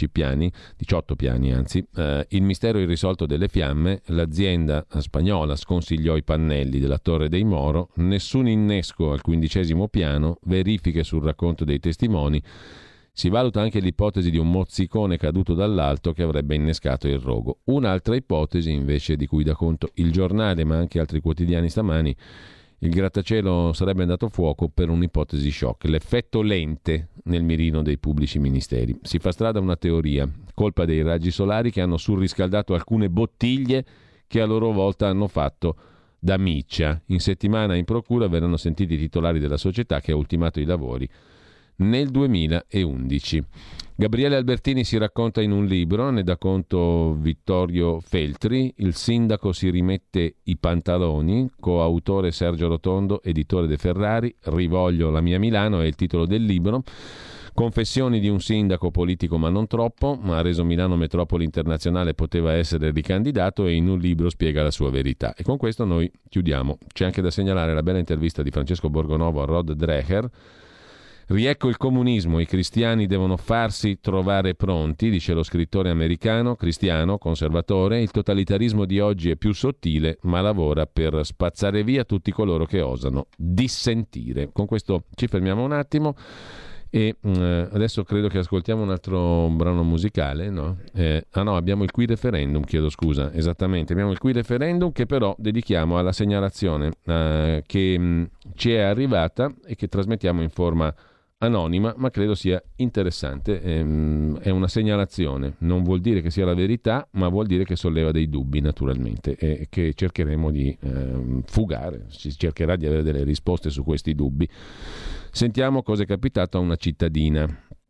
18 piani anzi, il mistero irrisolto delle fiamme, l'azienda spagnola sconsigliò i pannelli della Torre dei Moro, nessun innesco al 15° piano, verifiche sul racconto dei testimoni. Si valuta anche l'ipotesi di un mozzicone caduto dall'alto che avrebbe innescato il rogo. Un'altra ipotesi invece, di cui dà conto il Giornale ma anche altri quotidiani stamani: il grattacielo sarebbe andato a fuoco per un'ipotesi shock, l'effetto lente nel mirino dei pubblici ministeri. Si fa strada una teoria, colpa dei raggi solari che hanno surriscaldato alcune bottiglie che a loro volta hanno fatto da miccia. In settimana in procura verranno sentiti i titolari della società che ha ultimato i lavori nel 2011. Gabriele Albertini si racconta in un libro, ne dà conto Vittorio Feltri, Il sindaco si rimette i pantaloni, coautore Sergio Rotondo, editore De Ferrari. Rivoglio la mia Milano è il titolo del libro. Confessioni di un sindaco politico ma non troppo, ma ha reso Milano metropoli internazionale, poteva essere ricandidato, e in un libro spiega la sua verità. E con questo noi chiudiamo. C'è anche da segnalare la bella intervista di Francesco Borgonovo a Rod Dreher. Riecco il comunismo, i cristiani devono farsi trovare pronti, dice lo scrittore americano, cristiano, conservatore. Il totalitarismo di oggi è più sottile, ma lavora per spazzare via tutti coloro che osano dissentire. Con questo ci fermiamo un attimo e adesso credo che ascoltiamo un altro brano musicale, no? Abbiamo il Qui Referendum, chiedo scusa, esattamente, abbiamo il Qui Referendum, che però dedichiamo alla segnalazione che ci è arrivata e che trasmettiamo in forma anonima, ma credo sia interessante. È una segnalazione, non vuol dire che sia la verità, ma vuol dire che solleva dei dubbi, naturalmente, e che cercheremo di fugare. Si cercherà di avere delle risposte su questi dubbi. Sentiamo cosa è capitato a una cittadina.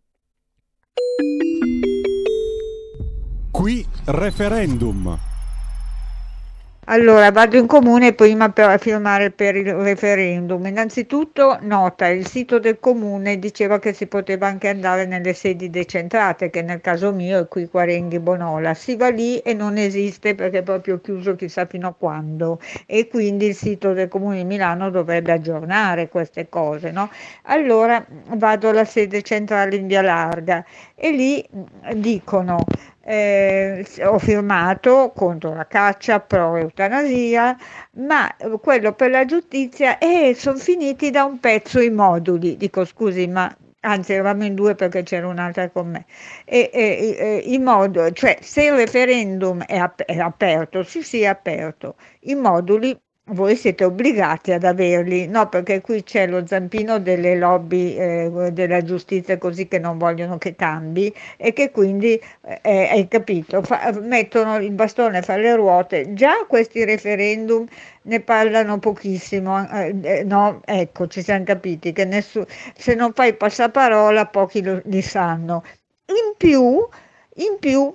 Qui Referendum. Allora, vado in comune prima per firmare per il referendum. Innanzitutto, nota, il sito del comune diceva che si poteva anche andare nelle sedi decentrate, che nel caso mio è qui Quarenghi Bonola. Si va lì e non esiste perché è proprio chiuso chissà fino a quando, e quindi il sito del comune di Milano dovrebbe aggiornare queste cose, no? Allora vado alla sede centrale in Via Larga e lì dicono: ho firmato contro la caccia, pro eutanasia, ma quello per la giustizia, sono finiti da un pezzo i moduli. Dico scusi, ma anzi eravamo in due perché c'era un'altra con me, i moduli, cioè se il referendum è aperto, sì è aperto, i moduli voi siete obbligati ad averli, no? Perché qui c'è lo zampino delle lobby della giustizia, così, che non vogliono che cambi e che quindi, hai capito, mettono il bastone fra le ruote. Già questi referendum ne parlano pochissimo, no? Ecco, ci siamo capiti che se non fai passaparola pochi li sanno. In più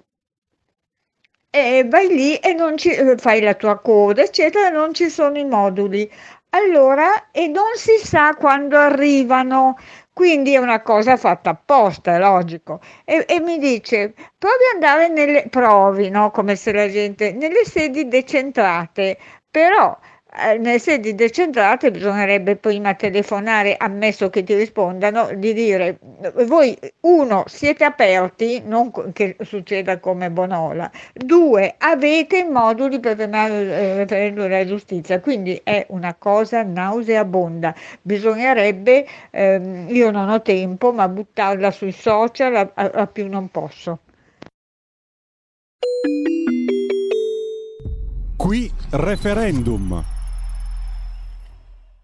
vai lì e non fai la tua coda, eccetera, non ci sono i moduli. Allora, e non si sa quando arrivano, quindi è una cosa fatta apposta, è logico. E mi dice, provi, no? Come se la gente, nelle sedi decentrate, però nelle sedi decentrate bisognerebbe prima telefonare, ammesso che ti rispondano, di dire: voi, 1, siete aperti, non che succeda come Bonola, 2, avete i moduli per firmare il referendum della giustizia. Quindi è una cosa nauseabonda. Bisognerebbe, io non ho tempo, ma buttarla sui social a più non posso. Qui referendum.